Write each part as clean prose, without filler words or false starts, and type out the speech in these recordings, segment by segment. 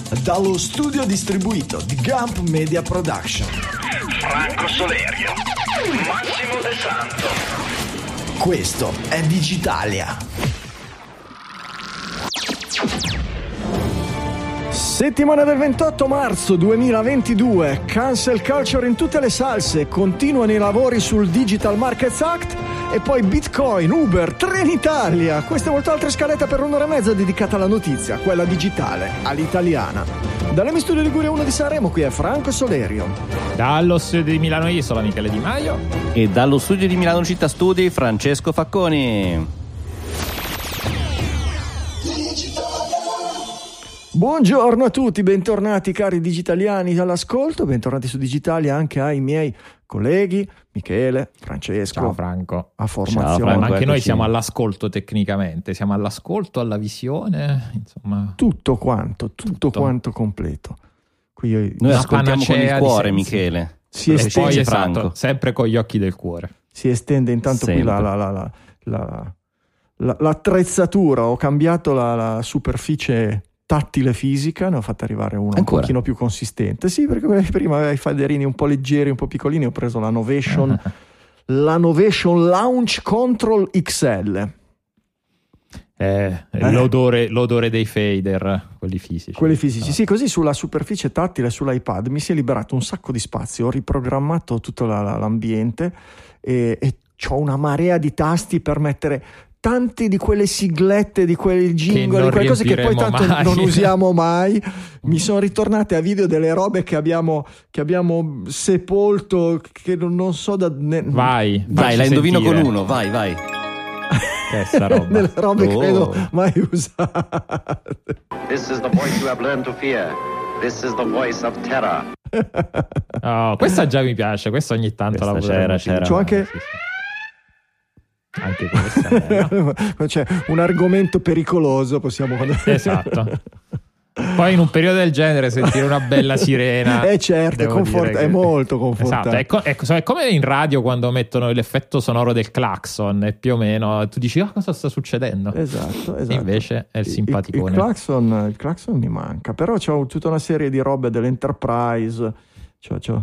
dallo studio distribuito di Gump Media Production. Franco Solerio, Massimo De Santo. Questo è Digitalia. Settimana del 28 marzo 2022, cancel culture in tutte le salse, continuano i lavori sul Digital Markets Act e poi Bitcoin, Uber, Trenitalia. Questa e molte altre scalette per un'ora e mezza dedicata alla notizia, quella digitale, all'italiana. Dall'Emi Studio Liguria 1 di Sanremo, qui è Franco Solerio. Dallo studio di Milano Isola, Michele Di Maio. E dallo studio di Milano Città Studi, Francesco Facconi. Buongiorno a tutti, bentornati cari digitaliani all'ascolto, bentornati su Digitalia anche ai miei colleghi Michele, Francesco. Ciao Franco. A formazione. Ciao, Franco, anche eccoci. noi siamo all'ascolto tecnicamente, siamo all'ascolto, alla visione, insomma. Tutto quanto completo. Qui Noi Una ascoltiamo con il panacea di cuore, sensi. Michele. si E estende, poi Franco. esatto, sempre con gli occhi del cuore. si estende intanto qui Sempre. l'attrezzatura, ho cambiato la superficie tattile fisica, ne ho fatta arrivare una un Ancora? pochino più consistente. Sì, perché prima aveva i faderini un po' leggeri, un po' piccolini, ho preso la Novation Launch Control XL. L'odore dei fader, quelli fisici. Quelli fisici, sì, così sulla superficie tattile sull'iPad mi si è liberato un sacco di spazio, ho riprogrammato tutto l'ambiente e ho una marea di tasti per mettere tanti di quelle siglette, di quei jingle, di quelle cose che poi tanto mai. non usiamo mai. Mi sono ritornate a video delle robe che abbiamo sepolto, che non so da... Vai, La indovino sentire. con uno, vai. Che è sta roba. delle robe Oh. credo mai usate. This is the voice you have learned to fear. This is the voice of terror. Oh, questa già mi piace, questa ogni tanto la Questa potremmo c'era. C'ho anche... Sì. Anche questa è bella. C'è un argomento pericoloso, possiamo... Esatto. Poi in un periodo del genere sentire una bella sirena certo, devo dire è molto confortante. Esatto, è come in radio quando mettono l'effetto sonoro del clacson e più o meno tu dici cosa sta succedendo. Esatto. E invece è il simpaticone. Il clacson mi manca, però c'ho tutta una serie di robe dell'Enterprise. C'ho.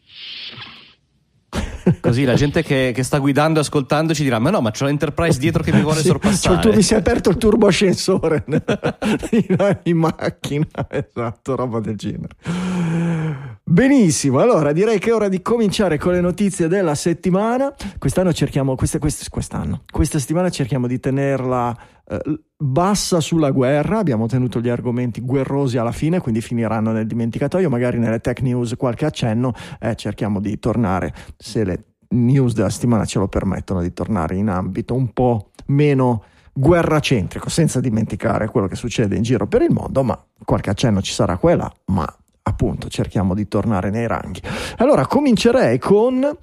Così la gente che sta guidando e ascoltandoci dirà: ma no, ma c'ho l'Enterprise dietro che mi vuole sorpassare. Mi si è aperto il turbo ascensore in macchina. Esatto, roba del genere. Benissimo, allora direi che è ora di cominciare con le notizie della settimana. Questa settimana cerchiamo di tenerla bassa sulla guerra. Abbiamo tenuto gli argomenti guerrosi alla fine, quindi finiranno nel dimenticatoio. Magari nelle tech news qualche accenno, cerchiamo di tornare, se le news della settimana ce lo permettono, di tornare in ambito un po' meno guerracentrico, senza dimenticare quello che succede in giro per il mondo, ma qualche accenno ci sarà qua e là, ma appunto cerchiamo di tornare nei ranghi. Allora comincerei con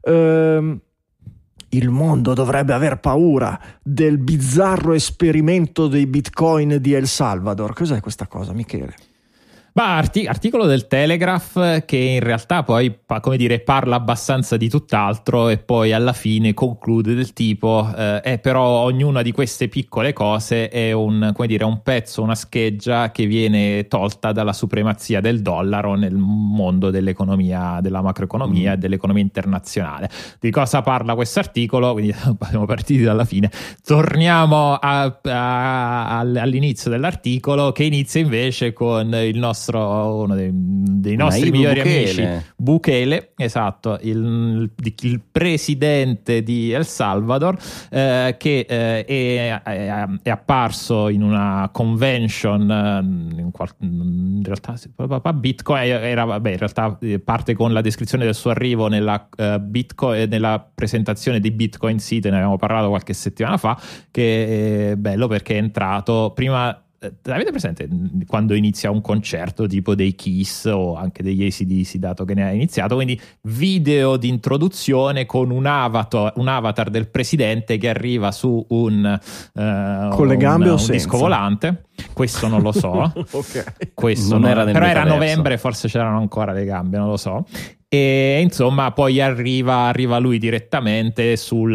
il mondo dovrebbe aver paura del bizzarro esperimento dei bitcoin di El Salvador. Cos'è questa cosa, Michele? Articolo del Telegraph che in realtà poi parla abbastanza di tutt'altro e poi alla fine conclude del tipo però ognuna di queste piccole cose è un pezzo, una scheggia che viene tolta dalla supremazia del dollaro nel mondo dell'economia, della macroeconomia e dell'economia internazionale. Di cosa parla questo articolo? Quindi siamo partiti dalla fine, torniamo all'inizio dell'articolo, che inizia invece con uno dei nostri migliori amici, Bukele, esatto, il presidente di El Salvador, che è apparso in una convention, in realtà Bitcoin in realtà parte con la descrizione del suo arrivo nella Bitcoin, nella presentazione di Bitcoin City, ne avevamo parlato qualche settimana fa, che è bello perché è entrato prima. Avete presente quando inizia un concerto tipo dei Kiss o anche degli AC/DC, dato che ne ha iniziato, quindi video di introduzione con un avatar del presidente che arriva su con le gambe o un disco volante. Questo non lo so. Ok. Questo Non era nel però era metaverso. novembre, forse c'erano ancora le gambe, non lo so. E insomma poi arriva lui direttamente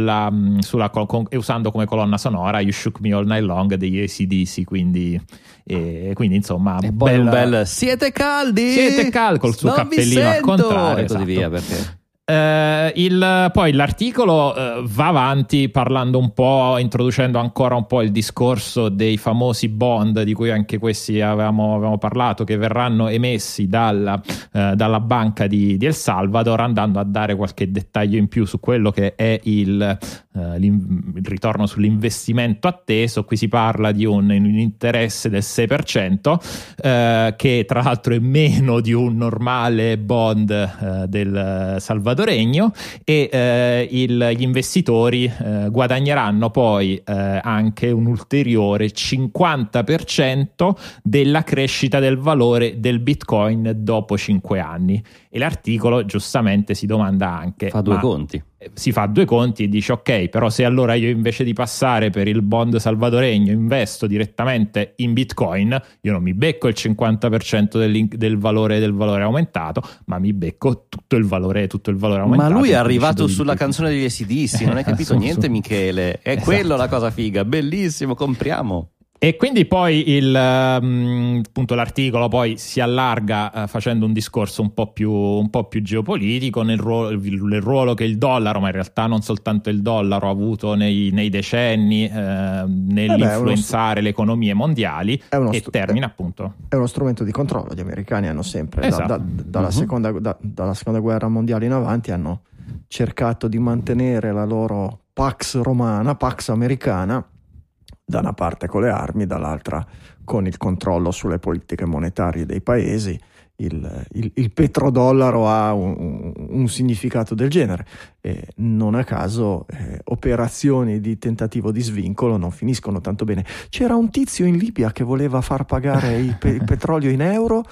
usando come colonna sonora You Shook Me All Night Long degli AC/DC, quindi insomma e poi un bel siete caldi col suo cappellino al contrario e così via, perché poi l'articolo va avanti parlando un po', introducendo ancora un po' il discorso dei famosi bond di cui anche questi avevamo parlato, che verranno emessi dalla banca di El Salvador, andando a dare qualche dettaglio in più su quello che è il ritorno sull'investimento atteso. Qui si parla di un interesse del 6%, che tra l'altro è meno di un normale bond del salvadoregno, e gli investitori guadagneranno poi anche un ulteriore 50% della crescita del valore del Bitcoin dopo 5 anni. E l'articolo giustamente si domanda anche: fa due conti. Si fa due conti e dice ok, però se allora io invece di passare per il bond salvadoregno investo direttamente in Bitcoin, io non mi becco il 50% del valore aumentato, ma mi becco tutto il valore aumentato. Ma lui è arrivato sulla canzone degli AC/DC, non hai capito niente Michele, è esatto. Quello la cosa figa, bellissimo, compriamo. E quindi poi appunto l'articolo poi si allarga facendo un discorso un po' più geopolitico nel ruolo che il dollaro, ma in realtà non soltanto il dollaro, ha avuto nei decenni nell'influenzare le economie mondiali, e termina appunto. È uno strumento di controllo. Gli americani hanno sempre, esatto. dalla seconda guerra mondiale in avanti, hanno cercato di mantenere la loro Pax Romana, Pax Americana, da una parte con le armi, dall'altra con il controllo sulle politiche monetarie dei paesi. Il petrodollaro ha un significato del genere, e non a caso operazioni di tentativo di svincolo non finiscono tanto bene. C'era un tizio in Libia che voleva far pagare il petrolio in euro,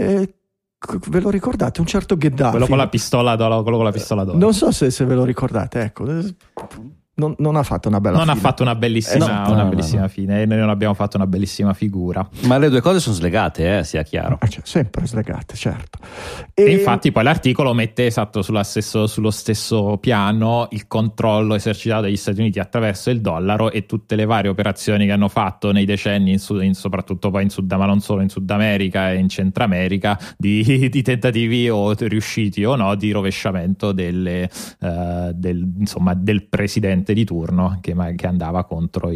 ve lo ricordate? Un certo Gheddafi, quello con la pistola d'oro. Non so se ve lo ricordate, ecco. Non ha fatto una bella fine. Ha fatto una bellissima fine, e noi non abbiamo fatto una bellissima figura. Ma le due cose sono slegate, sia chiaro. Sempre slegate, certo. E infatti poi l'articolo mette esatto sullo stesso piano il controllo esercitato dagli Stati Uniti attraverso il dollaro e tutte le varie operazioni che hanno fatto nei decenni, soprattutto poi in Sud, ma non solo in Sud America e in Centro America, di tentativi o riusciti o no di rovesciamento del presidente di turno che andava contro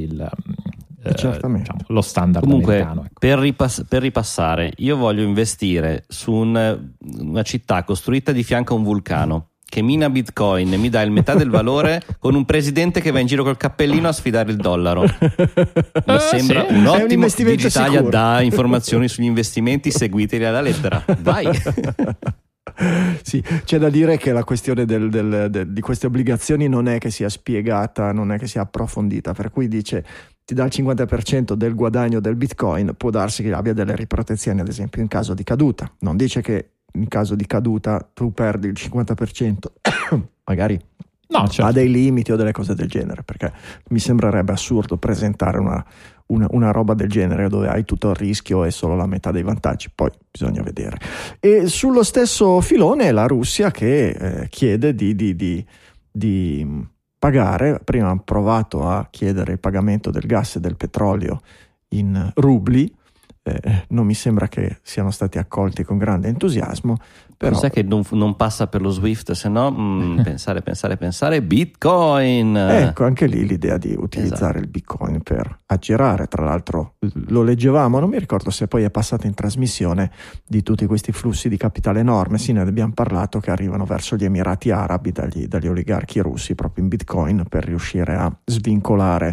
lo standard americano. Comunque, per ripassare, io voglio investire su una città costruita di fianco a un vulcano che mina Bitcoin e mi dà il metà del valore, con un presidente che va in giro col cappellino a sfidare il dollaro. Mi sembra un ottimo. Digitalia dà informazioni sugli investimenti, seguiteli alla lettera. Vai. Sì, c'è da dire che la questione di queste obbligazioni non è che sia spiegata, non è che sia approfondita, per cui dice ti dà il 50% del guadagno del Bitcoin, può darsi che abbia delle riprotezioni, ad esempio in caso di caduta. Non dice che in caso di caduta tu perdi il 50%, magari no, certo. Ha dei limiti o delle cose del genere, perché mi sembrerebbe assurdo presentare una roba del genere dove hai tutto il rischio e solo la metà dei vantaggi. Poi bisogna vedere. E sullo stesso filone la Russia che chiede di pagare. Prima ha provato a chiedere il pagamento del gas e del petrolio in rubli, non mi sembra che siano stati accolti con grande entusiasmo. Però sai che non passa per lo Swift, se no pensare Bitcoin. Ecco, anche lì l'idea di utilizzare il Bitcoin per aggirare. Tra l'altro lo leggevamo, non mi ricordo se poi è passato in trasmissione, di tutti questi flussi di capitale enorme. Sì, ne abbiamo parlato, che arrivano verso gli Emirati Arabi dagli oligarchi russi proprio in Bitcoin, per riuscire a svincolare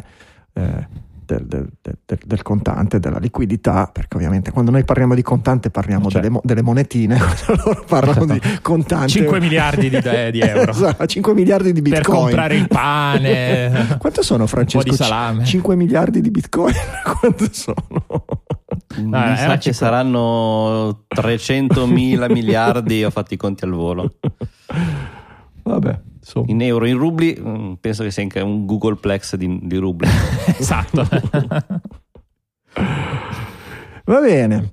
del contante, della liquidità, perché ovviamente quando noi parliamo di contante parliamo delle monetine, loro parlano di contante. 5 miliardi di euro. Esatto, 5 miliardi di Bitcoin per comprare il pane. Quanto sono, Francesco? Un po' di salame. 5 miliardi di Bitcoin quanto sono? Mi sa che saranno 300.000 miliardi, ho fatto i conti al volo. Vabbè, insomma. In euro, in rubli, penso che sia anche un Googleplex di rubli. Esatto. Va bene.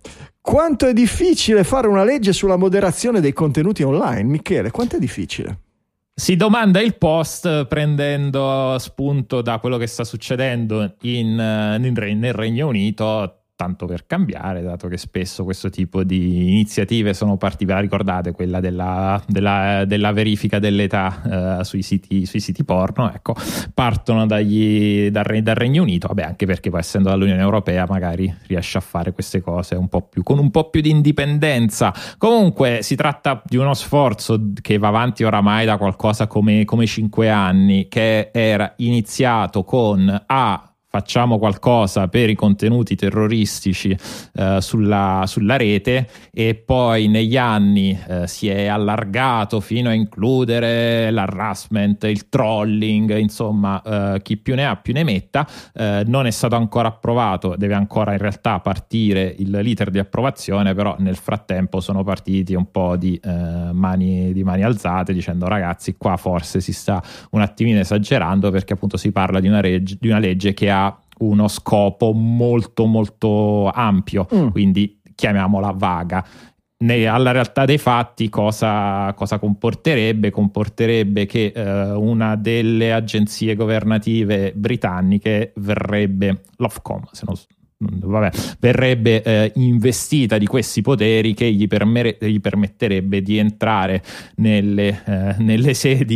Quanto è difficile fare una legge sulla moderazione dei contenuti online? Michele, quanto è difficile? Si domanda il Post prendendo spunto da quello che sta succedendo nel Regno Unito, tanto per cambiare, dato che spesso questo tipo di iniziative sono partite, ricordate quella della verifica dell'età sui siti porno, ecco, partono dal Regno Unito, vabbè, anche perché poi essendo dall'Unione Europea magari riesce a fare queste cose con un po' più di indipendenza. Comunque si tratta di uno sforzo che va avanti oramai da qualcosa come 5 anni, che era iniziato con facciamo qualcosa per i contenuti terroristici sulla rete, e poi negli anni si è allargato fino a includere l'harassment, il trolling, insomma chi più ne ha più ne metta. Non è stato ancora approvato, deve ancora in realtà partire l'iter di approvazione, però nel frattempo sono partiti un po' di mani alzate dicendo ragazzi, qua forse si sta un attimino esagerando, perché appunto si parla di una legge che ha uno scopo molto molto ampio, quindi chiamiamola vaga. Alla realtà dei fatti cosa comporterebbe? Comporterebbe che una delle agenzie governative britanniche l'Ofcom, verrebbe investita di questi poteri che gli permetterebbe di entrare nelle sedi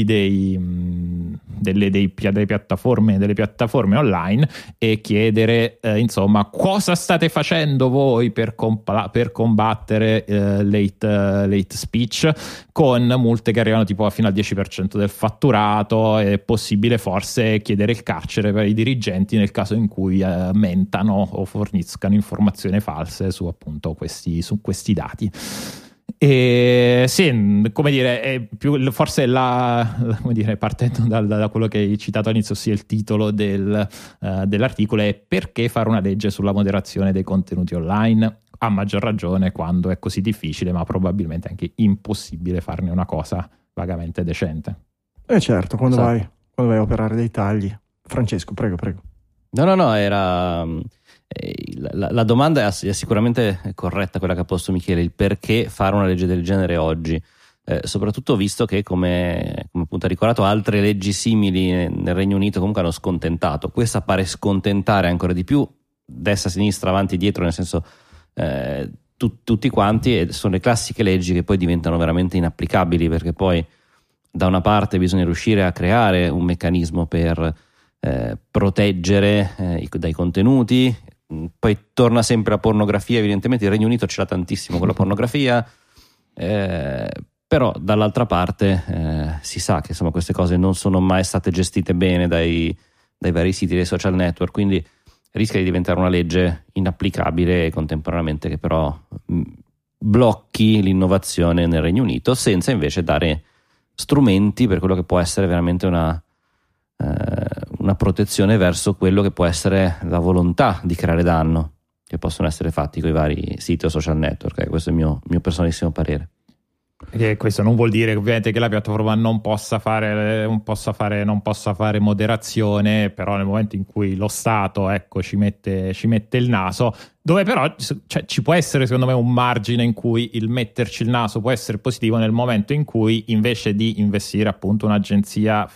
delle piattaforme online e chiedere insomma cosa state facendo voi per combattere l'hate speech, con multe che arrivano tipo fino al 10% del fatturato. È possibile forse chiedere il carcere per i dirigenti nel caso in cui mentano o forniscano informazioni false su appunto questi dati. E sì, come dire, è più forse come dire, partendo da quello che hai citato all'inizio, ossia il titolo dell'articolo, è perché fare una legge sulla moderazione dei contenuti online, a maggior ragione quando è così difficile, ma probabilmente anche impossibile, farne una cosa vagamente decente. Certo, quando vai a operare dei tagli. Francesco, prego. No, era... La domanda è sicuramente corretta, quella che ha posto Michele, il perché fare una legge del genere oggi, soprattutto visto che come appunto ha ricordato, altre leggi simili nel Regno Unito comunque hanno scontentato. Questa pare scontentare ancora di più, destra, sinistra, avanti, dietro, nel senso tutti quanti, e sono le classiche leggi che poi diventano veramente inapplicabili, perché poi da una parte bisogna riuscire a creare un meccanismo per proteggere dai contenuti. Poi torna sempre la pornografia, evidentemente il Regno Unito ce l'ha tantissimo con la pornografia, però dall'altra parte si sa che insomma queste cose non sono mai state gestite bene dai vari siti dei social network, quindi rischia di diventare una legge inapplicabile e contemporaneamente che però blocchi l'innovazione nel Regno Unito, senza invece dare strumenti per quello che può essere veramente una protezione verso quello che può essere la volontà di creare danno che possono essere fatti con i vari siti o social network. Questo è il mio personalissimo parere. E questo non vuol dire ovviamente che la piattaforma non possa fare moderazione, però nel momento in cui lo Stato ci mette il naso, dove però ci può essere secondo me un margine in cui il metterci il naso può essere positivo, nel momento in cui invece di investire appunto un'agenzia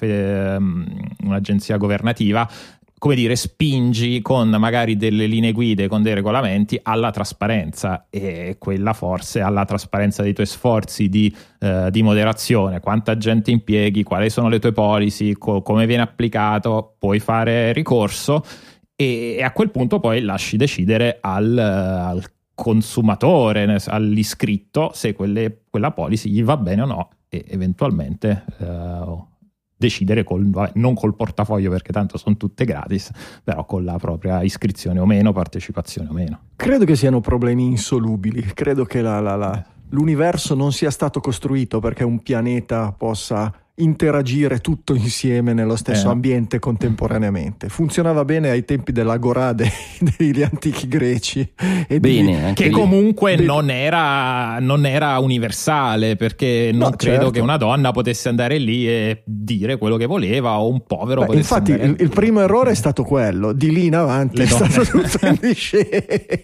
governativa, come dire, spingi con magari delle linee guide, con dei regolamenti alla trasparenza, e quella forse alla trasparenza dei tuoi sforzi di moderazione, quanta gente impieghi, quali sono le tue policy, come viene applicato, puoi fare ricorso e a quel punto poi lasci decidere al consumatore, all'iscritto, se quella policy gli va bene o no, e eventualmente decidere non col portafoglio, perché tanto sono tutte gratis, però con la propria iscrizione o meno, partecipazione o meno. Credo che siano problemi insolubili, credo che l'universo non sia stato costruito perché un pianeta possa interagire tutto insieme nello stesso ambiente contemporaneamente. Funzionava bene ai tempi dell'agorà degli antichi greci. Che comunque non era universale, perché non credo che una donna potesse andare lì e dire quello che voleva, o un povero potesse infatti andare il primo errore è stato quello, di lì in avanti è stato tutto in discesa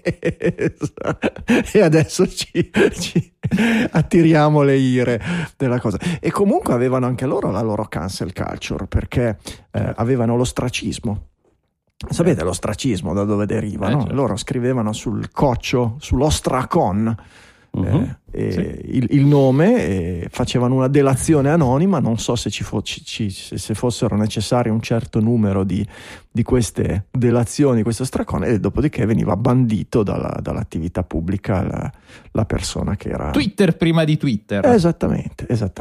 e adesso ci attiriamo le ire della cosa. E comunque avevano anche loro la loro cancel culture, perché avevano l'ostracismo. Sapete l'ostracismo da dove deriva? No? Certo. Loro scrivevano sul coccio, sull'ostracon, il nome, facevano una delazione anonima. Non so se se fossero necessari un certo numero di queste delazioni, questo ostracon, e dopodiché veniva bandito dall'attività pubblica la persona che era... Twitter prima di Twitter. Esattamente.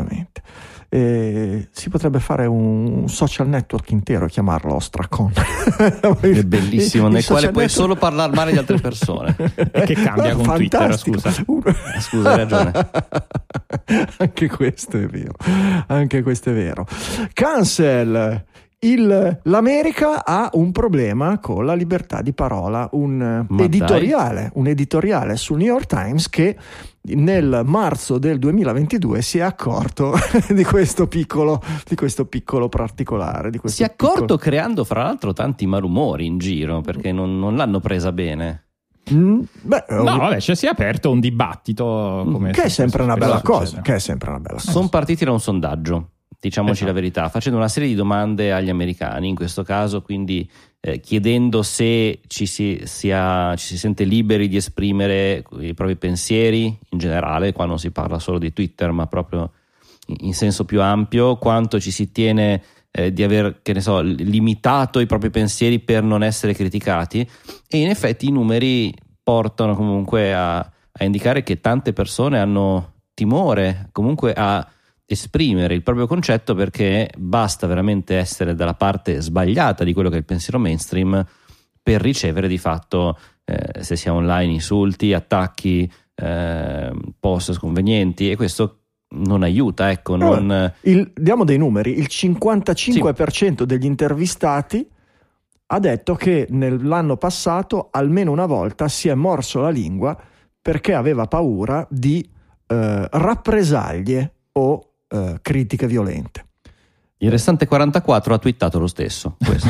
Si potrebbe fare un social network intero e chiamarlo Ostracon. È bellissimo, nel quale puoi solo parlare male di altre persone. Che cambia con fantastico. Twitter, scusa, hai ragione. Anche questo è vero. Cancel. L'America ha un problema con la libertà di parola, un editoriale sul New York Times che nel marzo del 2022 si è accorto di questo piccolo particolare. Si è accorto creando fra l'altro tanti malumori in giro, perché non l'hanno presa bene. Si è aperto un dibattito che è sempre una bella cosa. Sono partiti da un sondaggio, diciamoci la verità, facendo una serie di domande agli americani, in questo caso, quindi chiedendo se ci si sente liberi di esprimere i propri pensieri in generale. Qua non si parla solo di Twitter, ma proprio in senso più ampio, quanto ci si tiene di aver, limitato i propri pensieri per non essere criticati. E in effetti i numeri portano comunque a indicare che tante persone hanno timore comunque a esprimere il proprio concetto, perché basta veramente essere dalla parte sbagliata di quello che è il pensiero mainstream per ricevere di fatto, se si è online, insulti, attacchi, post sconvenienti, e questo non aiuta. Diamo dei numeri: il 55% degli intervistati ha detto che nell'anno passato almeno una volta si è morso la lingua perché aveva paura di rappresaglie o critiche violente. Il restante 44 ha twittato lo stesso. Questo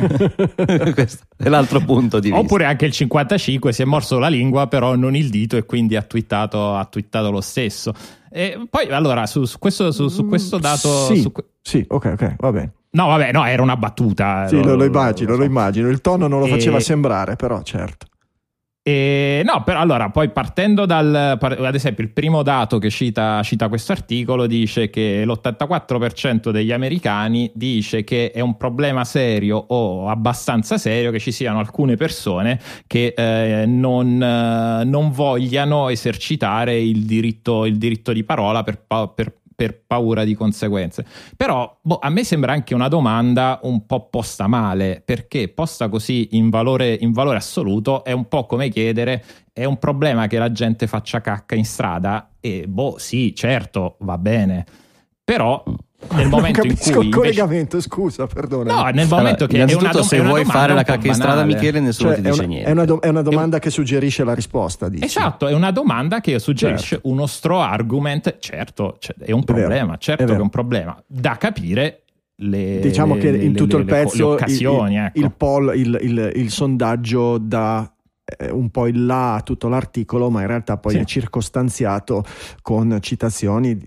è l'altro punto di vista. Oppure anche il 55 si è morso la lingua però non il dito, e quindi ha twittato lo stesso. E poi allora su questo dato ok, va bene. No, era una battuta. Sì, lo immagino. Il tono non lo faceva sembrare, però certo. Però allora, poi partendo ad esempio, il primo dato che cita questo articolo dice che l'84% degli americani dice che è un problema serio o abbastanza serio che ci siano alcune persone che non vogliano esercitare il diritto di parola per paura di conseguenze. Però a me sembra anche una domanda un po' posta male, perché posta così in valore assoluto è un po' come chiedere: è un problema che la gente faccia cacca in strada? E sì, certo, va bene, però nel momento non capisco in cui il collegamento, scusa, perdona. No, nel momento che innanzitutto se vuoi fare la cacca in strada, Michele, nessuno ti dice niente. È una domanda che suggerisce la risposta, dici. Esatto, è una domanda che suggerisce uno straw argument. Certo, è un problema, che è un problema da capire. Diciamo che in tutto il pezzo le occasioni, il poll, il sondaggio dà un po' in là tutto l'articolo, ma in realtà poi è circostanziato con citazioni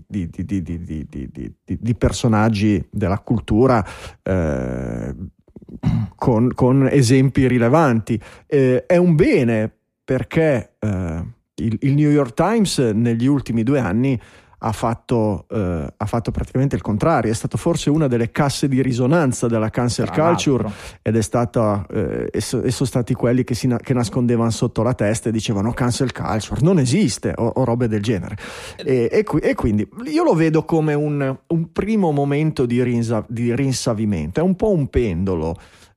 di personaggi della cultura, con esempi rilevanti. È un bene, perché il New York Times negli ultimi 2 anni ha fatto praticamente il contrario. È stato forse una delle casse di risonanza della cancel culture, ed è stata e sono stati quelli che nascondevano sotto la testa e dicevano cancel culture non esiste o robe del genere, e quindi io lo vedo come un primo momento di rinsavimento. È un po' un pendolo,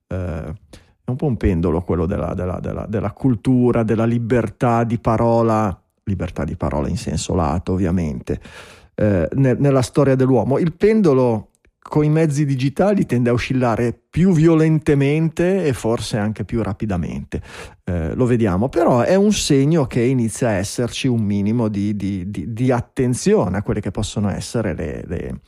quello della cultura, della libertà di parola in senso lato, ovviamente, nella storia dell'uomo. Il pendolo con i mezzi digitali tende a oscillare più violentemente e forse anche più rapidamente, lo vediamo, però è un segno che inizia a esserci un minimo di attenzione a quelle che possono essere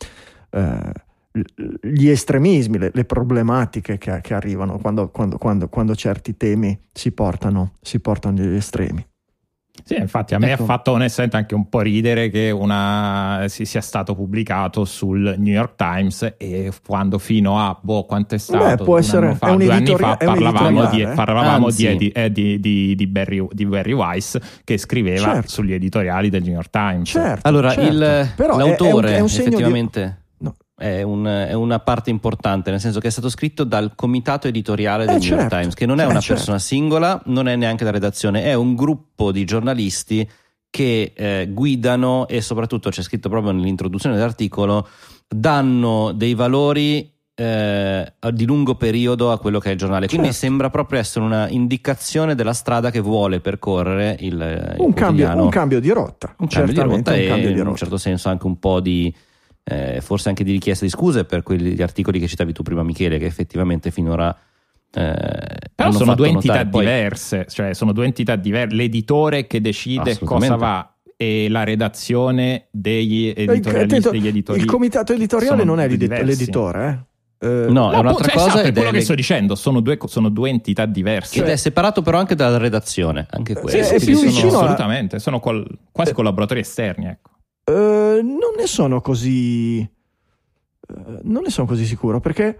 gli estremismi, le problematiche che arrivano quando certi temi si portano agli estremi. Sì, infatti a me ha fatto onestamente anche un po' ridere che sia stato pubblicato sul New York Times, e quando fino a quanto è stato può essere, 2 anni fa parlavamo di Barry Weiss, che che sugli editoriali del New York Times. Allora, però l'autore è un segno effettivamente è una parte importante, nel senso che è stato scritto dal comitato editoriale del New York Times, che non è una persona singola, non è neanche la redazione, è un gruppo di giornalisti che guidano, e soprattutto c'è scritto proprio nell'introduzione dell'articolo, danno dei valori di lungo periodo a quello che è il giornale, quindi sembra proprio essere una indicazione della strada che vuole percorrere un cambio di rotta, in un certo senso anche un po' di forse anche di richiesta di scuse per quegli articoli che citavi tu prima, Michele, che effettivamente finora però sono due entità diverse, cioè sono due entità diverse, l'editore che decide cosa va e la redazione degli editorialisti, degli editori. Il comitato editoriale non è l'editore, No, è un'altra cosa, è quello che sto dicendo, sono due entità diverse. Ed è separato però anche dalla redazione, anche questo. È più vicino assolutamente, sono quasi collaboratori esterni, ecco. Non ne sono così sicuro, perché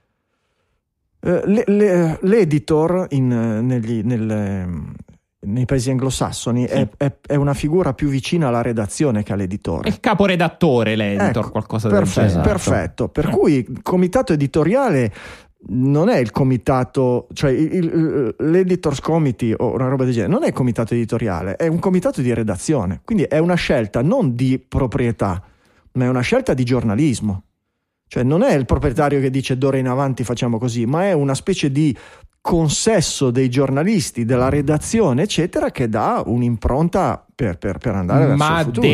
l'editor nei paesi anglosassoni è una figura più vicina alla redazione che all'editore. È il caporedattore l'editor, qualcosa del genere. Perfetto. Per cui il comitato editoriale non è il comitato, cioè l'editors committee o una roba del genere, non è il comitato editoriale, è un comitato di redazione, quindi è una scelta non di proprietà, ma è una scelta di giornalismo. Cioè non è il proprietario che dice d'ora in avanti facciamo così, ma è una specie di consesso dei giornalisti, della redazione, eccetera, che dà un'impronta per andare verso il futuro.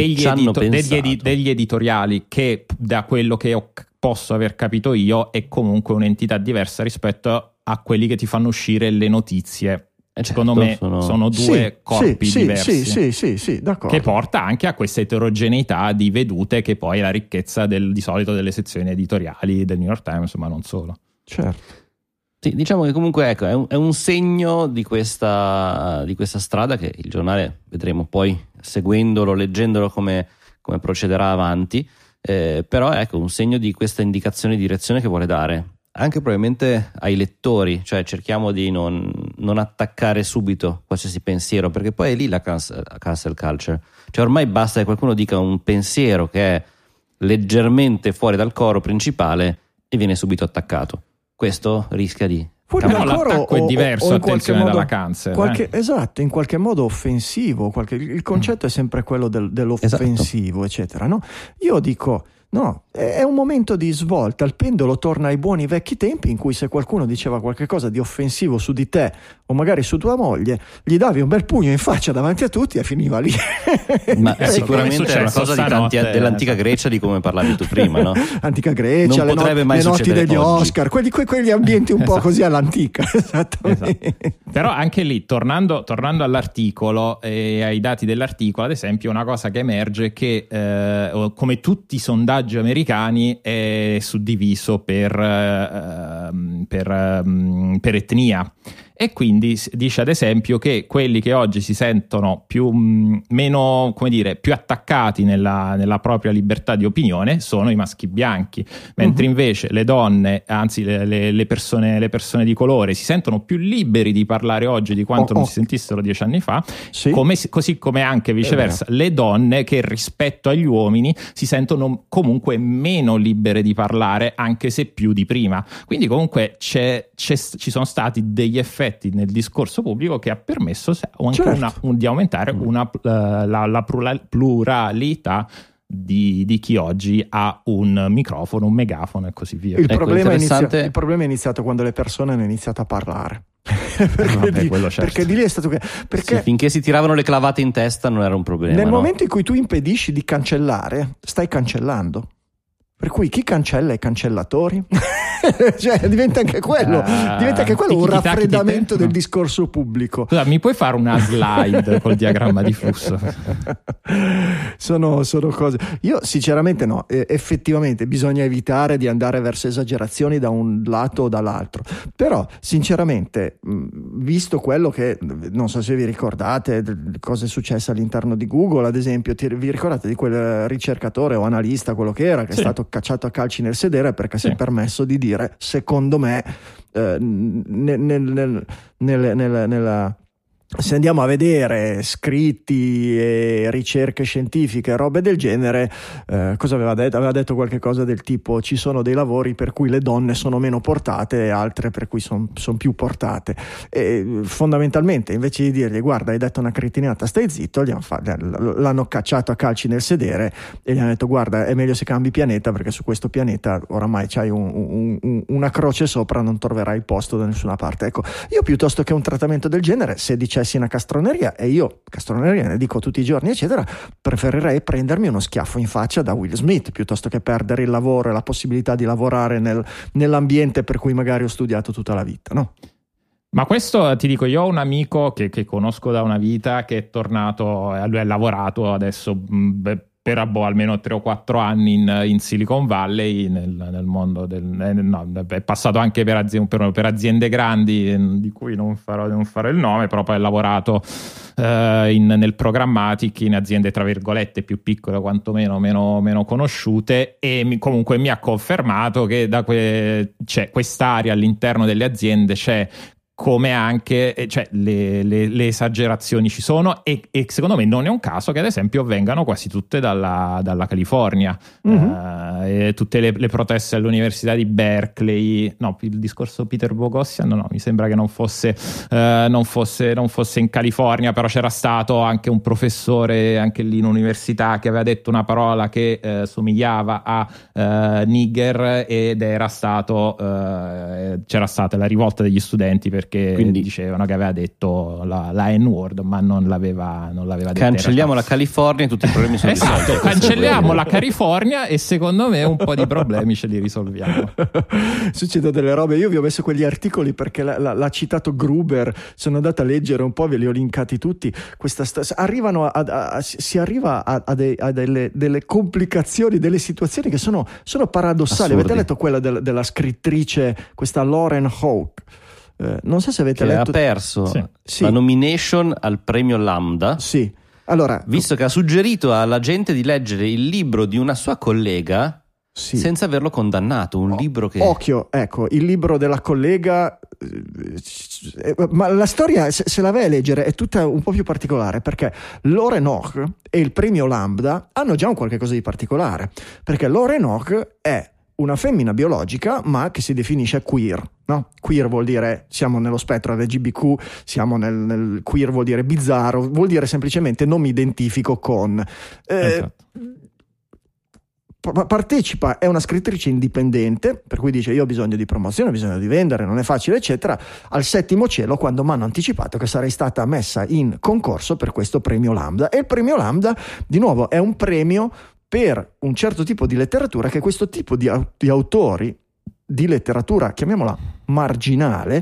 Degli editoriali, che da quello che posso aver capito io è comunque un'entità diversa rispetto a quelli che ti fanno uscire le notizie. Secondo me sono due corpi diversi. Sì, d'accordo. Che porta anche a questa eterogeneità di vedute, che poi è la ricchezza di solito delle sezioni editoriali del New York Times, ma non solo. Certo. Sì, diciamo che comunque è un segno di questa strada che il giornale, vedremo poi seguendolo, leggendolo come procederà avanti, però ecco un segno di questa indicazione di direzione che vuole dare anche probabilmente ai lettori, cioè cerchiamo di non attaccare subito qualsiasi pensiero, perché poi è lì la cancel culture, cioè ormai basta che qualcuno dica un pensiero che è leggermente fuori dal coro principale e viene subito attaccato. Questo rischia di... Però l'attacco è diverso, attenzione, dalla cancel. Esatto, in qualche modo offensivo. Il concetto è sempre quello dell'offensivo, eccetera. No? Io dico, no, è un momento di svolta. Il pendolo torna ai buoni vecchi tempi in cui se qualcuno diceva qualche cosa di offensivo su di te o magari su tua moglie, gli davi un bel pugno in faccia davanti a tutti e finiva lì. Ma sicuramente è una cosa dell'antica Grecia, di come parlavi tu prima, no? Antica Grecia, le notti degli Oscar, quegli ambienti un po' così all'antica. Esattamente. Esatto. Però anche lì, tornando all'articolo e ai dati dell'articolo, ad esempio, una cosa che emerge è che come tutti i sondaggi americani è suddiviso per etnia. E quindi dice ad esempio che quelli che oggi si sentono meno, come dire, più attaccati nella propria libertà di opinione sono i maschi bianchi, mentre invece le donne, anzi le persone di colore, si sentono più liberi di parlare oggi di quanto non si sentissero 10 anni fa, sì. Così come anche viceversa le donne, che rispetto agli uomini si sentono comunque meno libere di parlare, anche se più di prima. Quindi comunque ci sono stati degli effetti nel discorso pubblico che ha permesso anche di aumentare la pluralità di chi oggi ha un microfono, un megafono e così via. Il problema è iniziato quando le persone hanno iniziato a parlare. Perché di lì è stato perché finché si tiravano le clavate in testa non era un problema. Nel momento in cui tu impedisci di cancellare, stai cancellando. Per cui chi cancella i cancellatori? Cioè, diventa anche quello un raffreddamento del discorso pubblico. Scusa, mi puoi fare una slide col diagramma di flusso? Sono cose. Io sinceramente no, effettivamente bisogna evitare di andare verso esagerazioni da un lato o dall'altro. Però sinceramente, visto quello che, non so se vi ricordate, cosa è successo all'interno di Google, ad esempio, vi ricordate di quel ricercatore o analista, quello che era, che è stato cacciato a calci nel sedere perché si è permesso di dire, secondo me, se andiamo a vedere scritti e ricerche scientifiche e robe del genere, cosa aveva detto? Aveva detto qualche cosa del tipo: ci sono dei lavori per cui le donne sono meno portate e altre per cui sono più portate, e fondamentalmente invece di dirgli guarda, hai detto una cretinata, stai zitto, l'hanno cacciato a calci nel sedere e gli hanno detto guarda, è meglio se cambi pianeta perché su questo pianeta oramai c'hai una croce sopra, non troverai posto da nessuna parte. Ecco, io piuttosto che un trattamento del genere, se dicessi una castroneria, e io castroneria ne dico tutti i giorni eccetera, preferirei prendermi uno schiaffo in faccia da Will Smith piuttosto che perdere il lavoro e la possibilità di lavorare nell'ambiente per cui magari ho studiato tutta la vita, no? Ma questo ti dico, io ho un amico che conosco da una vita che è tornato, lui ha lavorato adesso per almeno 3 o 4 anni in Silicon Valley, nel mondo è passato anche per aziende grandi di cui non farò il nome, però poi ha lavorato nel programmatic in aziende tra virgolette più piccole, quantomeno meno conosciute, e comunque mi ha confermato che c'è quest'area all'interno delle aziende, c'è come anche le esagerazioni ci sono, e secondo me non è un caso che ad esempio vengano quasi tutte dalla California. E tutte le proteste all'università di Berkeley, no, il discorso Peter Boghossian no, mi sembra che non fosse in California, però c'era stato anche un professore anche lì in università che aveva detto una parola che somigliava a nigger, ed era stato c'era stata la rivolta degli studenti perché dicevano che aveva detto la N-word, ma non l'aveva detto. Cancelliamo la California e tutti i problemi sono risolti. Cancelliamo la California e secondo me un po' di problemi ce li risolviamo. Succedono delle robe. Io vi ho messo quegli articoli perché l'ha citato Gruber, sono andato a leggere un po', ve li ho linkati tutti. Si arriva a delle complicazioni, delle situazioni che sono paradossali. Assurdi. Avete letto quella della scrittrice, questa Lauren Hawk? Non so se avete letto. Ha perso la nomination al premio Lambda. Sì. Allora, visto che ha suggerito alla gente di leggere il libro di una sua collega senza averlo condannato, un libro che... Occhio, ecco, il libro della collega, ma la storia, se la vai a leggere, è tutta un po' più particolare, perché Lauren Hawk e il premio Lambda hanno già un qualche cosa di particolare, perché Lauren Hawk è una femmina biologica ma che si definisce queer, no? Queer vuol dire siamo nello spettro LGBTQ, siamo nel queer vuol dire bizzarro, vuol dire semplicemente non mi identifico con. Partecipa, è una scrittrice indipendente, per cui dice io ho bisogno di promozione, ho bisogno di vendere, non è facile eccetera, al 7° cielo quando mi hanno anticipato che sarei stata messa in concorso per questo premio Lambda. E il premio Lambda di nuovo è un premio per un certo tipo di letteratura, che questo tipo di autori di letteratura, chiamiamola marginale,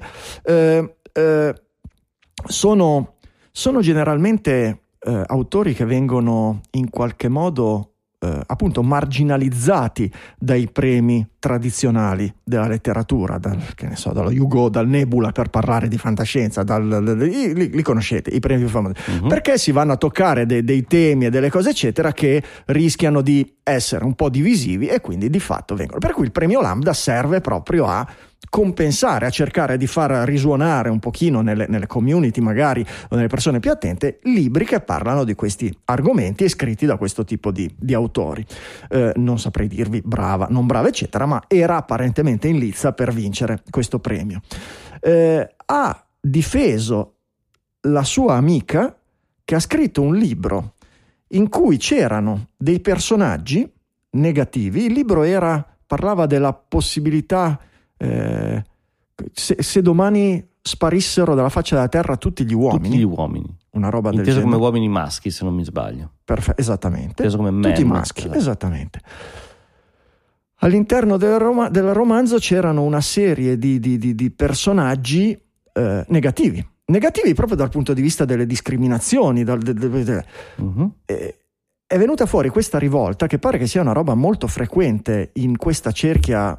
sono generalmente autori che vengono in qualche modo appunto marginalizzati dai premi tradizionali della letteratura, dallo Hugo, dal Nebula, per parlare di fantascienza, li conoscete, i premi più famosi, perché si vanno a toccare dei temi e delle cose eccetera che rischiano di essere un po' divisivi e quindi di fatto vengono. Per cui il premio Lambda serve proprio a compensare, a cercare di far risuonare un pochino nelle community magari o nelle persone più attente libri che parlano di questi argomenti e scritti da questo tipo di autori. Non saprei dirvi brava, non brava eccetera, ma era apparentemente in lizza per vincere questo premio. Ha difeso la sua amica che ha scritto un libro in cui c'erano dei personaggi negativi. Il libro parlava della possibilità se domani sparissero dalla faccia della terra tutti gli uomini. Tutti gli uomini. Una roba del inteso genere. come uomini maschi, se non mi sbaglio. Esattamente. Inteso come tutti man, maschi, esattamente. all'interno del romanzo c'erano una serie di personaggi negativi proprio dal punto di vista delle discriminazioni. È venuta fuori questa rivolta, che pare che sia una roba molto frequente in questa cerchia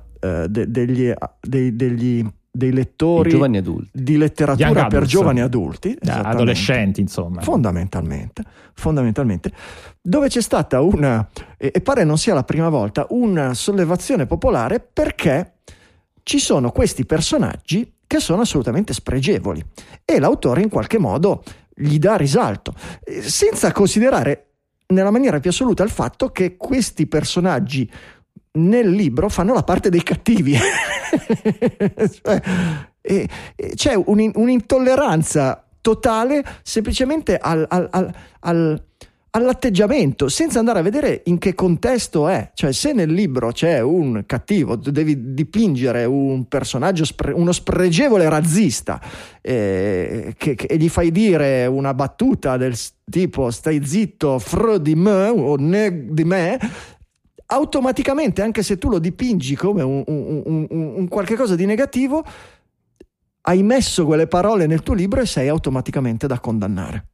dei lettori giovani adulti, di letteratura per giovani adulti, adolescenti, insomma, fondamentalmente, dove c'è stata e pare non sia la prima volta, una sollevazione popolare perché ci sono questi personaggi che sono assolutamente spregevoli e l'autore in qualche modo gli dà risalto, senza considerare nella maniera più assoluta il fatto che questi personaggi nel libro fanno la parte dei cattivi. C'è un'intolleranza totale semplicemente all'atteggiamento, senza andare a vedere in che contesto è. Cioè, se nel libro c'è un cattivo, devi dipingere un personaggio, uno spregevole razzista, e gli fai dire una battuta del tipo stai zitto, fr di me o ne di me, automaticamente, anche se tu lo dipingi come un qualche cosa di negativo, hai messo quelle parole nel tuo libro e sei automaticamente da condannare.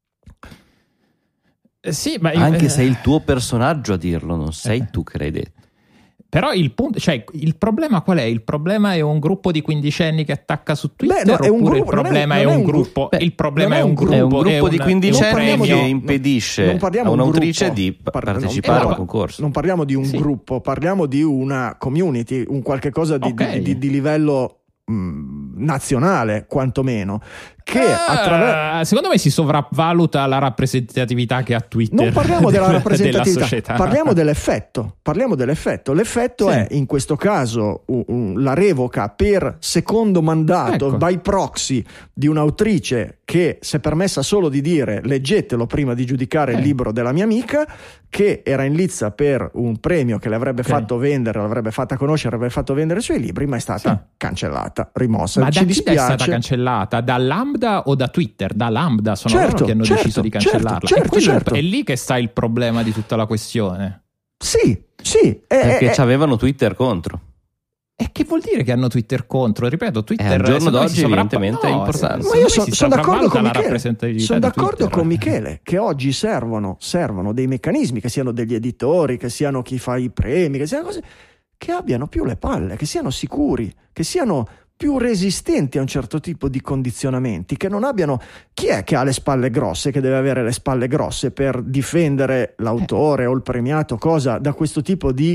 Sì, ma anche se è il tuo personaggio a dirlo, non sei tu che l'hai detto. Però il punto, cioè, il problema qual è? Il problema è un gruppo di quindicenni che attacca su Twitter? Beh, no, oppure il problema è un gruppo? Il problema è un gruppo di quindicenni che impedisce a un'autrice di partecipare al concorso. Non parliamo di un gruppo, parliamo di una community, un qualche cosa di livello nazionale, quantomeno, che secondo me si sopravvaluta la rappresentatività che ha Twitter. Non parliamo della rappresentatività, della parliamo dell'effetto. L'effetto è in questo caso la revoca per secondo mandato, by proxy, di un'autrice che si è permessa solo di dire leggetelo prima di giudicare il libro della mia amica, che era in lizza per un premio che le avrebbe fatto vendere, l'avrebbe fatta conoscere, avrebbe fatto vendere i suoi libri, ma è stata cancellata, rimossa. Ma ci dispiace. È stata cancellata? Da Lambda o da Twitter? Da Lambda sono loro che hanno deciso di cancellarla. Certo. È lì che sta il problema di tutta la questione. Sì. Perché c'avevano Twitter contro. E che vuol dire che hanno Twitter contro? Ripeto, Twitter al giorno d'oggi evidentemente è importante. Ma io sono d'accordo con Michele. Sono d'accordo con Michele che oggi servono dei meccanismi, che siano degli editori, che siano chi fa i premi, che siano cose che abbiano più le palle, che siano sicuri, che siano più resistenti a un certo tipo di condizionamenti, che non abbiano... Chi è che ha le spalle grosse, che deve avere le spalle grosse per difendere l'autore o il premiato, cosa, da questo tipo di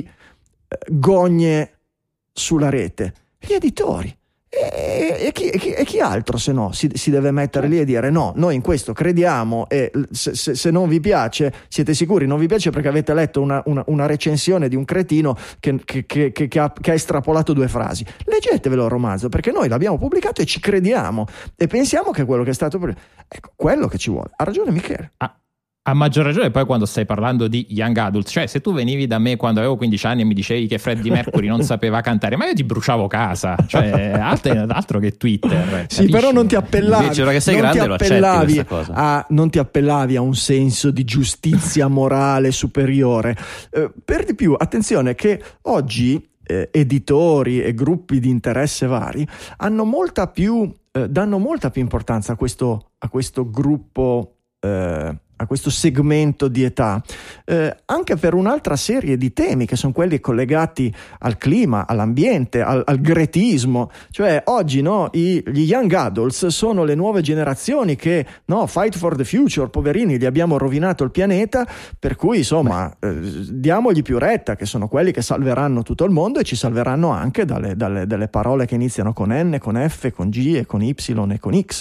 gogne sulla rete? Gli editori. E chi altro, se no, si deve mettere lì e dire no, noi in questo crediamo, e se non vi piace, siete sicuri non vi piace perché avete letto una recensione di un cretino che ha estrapolato 2 frasi. Leggetevelo il romanzo, perché noi l'abbiamo pubblicato e ci crediamo e pensiamo che è quello che è stato, ecco, quello che ci vuole. Ha ragione Michele. A maggior ragione poi quando stai parlando di young adult, cioè se tu venivi da me quando avevo 15 anni e mi dicevi che Freddie Mercury non sapeva cantare, ma io ti bruciavo casa, cioè altro che Twitter. Sì, però non ti appellavi, invece ora che sei grande lo accetti questa cosa. Non ti appellavi a un senso di giustizia morale superiore. Per di più, attenzione che oggi editori e gruppi di interesse vari danno molta più importanza a questo gruppo, a questo segmento di età, anche per un'altra serie di temi che sono quelli collegati al clima, all'ambiente, al gretismo. Cioè oggi gli young adults sono le nuove generazioni che fight for the future, poverini, gli abbiamo rovinato il pianeta, per cui insomma diamogli più retta, che sono quelli che salveranno tutto il mondo e ci salveranno anche dalle parole che iniziano con N, con F, con G e con Y e con X.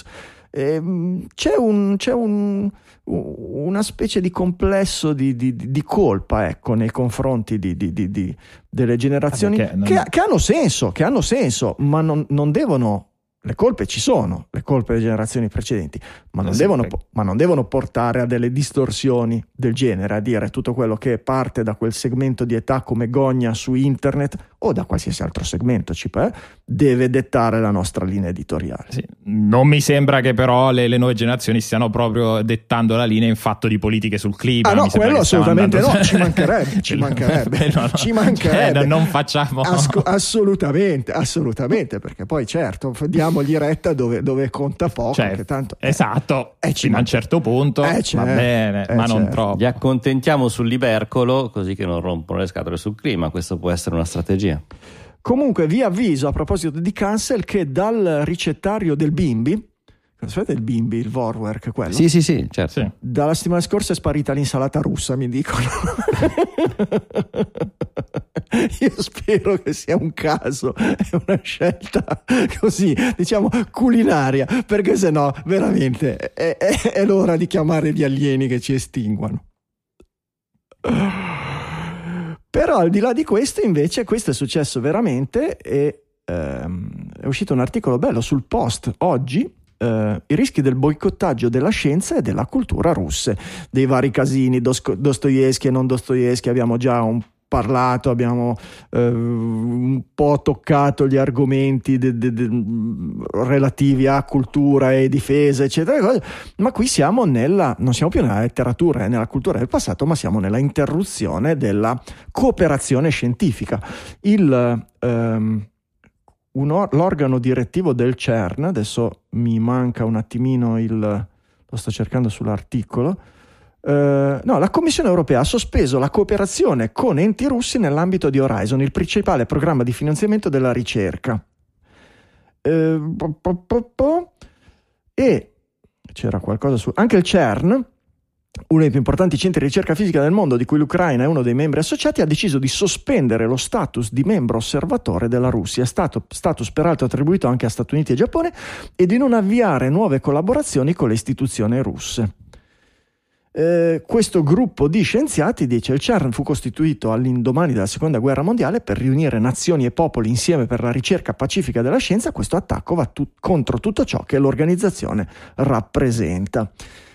C'è una specie di complesso di colpa, ecco, nei confronti delle generazioni che hanno senso, ma non devono le colpe ci sono, le colpe delle generazioni precedenti, ma non devono portare a delle distorsioni del genere, a dire tutto quello che parte da quel segmento di età come gogna su internet o da qualsiasi altro segmento deve dettare la nostra linea editoriale. Sì. Non mi sembra che però le nuove generazioni stiano proprio dettando la linea in fatto di politiche sul clima. No, quello assolutamente no, ci mancherebbe. Ci mancherebbe. Non facciamo assolutamente, perché poi certo diamogli retta dove conta poco, che tanto esatto, fino a un certo punto va bene, ma non troppo. Li accontentiamo sull'ibercolo così che non rompono le scatole sul clima. Questo può essere una strategia. Comunque vi avviso a proposito di cancel che dal ricettario del Bimbi, aspetta, il Bimbi, il Vorwerk, quello? Sì, certo. Sì. Dalla settimana scorsa è sparita l'insalata russa, mi dicono. Io spero che sia un caso, è una scelta così, diciamo, culinaria, perché sennò veramente è l'ora di chiamare gli alieni che ci estinguano. Però al di là di questo, invece, questo è successo veramente e è uscito un articolo bello sul Post oggi, i rischi del boicottaggio della scienza e della cultura russe, dei vari casini, Dostoevskij e non Dostoevskij, abbiamo già parlato, abbiamo un po' toccato gli argomenti relativi a cultura e difesa, eccetera, ma qui siamo non siamo più nella letteratura e nella cultura del passato, ma siamo nella interruzione della cooperazione scientifica. L'organo direttivo del CERN, adesso mi manca un attimino lo sto cercando sull'articolo, la Commissione europea ha sospeso la cooperazione con enti russi nell'ambito di Horizon, il principale programma di finanziamento della ricerca. E c'era qualcosa anche il CERN, uno dei più importanti centri di ricerca fisica del mondo, di cui l'Ucraina è uno dei membri associati, ha deciso di sospendere lo status di membro osservatore della Russia, status peraltro attribuito anche a Stati Uniti e Giappone, e di non avviare nuove collaborazioni con le istituzioni russe. Questo gruppo di scienziati dice: il CERN fu costituito all'indomani della seconda guerra mondiale per riunire nazioni e popoli insieme per la ricerca pacifica della scienza. Questo attacco va contro tutto ciò che l'organizzazione rappresenta.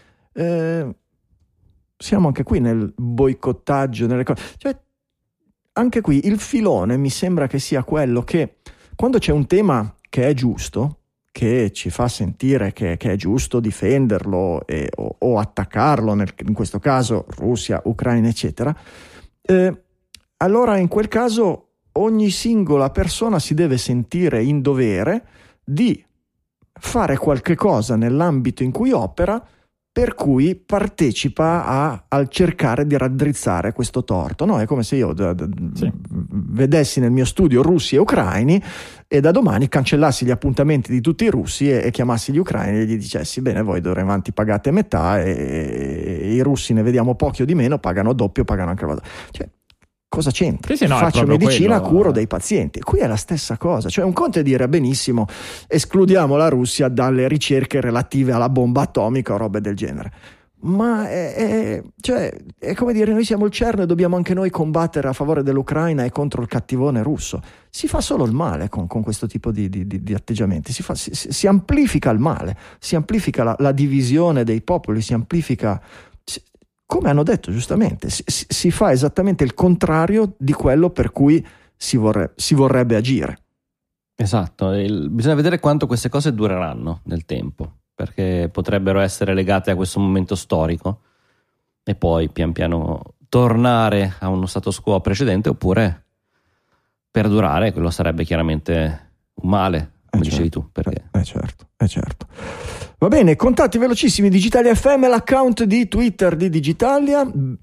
Siamo anche qui nel boicottaggio, nelle cose. Cioè, anche qui il filone mi sembra che sia quello che quando c'è un tema che è giusto, che ci fa sentire che è giusto difenderlo o attaccarlo, in questo caso Russia, Ucraina, eccetera, allora in quel caso ogni singola persona si deve sentire in dovere di fare qualche cosa nell'ambito in cui opera, per cui partecipa al cercare di raddrizzare questo torto, no? È come se io vedessi nel mio studio russi e ucraini e da domani cancellassi gli appuntamenti di tutti i russi e chiamassi gli ucraini e gli dicessi: bene, voi d'ora in avanti pagate metà e i russi ne vediamo pochi o di meno, pagano doppio, pagano anche la cosa. Cioè, cosa c'entra? Sì, no, faccio medicina, curo dei pazienti. Qui è la stessa cosa, cioè un conto è dire: benissimo, escludiamo la Russia dalle ricerche relative alla bomba atomica o robe del genere, ma è come dire: noi siamo il CERN e dobbiamo anche noi combattere a favore dell'Ucraina e contro il cattivone russo. Si fa solo il male con questo tipo di atteggiamenti, si amplifica il male, si amplifica la divisione dei popoli, si amplifica. Come hanno detto giustamente, si fa esattamente il contrario di quello per cui si vorrebbe agire. Esatto, bisogna vedere quanto queste cose dureranno nel tempo, perché potrebbero essere legate a questo momento storico e poi pian piano tornare a uno status quo precedente, oppure perdurare. Quello sarebbe chiaramente un male, come dicevi tu. Perché... certo. Va bene, contatti velocissimi: Digitalia FM, l'account di Twitter di Digitalia,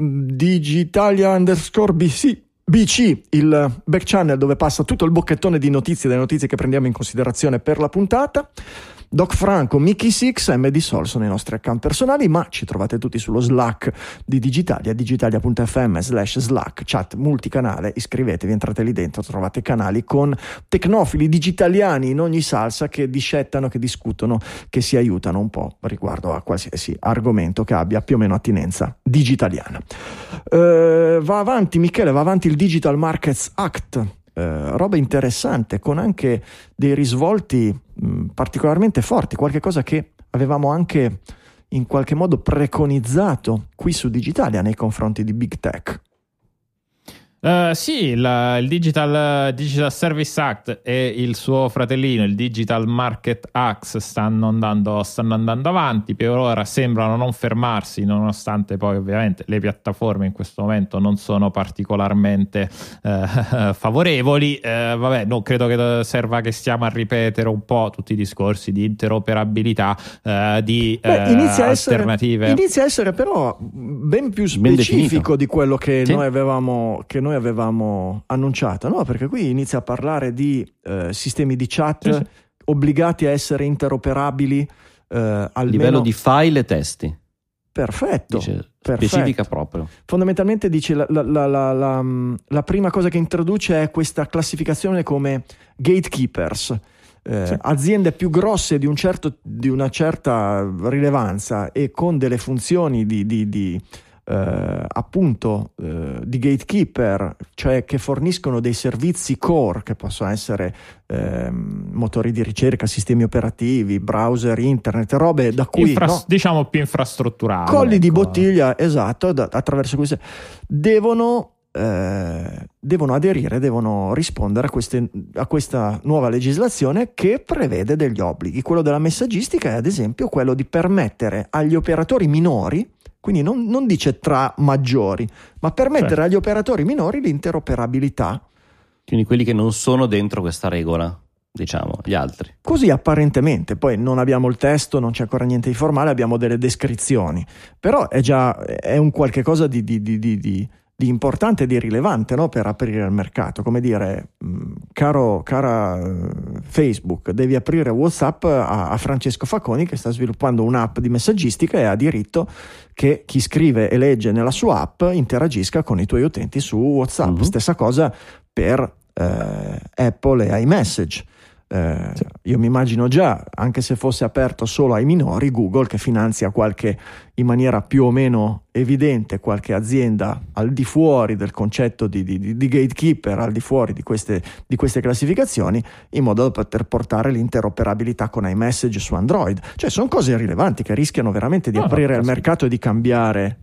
Digitalia_BC, il back channel dove passa tutto il bocchettone di notizie, delle notizie che prendiamo in considerazione per la puntata. Doc Franco, Mickey Six, MD Sol sono i nostri account personali, ma ci trovate tutti sullo Slack di Digitalia, digitalia.fm/Slack, chat multicanale. Iscrivetevi, entrate lì dentro, trovate canali con tecnofili digitaliani in ogni salsa che discettano, che discutono, che si aiutano un po' riguardo a qualsiasi argomento che abbia più o meno attinenza digitaliana. Va avanti Michele, va avanti il Digital Markets Act, roba interessante, con anche dei risvolti particolarmente forti, qualche cosa che avevamo anche in qualche modo preconizzato qui su Digitalia nei confronti di Big Tech. Sì, il Digital Service Act e il suo fratellino, il Digital Market Act, stanno andando avanti. Per ora sembrano non fermarsi, nonostante poi ovviamente le piattaforme in questo momento non sono particolarmente favorevoli. Non credo che serva che stiamo a ripetere un po' tutti i discorsi di interoperabilità, di alternative. Inizia a essere però ben più specifico di quello che sì. noi avevamo annunciato, no? Perché qui inizia a parlare di sistemi di chat sì. obbligati a essere interoperabili a livello di file e testi. Perfetto. Specifica proprio. Fondamentalmente dice la prima cosa che introduce è questa classificazione come gatekeepers. Sì. Aziende più grosse di una certa rilevanza e con delle funzioni di gatekeeper, cioè che forniscono dei servizi core che possono essere motori di ricerca, sistemi operativi, browser, internet, robe da cui diciamo più infrastrutturali, colli di bottiglia, esatto, attraverso queste devono aderire, devono rispondere a questa nuova legislazione che prevede degli obblighi. Quello della messaggistica è ad esempio quello di permettere agli operatori minori, quindi non dice tra maggiori, ma permettere agli operatori minori l'interoperabilità. Quindi quelli che non sono dentro questa regola, diciamo, gli altri. Così apparentemente, poi non abbiamo il testo, non c'è ancora niente di formale, abbiamo delle descrizioni, però è un qualche cosa di importante e di rilevante, no? Per aprire il mercato, come dire, cara Facebook, devi aprire WhatsApp a Francesco Facconi che sta sviluppando un'app di messaggistica e ha diritto che chi scrive e legge nella sua app interagisca con i tuoi utenti su WhatsApp. Stessa cosa per Apple e iMessage. Io mi immagino già, anche se fosse aperto solo ai minori, Google che finanzia in maniera più o meno evidente qualche azienda al di fuori del concetto di gatekeeper, al di fuori di queste classificazioni, in modo da poter portare l'interoperabilità con iMessage su Android. Cioè sono cose rilevanti che rischiano veramente di aprire il mercato e di cambiare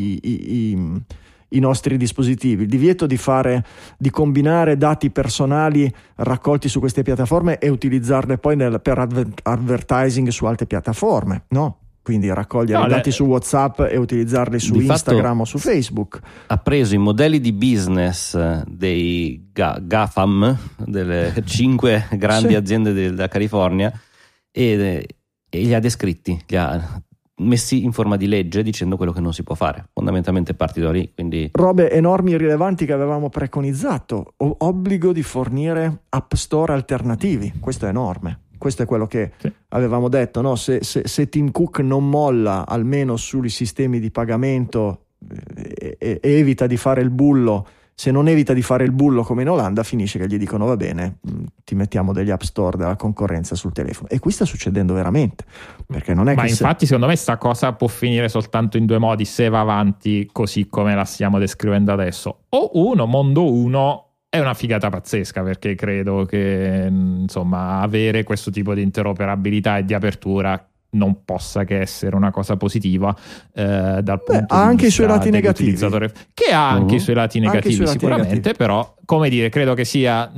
i nostri dispositivi. Il divieto di combinare dati personali raccolti su queste piattaforme e utilizzarle poi per advertising su altre piattaforme, no? Quindi raccogliere i dati su WhatsApp e utilizzarli su Instagram o su Facebook. Ha preso i modelli di business dei GAFAM, delle 5 grandi aziende della California, e li ha descritti, li ha messi in forma di legge dicendo quello che non si può fare. Fondamentalmente parti da lì, quindi robe enormi e rilevanti che avevamo preconizzato. Obbligo di fornire app store alternativi, questo è enorme. Questo è quello che avevamo detto, no? Se Tim Cook non molla almeno sui sistemi di pagamento e evita di fare il bullo, se non evita di fare il bullo come in Olanda, finisce che gli dicono va bene, ti mettiamo degli app store della concorrenza sul telefono. E qui sta succedendo veramente, perché non è infatti secondo me sta cosa può finire soltanto in due modi se va avanti così come la stiamo descrivendo adesso. O mondo 1 è una figata pazzesca, perché credo che insomma avere questo tipo di interoperabilità e di apertura non possa che essere una cosa positiva dal punto ha di anche vista i suoi lati negativi, che ha anche i suoi lati negativi sicuramente, però come dire, credo che sia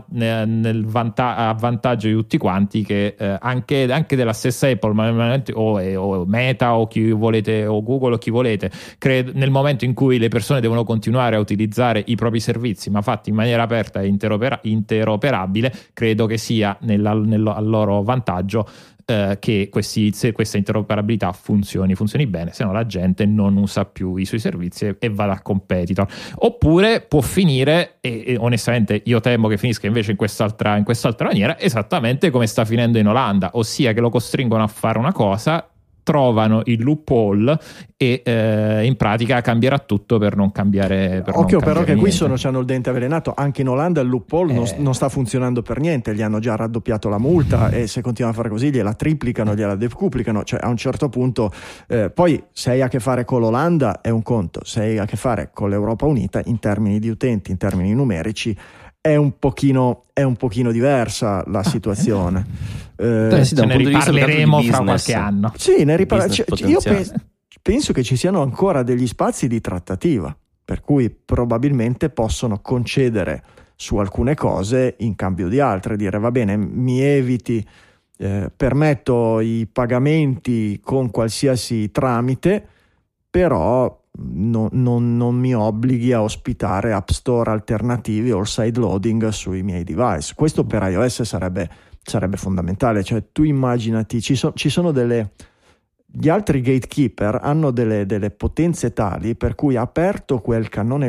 a vantaggio di tutti quanti che anche della stessa Apple o Meta o chi volete, o Google o chi volete, nel momento in cui le persone devono continuare a utilizzare i propri servizi ma fatti in maniera aperta e interoperabile, credo che sia a loro vantaggio che questa interoperabilità funzioni bene, se no la gente non usa più i suoi servizi e va dal competitor. Oppure può finire, e onestamente io temo che finisca invece in quest'altra maniera, esattamente come sta finendo in Olanda, ossia che lo costringono a fare una cosa, trovano il loophole e in pratica cambierà tutto per non cambiare. Occhio però che qui c'hanno il dente avvelenato. Anche in Olanda il loophole non sta funzionando per niente, gli hanno già raddoppiato la multa e se continuano a fare così gliela triplicano, gliela decuplicano. Cioè a un certo punto poi se hai a che fare con l'Olanda è un conto, se hai a che fare con l'Europa Unita in termini di utenti, in termini numerici è un pochino diversa la situazione. Sì, ne riparleremo fra qualche anno. Sì, io penso che ci siano ancora degli spazi di trattativa, per cui probabilmente possono concedere su alcune cose in cambio di altre, dire va bene, mi eviti, permetto i pagamenti con qualsiasi tramite, però non mi obblighi a ospitare app store alternativi o il sideloading sui miei device. Questo per iOS sarebbe fondamentale. Cioè, tu immaginati, ci sono gli altri gatekeeper hanno delle potenze tali per cui aperto quel canale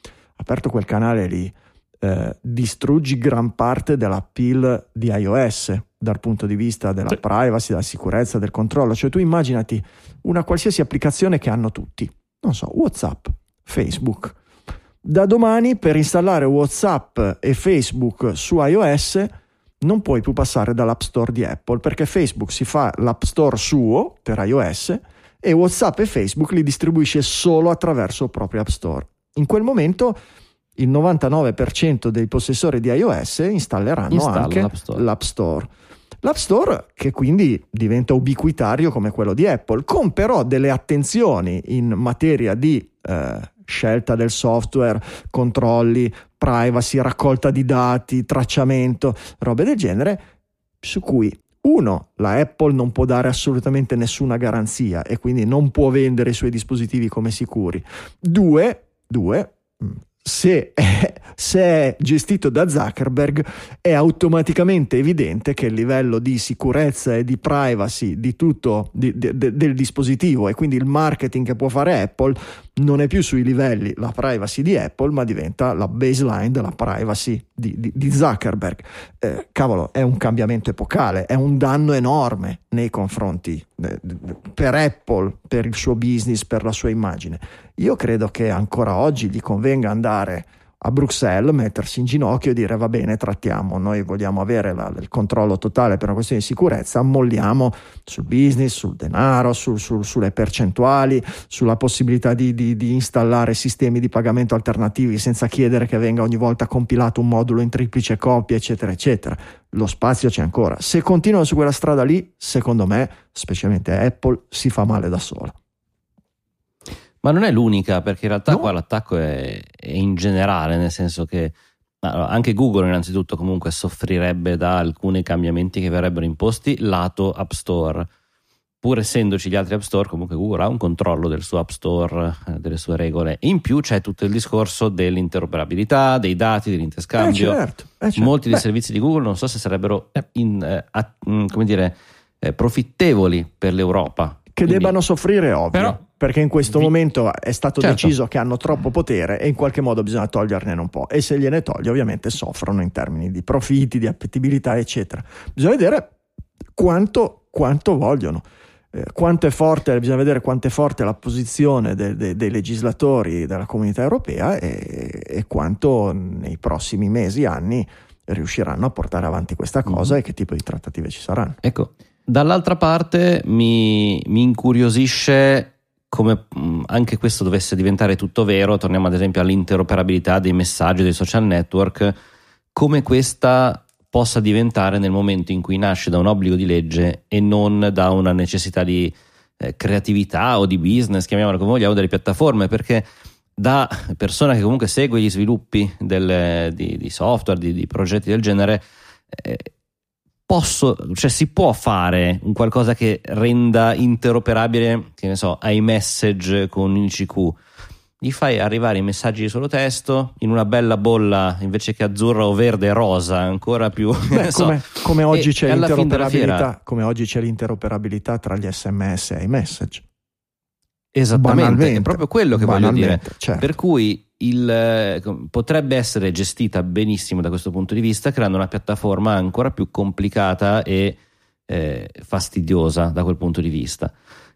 lì, distruggi gran parte dell'appeal di iOS dal punto di vista della privacy, della sicurezza, del controllo. Cioè, tu immaginati una qualsiasi applicazione che hanno tutti, non so, WhatsApp, Facebook. Da domani per installare WhatsApp e Facebook su iOS non puoi più passare dall'App Store di Apple, perché Facebook si fa l'App Store suo per iOS e WhatsApp e Facebook li distribuisce solo attraverso il proprio App Store. In quel momento il 99% dei possessori di iOS installeranno anche l'App Store. L'App Store che quindi diventa ubiquitario come quello di Apple, con però delle attenzioni in materia di scelta del software, controlli, privacy, raccolta di dati, tracciamento, robe del genere, su cui la Apple non può dare assolutamente nessuna garanzia e quindi non può vendere i suoi dispositivi come sicuri. Due, se è gestito da Zuckerberg è automaticamente evidente che il livello di sicurezza e di privacy di tutto del dispositivo e quindi il marketing che può fare Apple non è più sui livelli la privacy di Apple, ma diventa la baseline della privacy di Zuckerberg. Cavolo, è un cambiamento epocale, è un danno enorme nei confronti per Apple, per il suo business, per la sua immagine. Io credo che ancora oggi gli convenga andare a Bruxelles, mettersi in ginocchio e dire va bene, trattiamo, noi vogliamo avere il controllo totale per una questione di sicurezza, ammolliamo sul business, sul denaro, sulle percentuali, sulla possibilità di installare sistemi di pagamento alternativi senza chiedere che venga ogni volta compilato un modulo in triplice copia, eccetera eccetera. Lo spazio c'è ancora. Se continuano su quella strada lì, secondo me, specialmente Apple, si fa male da sola. Ma non è l'unica, perché in realtà qua l'attacco è in generale, nel senso che anche Google innanzitutto comunque soffrirebbe da alcuni cambiamenti che verrebbero imposti lato App Store. Pur essendoci gli altri App Store, comunque Google ha un controllo del suo App Store, delle sue regole. In più c'è tutto il discorso dell'interoperabilità, dei dati, dell'interscambio. Certo. Molti dei servizi di Google non so se sarebbero profittevoli per l'Europa. Che debbano soffrire, ovvio, perché in questo momento è stato deciso che hanno troppo potere e in qualche modo bisogna toglierne un po', e se gliene togli ovviamente soffrono in termini di profitti, di appetibilità, eccetera. Bisogna vedere quanto vogliono, quanto è forte, bisogna vedere quanto è forte la posizione dei legislatori della Comunità Europea e quanto nei prossimi mesi, anni riusciranno a portare avanti questa cosa e che tipo di trattative ci saranno. Ecco, dall'altra parte mi incuriosisce come anche questo dovesse diventare tutto vero. Torniamo ad esempio all'interoperabilità dei messaggi, dei social network, come questa possa diventare nel momento in cui nasce da un obbligo di legge e non da una necessità di creatività o di business, chiamiamola come vogliamo, delle piattaforme, perché da persona che comunque segue gli sviluppi di software, di progetti del genere, si può fare un qualcosa che renda interoperabile, che ne so, iMessage con ICQ. Gli fai arrivare i messaggi di solo testo in una bella bolla invece che azzurra o verde, rosa, ancora più. Come oggi c'è l'interoperabilità, come oggi c'è l'interoperabilità tra gli SMS e iMessage. Esattamente, è proprio quello che voglio dire. Certo. Per cui potrebbe essere gestita benissimo da questo punto di vista, creando una piattaforma ancora più complicata e fastidiosa da quel punto di vista.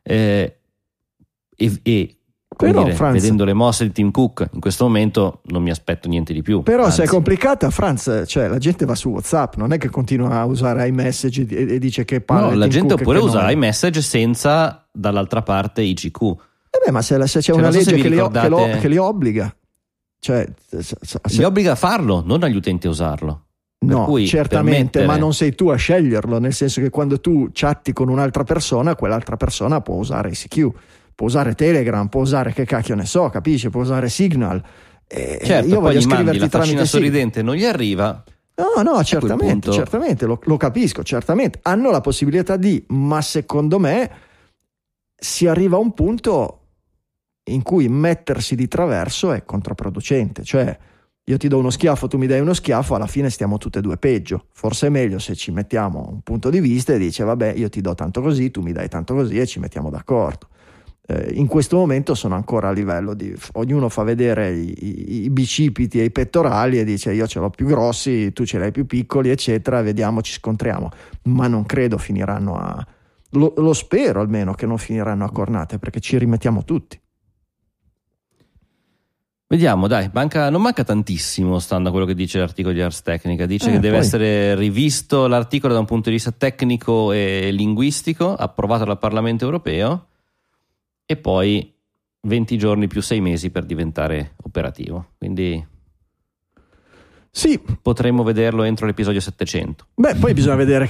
Vedendo le mosse di Tim Cook in questo momento non mi aspetto niente di più. Però se è complicata, Franz, cioè la gente va su WhatsApp, non è che continua a usare iMessage e dice che parla. No, la gente oppure usa iMessage senza dall'altra parte ICQ. Ma se c'è una legge che li obbliga. Cioè, li obbliga a farlo, non agli utenti a usarlo. No, certamente, ma non sei tu a sceglierlo, nel senso che quando tu chatti con un'altra persona, quell'altra persona può usare ICQ, può usare Telegram, può usare che cacchio ne so, capisci? Può usare Signal. Certo, io poi voglio gli mandi scriverti la faccina sorridente, Signal. non gli arriva. No, certamente, lo capisco, certamente. Hanno la possibilità ma secondo me si arriva a un punto in cui mettersi di traverso è controproducente, cioè io ti do uno schiaffo, tu mi dai uno schiaffo, alla fine stiamo tutte e due peggio. Forse è meglio se ci mettiamo un punto di vista e dice vabbè, io ti do tanto così, tu mi dai tanto così e ci mettiamo d'accordo. In questo momento sono ancora a livello di ognuno fa vedere i bicipiti e i pettorali e dice io ce l'ho più grossi, tu ce l'hai più piccoli, eccetera, vediamo, ci scontriamo, ma non credo finiranno lo spero almeno che non finiranno a cornate, perché ci rimettiamo tutti. Vediamo, dai, non manca tantissimo, stando a quello che dice l'articolo di Ars Technica. Dice che deve essere rivisto l'articolo da un punto di vista tecnico e linguistico, approvato dal Parlamento europeo, e poi 20 giorni più 6 mesi per diventare operativo. Quindi sì, potremmo vederlo entro l'episodio 700. Beh, poi bisogna vedere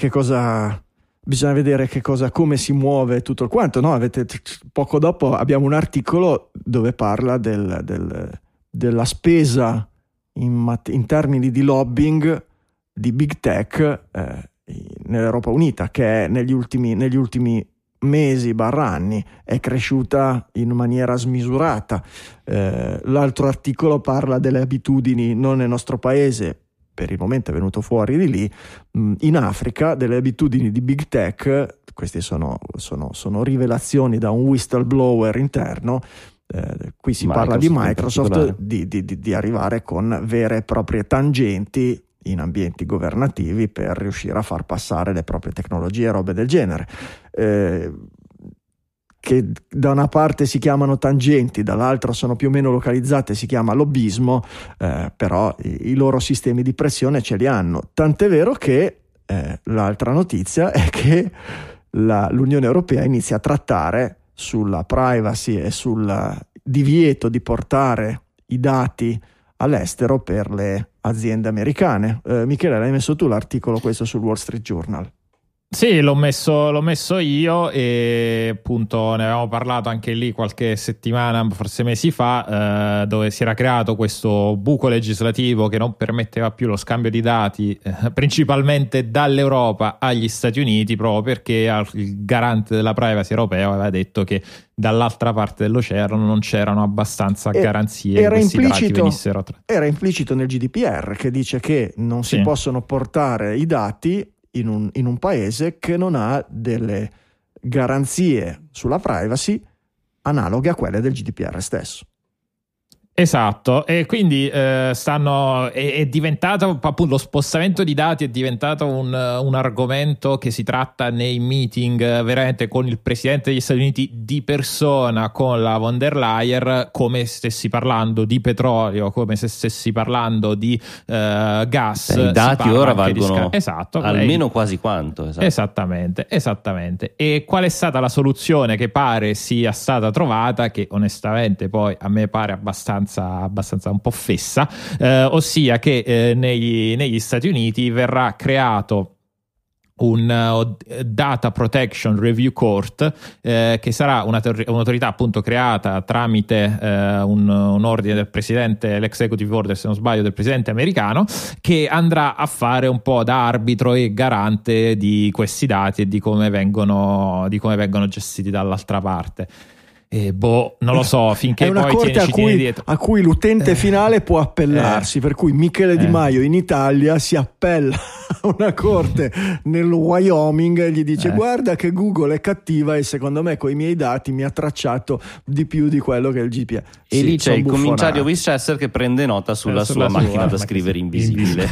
come si muove tutto il quanto, no? Poco dopo abbiamo un articolo dove parla della spesa in termini di lobbying di big tech nell'Europa Unita, che negli ultimi mesi /anni è cresciuta in maniera smisurata. L'altro articolo parla delle abitudini non nel nostro paese, per il momento è venuto fuori di lì, in Africa, delle abitudini di big tech. Queste sono rivelazioni da un whistleblower interno. Qui si parla di Microsoft, di arrivare con vere e proprie tangenti in ambienti governativi per riuscire a far passare le proprie tecnologie e robe del genere, che da una parte si chiamano tangenti, dall'altra sono più o meno localizzate, si chiama lobbismo, però i loro sistemi di pressione ce li hanno, tant'è vero che l'altra notizia è che l'Unione Europea inizia a trattare sulla privacy e sul divieto di portare i dati all'estero per le aziende americane. Michele, l'hai messo tu l'articolo questo sul Wall Street Journal? Sì, l'ho messo io, e appunto ne avevamo parlato anche lì qualche settimana, forse mesi fa, dove si era creato questo buco legislativo che non permetteva più lo scambio di dati principalmente dall'Europa agli Stati Uniti, proprio perché il garante della privacy europeo aveva detto che dall'altra parte dell'oceano non c'erano abbastanza garanzie che questi dati venissero era implicito nel GDPR, che dice che non si possono portare i dati in un paese che non ha delle garanzie sulla privacy analoghe a quelle del GDPR stesso. Esatto, e quindi è diventato appunto lo spostamento di dati, è diventato un argomento che si tratta nei meeting veramente con il presidente degli Stati Uniti di persona, con la von der Leyen, come se stessi parlando di petrolio, come se stessi parlando di gas. I dati ora valgono almeno lei... quasi quanto. Esattamente. E qual è stata la soluzione che pare sia stata trovata, che onestamente poi a me pare abbastanza un po' fessa, ossia che negli Stati Uniti verrà creato un Data Protection Review Court, che sarà un'autorità appunto creata tramite un ordine del presidente, l'executive order se non sbaglio del presidente americano, che andrà a fare un po' da arbitro e garante di questi dati e di come vengono gestiti dall'altra parte. Non lo so, finché è una poi corte a cui l'utente finale può appellarsi, per cui Michele Di Maio in Italia si appella a una corte nel Wyoming e gli dice guarda che Google è cattiva e secondo me con i miei dati mi ha tracciato di più di quello che è il GDPR. E lì c'è il commissario Westchester che prende nota sulla sua macchina da scrivere invisibile.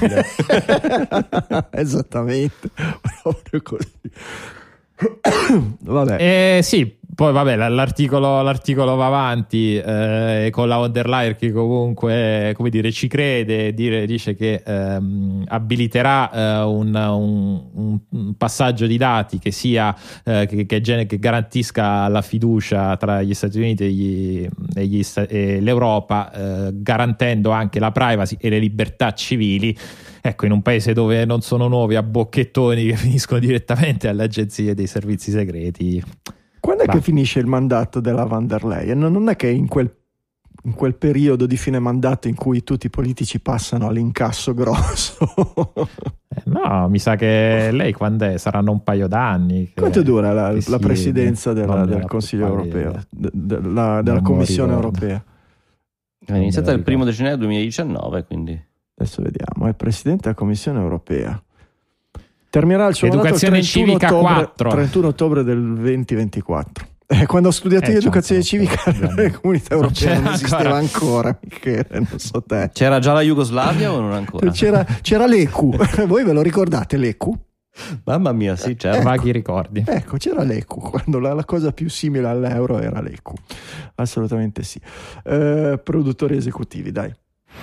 Esattamente, proprio così. Vabbè. Sì, Poi vabbè, l'articolo va avanti con la von der Leyen che comunque, come dire, ci crede, dice che abiliterà un passaggio di dati che sia che garantisca la fiducia tra gli Stati Uniti e l'Europa, garantendo anche la privacy e le libertà civili. Ecco, in un paese dove non sono nuovi a bocchettoni che finiscono direttamente alle agenzie dei servizi segreti. Quando è che finisce il mandato della von der Leyen? Non è che in quel periodo di fine mandato in cui tutti i politici passano all'incasso grosso? No, mi sa che lei quando è? Saranno un paio d'anni. Quanto dura la presidenza del Consiglio europeo, della Commissione europea? È iniziata il 1 gennaio 2019, quindi... Adesso vediamo, è presidente della Commissione europea. Terminerà il suo Educazione mandato il 31 ottobre del 2024. Quando ho studiato io educazione civica nelle comunità europee non esisteva ancora, Michele, non so te. C'era già la Jugoslavia o non ancora? C'era l'ECU. Voi ve lo ricordate l'ECU? Mamma mia, sì, certo. Vaghi ricordi. Ecco, c'era l'ECU, quando la cosa più simile all'euro era l'ECU. Assolutamente sì. Produttori esecutivi, dai.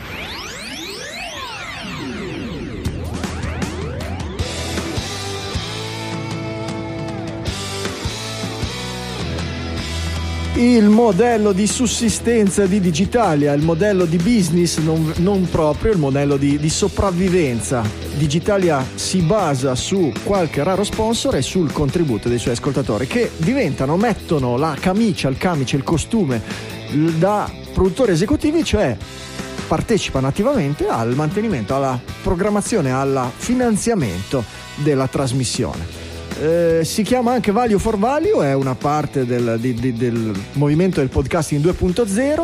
Il modello di sussistenza di Digitalia, il modello di business non proprio, il modello di sopravvivenza. Digitalia si basa su qualche raro sponsor e sul contributo dei suoi ascoltatori che mettono la camicia, il camice, il costume da produttori esecutivi, cioè partecipano attivamente al mantenimento, alla programmazione, al finanziamento della trasmissione. Si chiama anche Value for Value, è una parte del movimento del podcasting 2.0.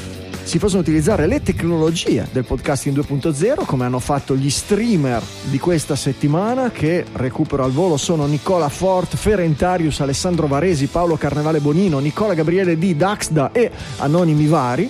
Si possono utilizzare le tecnologie del podcasting 2.0 come hanno fatto gli streamer di questa settimana, che recupero al volo sono Nicola Fort, Ferentarius, Alessandro Varesi, Paolo Carnevale Bonino, Nicola Gabriele D, Daxda e anonimi vari.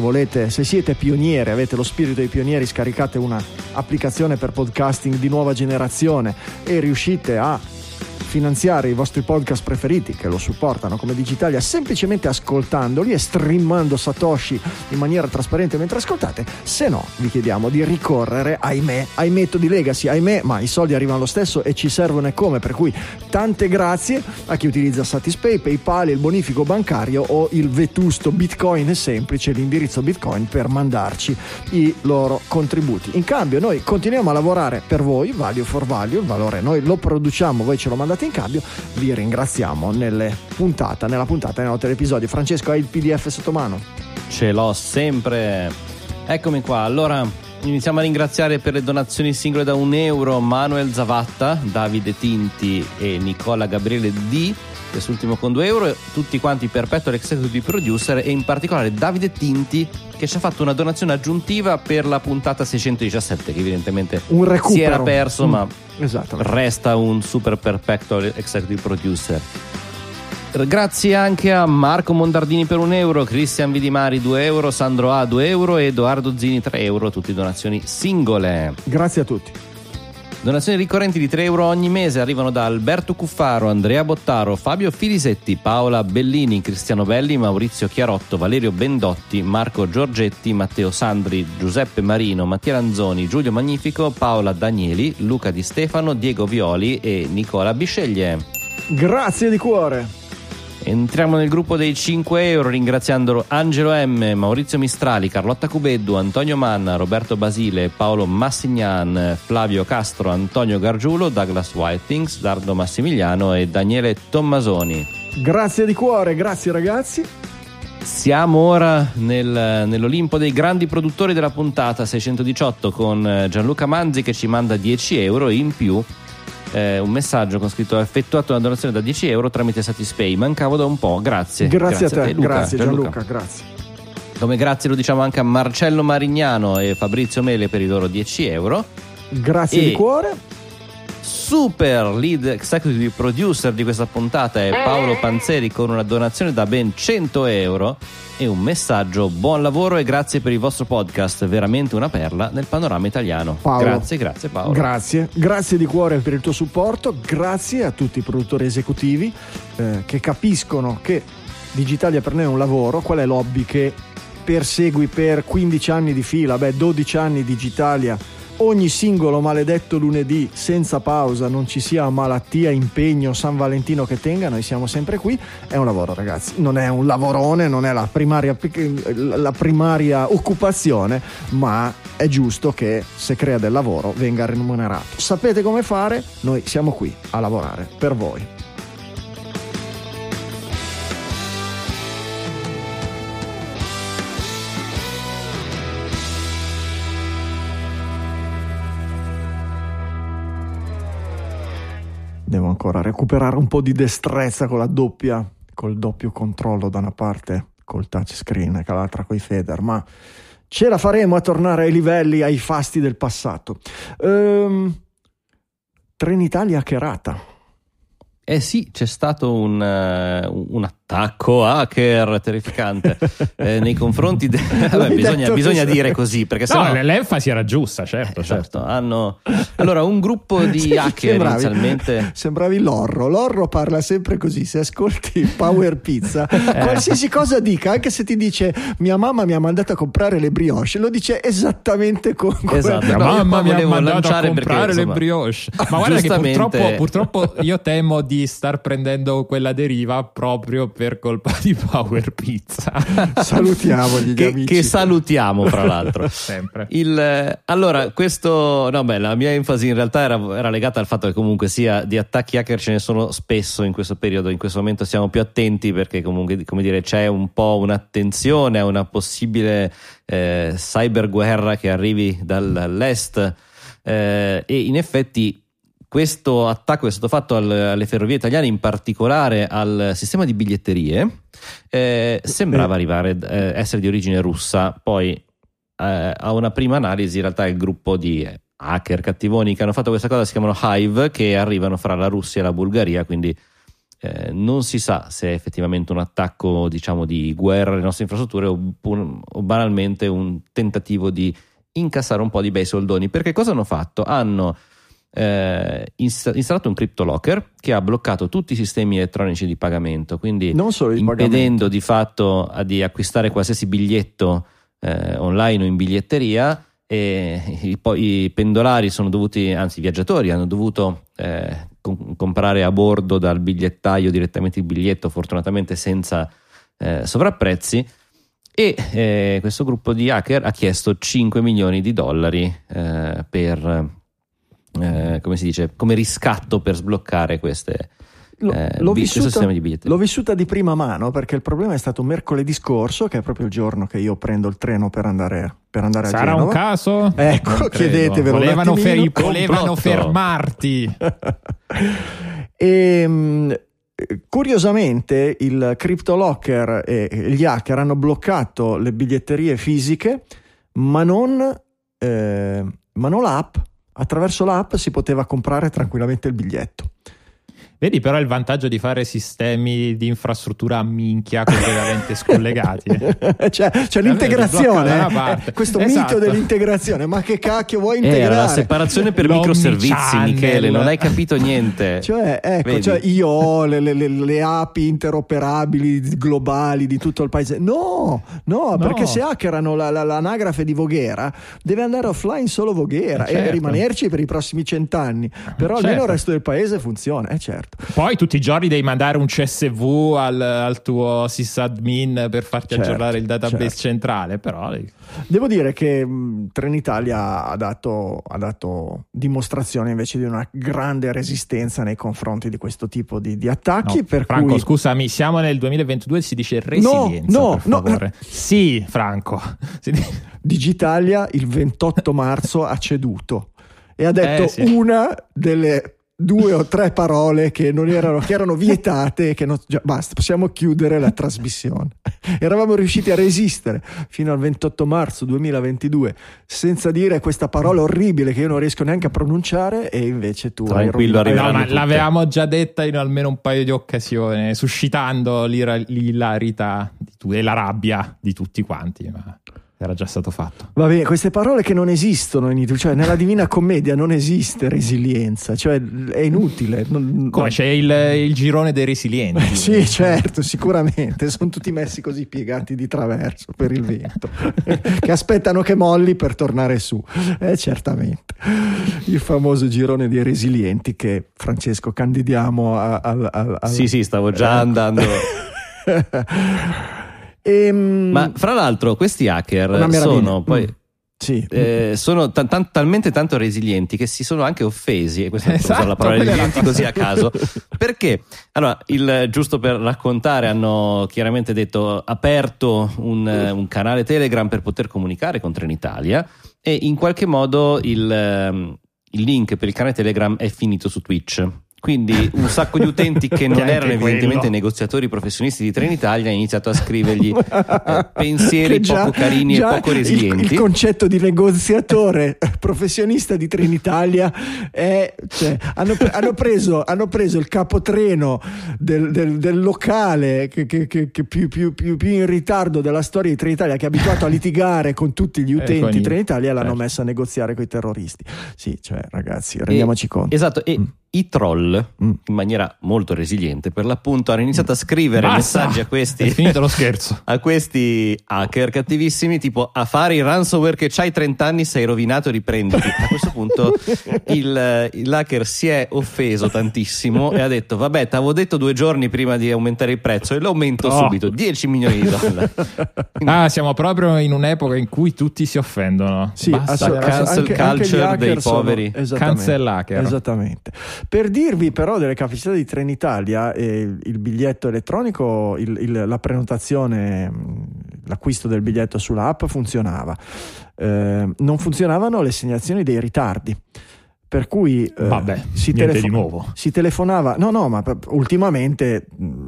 Se siete pionieri, avete lo spirito dei pionieri, scaricate una applicazione per podcasting di nuova generazione e riuscite a finanziare i vostri podcast preferiti che lo supportano come Digitalia semplicemente ascoltandoli e streamando Satoshi in maniera trasparente mentre ascoltate. Se no, vi chiediamo di ricorrere, ahimè, ai metodi legacy, ahimè, ma i soldi arrivano lo stesso e ci servono e come, per cui tante grazie a chi utilizza Satispay, PayPal, il bonifico bancario o il vetusto Bitcoin semplice, l'indirizzo Bitcoin per mandarci i loro contributi. In cambio noi continuiamo a lavorare per voi, Value for Value, il valore noi lo produciamo, voi ce lo mandate in cambio, vi ringraziamo nella puntata, nelle note dell'episodio. Francesco, hai il PDF sotto mano? Ce l'ho sempre. Eccomi qua. Allora iniziamo a ringraziare per le donazioni singole da €1 Manuel Zavatta, Davide Tinti e Nicola Gabriele D, quest'ultimo con €2, tutti quanti Perpetual Executive Producer, e in particolare Davide Tinti che ci ha fatto una donazione aggiuntiva per la puntata 617 che evidentemente si era perso, ma resta un super Perpetual Executive Producer. Grazie anche a Marco Mondardini per €1, Cristian Vidimari €2, Sandro A €2 e Edoardo Zini €3, tutte donazioni singole. Grazie a tutti. Donazioni ricorrenti di €3 ogni mese arrivano da Alberto Cuffaro, Andrea Bottaro, Fabio Filisetti, Paola Bellini, Cristiano Belli, Maurizio Chiarotto, Valerio Bendotti, Marco Giorgetti, Matteo Sandri, Giuseppe Marino, Mattia Lanzoni, Giulio Magnifico, Paola Danieli, Luca Di Stefano, Diego Violi e Nicola Bisceglie. Grazie di cuore. Entriamo nel gruppo dei €5 ringraziando Angelo M, Maurizio Mistrali, Carlotta Cubeddu, Antonio Manna, Roberto Basile, Paolo Massignan, Flavio Castro, Antonio Gargiulo, Douglas Whitings, Dardo Massimiliano e Daniele Tommasoni. Grazie di cuore, grazie ragazzi. Siamo ora nell'Olimpo dei grandi produttori della puntata 618 con Gianluca Manzi che ci manda €10 in più. Un messaggio con scritto: effettuato una donazione da €10 tramite Satispay, mancavo da un po', grazie a te Luca, grazie Gianluca, grazie. Come grazie lo diciamo anche a Marcello Marignano e Fabrizio Mele per i loro €10. Grazie di cuore. super lead executive producer di questa puntata è Paolo Panzeri con una donazione da ben 100 euro e un messaggio: buon lavoro e grazie per il vostro podcast, veramente una perla nel panorama italiano. Paolo, grazie Paolo. Grazie di cuore per il tuo supporto, grazie a tutti i produttori esecutivi che capiscono che Digitalia per noi è un lavoro. Qual è l'hobby che persegui per 15 anni di fila? 12 anni Digitalia, ogni singolo maledetto lunedì senza pausa, non ci sia malattia, impegno, San Valentino che tenga, noi siamo sempre qui. È un lavoro, ragazzi, non è un lavorone, non è la primaria occupazione, ma è giusto che se crea del lavoro venga remunerato. Sapete come fare? Noi siamo qui a lavorare per voi. Devo ancora recuperare un po' di destrezza col doppio controllo da una parte col touchscreen e dall'altra coi fader, ma ce la faremo a tornare ai livelli, ai fasti del passato. Trenitalia hackerata. Eh sì, c'è stato un attacco hacker terrificante nei confronti bisogna dire così, perché sennò l'enfasi era giusta, certo. Allora un gruppo di hacker inizialmente sembravi Lorro parla sempre così, se ascolti Power Pizza qualsiasi cosa dica, anche se ti dice mia mamma mi ha mandato a comprare le brioche, lo dice esattamente con mia mamma mi ha mandato a comprare le brioche, ma guarda che purtroppo io temo di star prendendo quella deriva proprio per colpa di Power Pizza. Salutiamoli gli amici che salutiamo fra l'altro sempre. Allora questo la mia enfasi in realtà era legata al fatto che comunque sia di attacchi hacker ce ne sono spesso in questo periodo. In questo momento siamo più attenti perché comunque, come dire, c'è un po' un'attenzione a una possibile cyberguerra che arrivi dall'est e in effetti questo attacco è stato fatto alle ferrovie italiane, in particolare al sistema di biglietterie, sembrava essere di origine russa. Poi a una prima analisi in realtà il gruppo di hacker cattivoni che hanno fatto questa cosa si chiamano Hive, che arrivano fra la Russia e la Bulgaria, quindi non si sa se è effettivamente un attacco, diciamo, di guerra alle nostre infrastrutture o banalmente un tentativo di incassare un po' di bei soldoni. Perché cosa hanno fatto? Hanno installato un CryptoLocker che ha bloccato tutti i sistemi elettronici di pagamento, quindi non solo impedendo di fatto di acquistare qualsiasi biglietto online o in biglietteria, e i pendolari sono dovuti, anzi i viaggiatori hanno dovuto comprare a bordo dal bigliettaio direttamente il biglietto, fortunatamente senza sovrapprezzi. E questo gruppo di hacker ha chiesto $5 milioni per come si dice, come riscatto per sbloccare questo sistema di biglietti. L'ho vissuta di prima mano, perché il problema è stato mercoledì scorso, che è proprio il giorno che io prendo il treno per andare a Genova. Sarà un caso? Ecco, chiedetevelo. Volevano fermarti. Curiosamente il CryptoLocker e gli hacker hanno bloccato le biglietterie fisiche, ma non l'app. Attraverso l'app si poteva comprare tranquillamente il biglietto. Vedi però il vantaggio di fare sistemi di infrastruttura a minchia completamente scollegati. C'è l'integrazione, questo mito dell'integrazione. Ma che cacchio vuoi integrare? Era la separazione per microservizi, Michele, non hai capito niente. Io ho le API interoperabili globali di tutto il paese. No, perché se hackerano l'anagrafe di Voghera, deve andare offline solo Voghera e rimanerci per i prossimi 100 anni. Però almeno il resto del paese funziona, certo. Poi tutti i giorni devi mandare un CSV al tuo sysadmin per farti aggiornare il database centrale, però devo dire che Trenitalia ha dato dimostrazione invece di una grande resistenza nei confronti di questo tipo di attacchi. Franco, scusami, siamo nel 2022, si dice resilienza, per favore. Sì, Franco. Digitalia il 28 marzo ha ceduto e ha detto una delle 2 o 3 parole che erano vietate, che basta, possiamo chiudere la trasmissione. Eravamo riusciti a resistere fino al 28 marzo 2022 senza dire questa parola orribile che io non riesco neanche a pronunciare, e invece tu tranquillo, ma l'avevamo già detta in almeno un paio di occasioni, suscitando l'ilarità e la rabbia di tutti quanti, ma era già stato fatto. Va bene, queste parole che non esistono cioè nella Divina Commedia non esiste resilienza, cioè è inutile. Come c'è il girone dei resilienti? Sì, certo, sicuramente sono tutti messi così piegati di traverso per il vento che aspettano che molli per tornare su. Certamente il famoso girone dei resilienti che, Francesco, candidiamo al sì, stavo già andando. Ma fra l'altro questi hacker sono poi sono talmente tanto resilienti che si sono anche offesi, e questa è la parola resilienti così a caso, perché allora giusto per raccontare, hanno chiaramente detto aperto un canale Telegram per poter comunicare con Trenitalia, e in qualche modo il link per il canale Telegram è finito su Twitch. Quindi un sacco di utenti che non erano evidentemente negoziatori professionisti di Trenitalia hanno iniziato a scrivergli pensieri poco carini e poco resilienti. Il concetto di negoziatore professionista di Trenitalia è, cioè, hanno preso il capotreno del locale che più in ritardo della storia di Trenitalia, che è abituato a litigare con tutti gli utenti di Trenitalia, e l'hanno messo a negoziare con i terroristi. Sì, cioè, ragazzi, rendiamoci conto. Esatto, e i troll, in maniera molto resiliente per l'appunto, hanno iniziato a scrivere messaggi a questi, è finito lo scherzo, a questi hacker cattivissimi, tipo: a fare il ransomware che c'hai 30 anni, sei rovinato, riprenditi. A questo punto l'hacker si è offeso tantissimo e ha detto: vabbè, t'avevo detto 2 giorni prima di aumentare il prezzo e l'aumento subito, $10 milioni. Siamo proprio in un'epoca in cui tutti si offendono. Sì, cancel culture dei poveri. Cancel hacker. Esattamente. Per dirvi però delle capacità di Trenitalia, il biglietto elettronico, la prenotazione, l'acquisto del biglietto sulla app funzionava, non funzionavano le segnalazioni dei ritardi, per cui si telefonava, ma ultimamente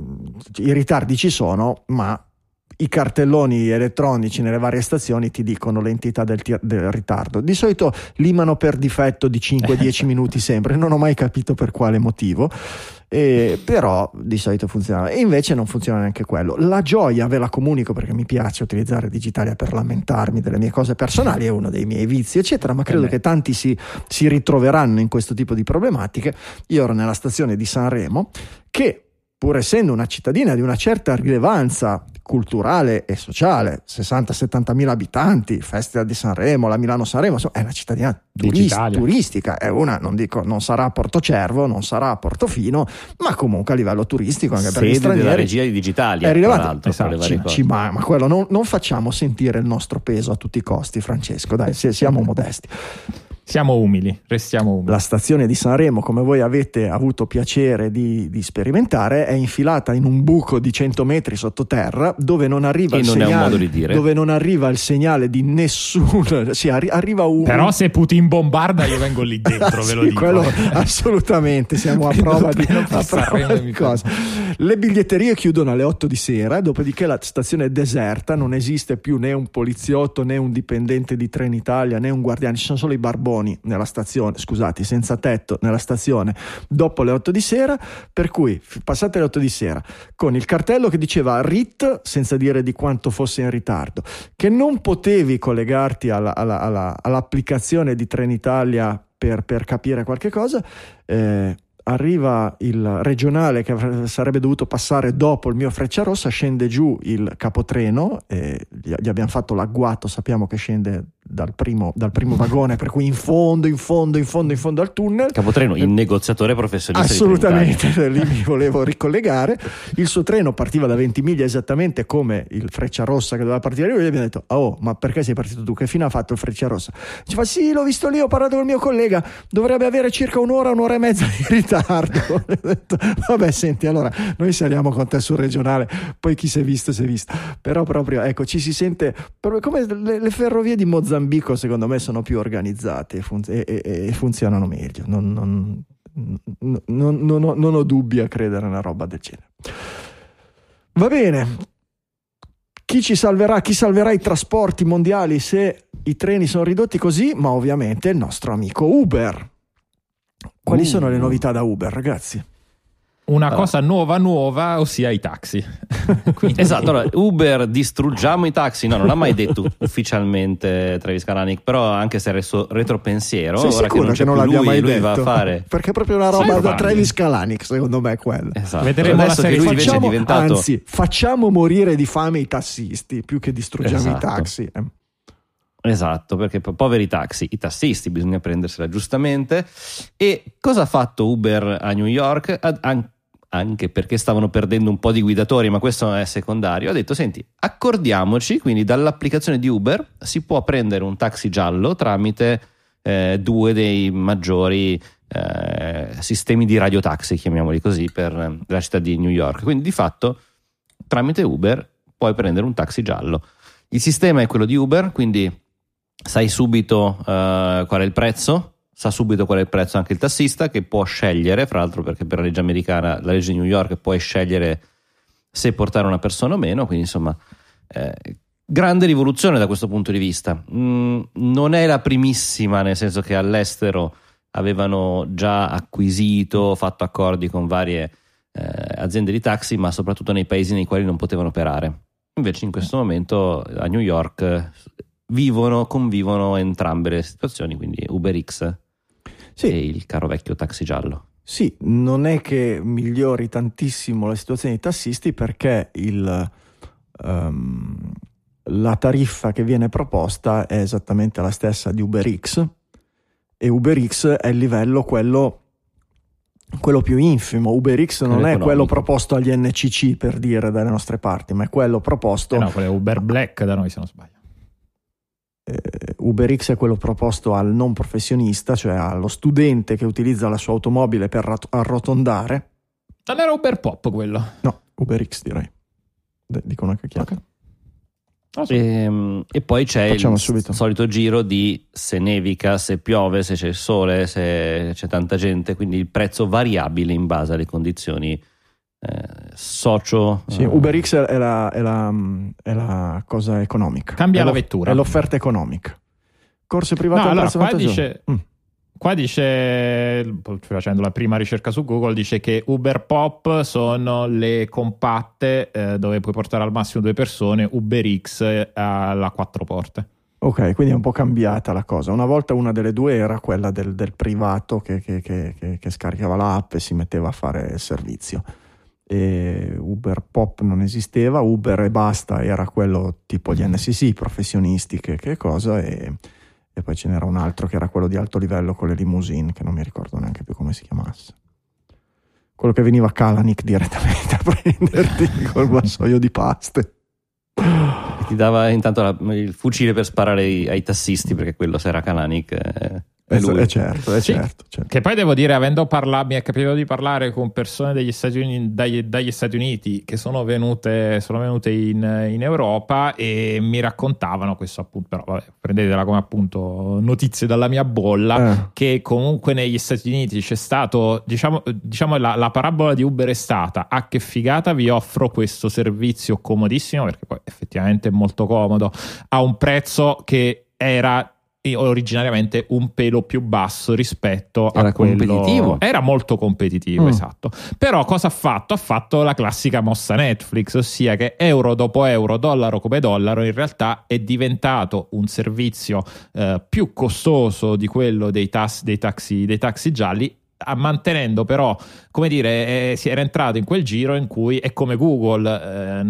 i ritardi ci sono, ma i cartelloni elettronici nelle varie stazioni ti dicono l'entità del ritardo. Di solito limano per difetto di 5-10 minuti sempre, non ho mai capito per quale motivo, però di solito funzionava. E invece non funziona neanche quello. La gioia, ve la comunico perché mi piace utilizzare Digitalia per lamentarmi delle mie cose personali, è uno dei miei vizi eccetera, ma credo che tanti si ritroveranno in questo tipo di problematiche. Io ero nella stazione di Sanremo, che pur essendo una cittadina di una certa rilevanza culturale e sociale, 60-70 mila abitanti, Festival di Sanremo, la Milano-Sanremo, insomma, è una cittadina turistica, è non sarà a Portocervo, non sarà a Portofino, ma comunque a livello turistico, anche per gli stranieri, della regia di Digitalia è rilevante. Ma quello non facciamo sentire il nostro peso a tutti i costi, Francesco, dai, siamo modesti. Siamo umili, restiamo umili. La stazione di Sanremo, come voi avete avuto piacere di sperimentare, è infilata in un buco di 100 metri sottoterra, dove non arriva il segnale, è un modo di dire. Dove non arriva il segnale di nessuno. Sì, arriva un. Però se Putin bombarda io vengo lì dentro, ve lo dico. Quello assolutamente, siamo a prova di cosa. Le biglietterie chiudono alle 8 di sera, dopodiché la stazione è deserta, non esiste più né un poliziotto né un dipendente di Trenitalia né un guardiano, ci sono solo i barboni nella stazione, scusate, senza tetto nella stazione dopo le 8 di sera, per cui passate le 8 di sera con il cartello che diceva RIT senza dire di quanto fosse in ritardo, che non potevi collegarti all'applicazione di Trenitalia per capire qualche cosa, arriva il regionale che sarebbe dovuto passare dopo il mio Frecciarossa, scende giù il capotreno, gli abbiamo fatto l'agguato, sappiamo che scende dal primo vagone, per cui in fondo al tunnel. Capotreno, il negoziatore professionista. Assolutamente, lì mi volevo ricollegare. Il suo treno partiva da 20 miglia esattamente come il Frecciarossa che doveva partire. Io gli abbiamo detto: oh, ma perché sei partito tu? Che fine ha fatto il Frecciarossa? Ci fa: sì, l'ho visto lì, ho parlato con il mio collega, dovrebbe avere circa un'ora e mezza di ritardo. Ho detto: vabbè, senti, allora noi saliamo con te sul regionale, poi chi si è visto si è visto. Però proprio, ecco, ci si sente proprio come le ferrovie di Mozambico, secondo me sono più organizzate e funzionano meglio. non ho dubbi a credere a una roba del genere. Va bene, chi salverà i trasporti mondiali se i treni sono ridotti così? Ma ovviamente il nostro amico Uber. Quali sono le novità da Uber, ragazzi? Una cosa nuova, ossia i taxi. Quindi... Esatto, allora, Uber distruggiamo i taxi, no, non l'ha mai detto ufficialmente Travis Kalanick, però anche se è retropensiero, sei ora sicuro che non l'abbia mai lui detto? Va a fare... Perché è proprio una roba da Travis Kalanick, secondo me è quella. Esatto. Vedremo adesso la serie. che lui invece è diventato... Anzi, facciamo morire di fame i tassisti più che distruggiamo Esatto. i taxi. Esatto, perché poveri i tassisti bisogna prendersela giustamente. E cosa ha fatto Uber a New York? Anche perché stavano perdendo un po' di guidatori, ma questo è secondario. Ha detto: senti, accordiamoci, quindi dall'applicazione di Uber si può prendere un taxi giallo tramite due dei maggiori sistemi di radiotaxi, chiamiamoli così, per la città di New York. Quindi di fatto tramite Uber puoi prendere un taxi giallo. Il sistema è quello di Uber, quindi sai subito qual è il prezzo, sa subito qual è il prezzo anche il tassista, che può scegliere, fra l'altro perché per la legge americana, la legge di New York, puoi scegliere se portare una persona o meno, quindi insomma grande rivoluzione da questo punto di vista. Non è la primissima, nel senso che all'estero avevano già acquisito, fatto accordi con varie aziende di taxi, ma soprattutto nei paesi nei quali non potevano operare. Invece in questo momento a New York convivono entrambe le situazioni, quindi UberX e il caro vecchio taxi giallo. Sì, non è che migliori tantissimo la situazione dei tassisti, perché la tariffa che viene proposta è esattamente la stessa di UberX, e UberX è il livello quello più infimo. UberX non è quello proposto agli NCC, per dire, dalle nostre parti, ma è quello proposto no, quello è Uber Black da noi, se non sbaglio. UberX è quello proposto al non professionista, cioè allo studente che utilizza la sua automobile per arrotondare. Non era Uber Pop quello? No, UberX direi. Dico una cacchiata. Okay. E poi c'è il solito giro di se nevica, se piove, se c'è il sole, se c'è tanta gente, quindi il prezzo variabile in base alle condizioni socio. Sì, UberX è la cosa economica. Cambia la vettura. È l'offerta economica. Corse private al prezzo vantaggioso. Qua dice, facendo la prima ricerca su Google, dice che Uber Pop sono le compatte dove puoi portare al massimo 2 persone, UberX alla 4 porte. Ok, quindi è un po' cambiata la cosa. Una volta una delle due era quella del privato che scaricava l'app e si metteva a fare il servizio. E Uber Pop non esisteva, Uber e basta era quello tipo gli NCC, professionisti, che cosa, e poi ce n'era un altro che era quello di alto livello con le limousine, che non mi ricordo neanche più come si chiamasse, quello che veniva Kalanick direttamente a prenderti col vassoio di paste. Ti dava intanto il fucile per sparare ai tassisti, perché quello, se era Kalanick, certo. Che poi devo dire, mi è capitato di parlare con persone dagli Stati Uniti che sono venute in Europa, e mi raccontavano questo, appunto, però vabbè, prendetela come appunto notizie dalla mia bolla, che comunque negli Stati Uniti c'è stato, diciamo la parabola di Uber è stata: che figata, vi offro questo servizio comodissimo, perché poi effettivamente è molto comodo, a un prezzo che era originariamente un pelo più basso rispetto a quello competitivo. Era molto competitivo, esatto. Però cosa ha fatto? Ha fatto la classica mossa Netflix, ossia che euro dopo euro, dollaro come dollaro, in realtà è diventato un servizio più costoso di quello dei taxi gialli, mantenendo però, come dire, si era entrato in quel giro in cui è come Google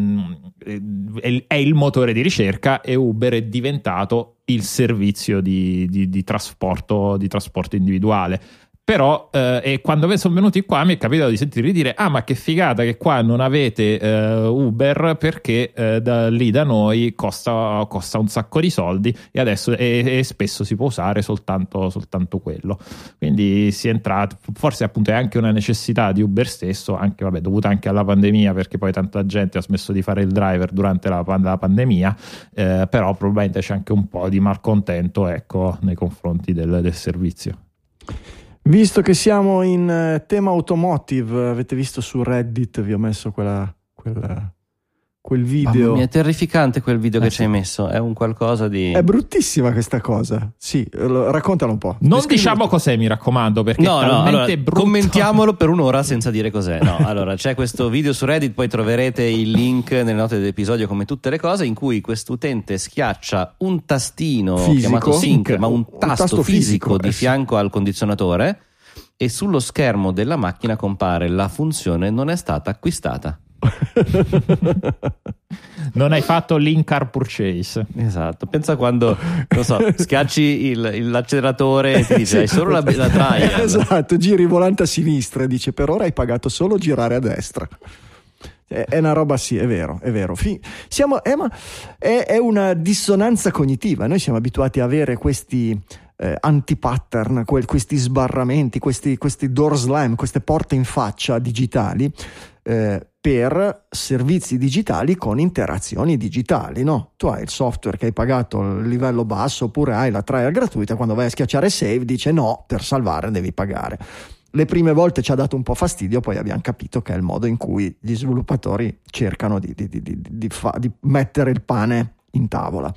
è il motore di ricerca e Uber è diventato il servizio di trasporto individuale. Però e quando sono venuti qua mi è capitato di sentirli dire: ma che figata che qua non avete Uber, perché lì da noi costa un sacco di soldi, e adesso e spesso si può usare soltanto quello. Quindi si è entrato, forse appunto è anche una necessità di Uber stesso, anche dovuta anche alla pandemia, perché poi tanta gente ha smesso di fare il driver durante la pandemia, però probabilmente c'è anche un po' di malcontento, ecco, nei confronti del servizio. Visto che siamo in tema automotive, avete visto su Reddit, vi ho messo quel video. Mamma mia, è terrificante quel video che ci hai messo, è un qualcosa di... È bruttissima questa cosa, sì, raccontalo un po'. Non diciamo cos'è, mi raccomando, perché è talmente allora, brutto. Commentiamolo per un'ora senza dire cos'è. No, allora c'è questo video su Reddit, poi troverete il link nelle note dell'episodio come tutte le cose, in cui quest'utente schiaccia un tastino chiamato sync, ma un tasto fisico di fianco al condizionatore, e sullo schermo della macchina compare: la funzione non è stata acquistata. Non hai fatto l'in-car purchase. Esatto, pensa quando, non so, schiacci l'acceleratore e ti dice hai solo la trial. Esatto, giri il volante a sinistra e dice per ora hai pagato solo girare a destra. È una roba, sì, è vero. È una dissonanza cognitiva. Noi siamo abituati a avere questi anti-pattern, questi sbarramenti, questi door slam, queste porte in faccia digitali, per servizi digitali con interazioni digitali, no? Tu hai il software che hai pagato il livello basso, oppure hai la trial gratuita, quando vai a schiacciare save dice no, per salvare devi pagare. Le prime volte ci ha dato un po' fastidio, poi abbiamo capito che è il modo in cui gli sviluppatori cercano di mettere il pane in tavola.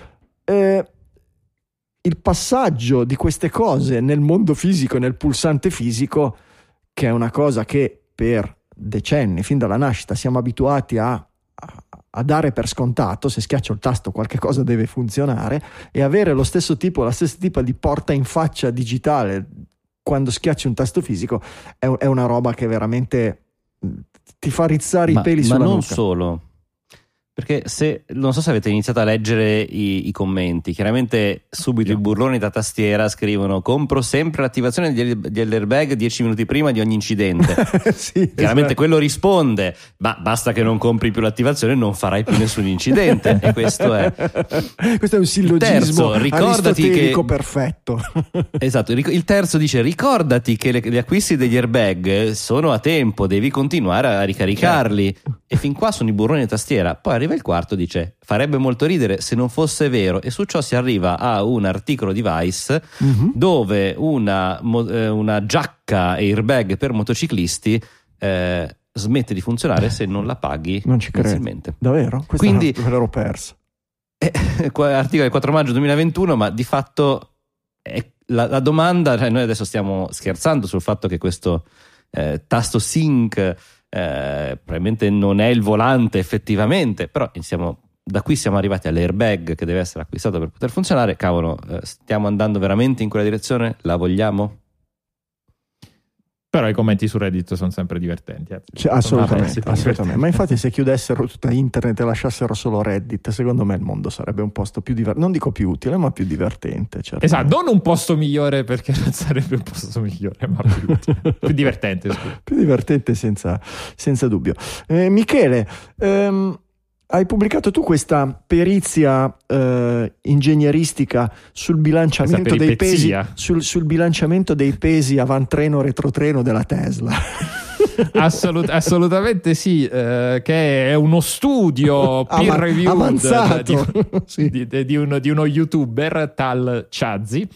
Il passaggio di queste cose nel mondo fisico, nel pulsante fisico, che è una cosa che per decenni, fin dalla nascita, siamo abituati a dare per scontato. Se schiaccio il tasto qualche cosa deve funzionare, e avere la stessa tipo di porta in faccia digitale quando schiacci un tasto fisico è una roba che veramente ti fa rizzare i peli sulla nuca. Ma non solo, perché non so se avete iniziato a leggere i commenti, chiaramente subito i burloni da tastiera scrivono: compro sempre l'attivazione degli airbag 10 minuti prima di ogni incidente. Sì, chiaramente quello risponde: ma basta che non compri più l'attivazione, non farai più nessun incidente. E questo è un sillogismo aristotelico perfetto. Esatto. Il terzo dice: ricordati che gli acquisti degli airbag sono a tempo, devi continuare a ricaricarli. E fin qua sono i burroni da tastiera. Poi arriva il quarto, dice: farebbe molto ridere se non fosse vero. E su ciò si arriva a un articolo di Vice dove una giacca airbag per motociclisti smette di funzionare se non la paghi. Non ci credo, davvero? Quindi me l'ero perso. Articolo del 4 maggio 2021, ma di fatto la domanda, cioè noi adesso stiamo scherzando sul fatto che questo tasto sync probabilmente non è il volante effettivamente, però da qui siamo arrivati all'airbag che deve essere acquistato per poter funzionare. Cavolo, stiamo andando veramente in quella direzione? La vogliamo? Però i commenti su Reddit sono sempre divertenti. Assolutamente. Ma infatti se chiudessero tutta internet e lasciassero solo Reddit, secondo me il mondo sarebbe un posto più divertente, non dico più utile, ma più divertente. Certamente. Esatto, non un posto migliore, perché non sarebbe un posto migliore, ma più utile. Più divertente. Scusa. Più divertente senza dubbio. Michele, hai pubblicato tu questa perizia ingegneristica sul bilanciamento dei pesi, sul bilanciamento dei pesi avantreno retrotreno della Tesla. Assolutamente sì, che è uno studio peer reviewed avanzato di uno youtuber tal Chazzy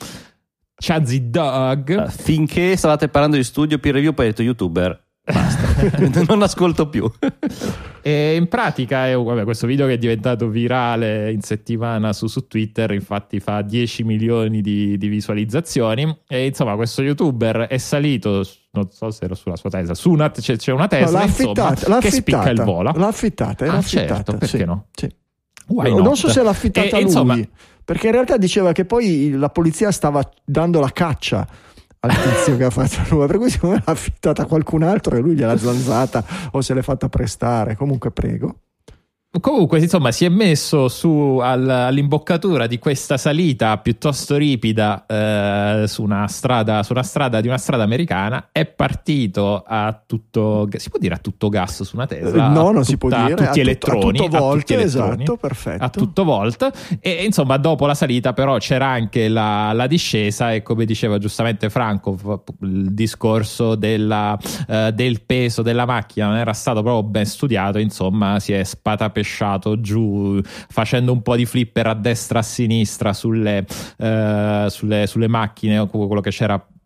Dog. Finché stavate parlando di studio peer review, poi hai detto youtuber. Basta, non ascolto più. E in pratica questo video che è diventato virale in settimana su Twitter, infatti fa 10 milioni di visualizzazioni, e insomma questo youtuber è salito, non so se era sulla sua Tesla, c'è una Tesla che spicca il volo. L'ha affittata, certo, perché sì, no? Sì. Non so se l'ha affittata lui, insomma, perché in realtà diceva che poi la polizia stava dando la caccia al tizio che ha fatto la nuova, per cui secondo me l'ha affittata qualcun altro e lui gliel'ha zanzata o se l'è fatta prestare. Comunque prego. Comunque, insomma, si è messo su all'imboccatura di questa salita piuttosto ripida su una strada americana. È partito a tutto, si può dire a tutto gas su una Tesla? No, non si può dire. A tutti elettroni, a tutto volt, esatto, perfetto. A tutto volt. E insomma, dopo la salita, però, c'era anche la discesa, e come diceva giustamente Franco, il discorso del peso della macchina non era stato proprio ben studiato. Insomma, si è spatapesciato giù facendo un po' di flipper a destra a sinistra sulle macchine, quello che c'era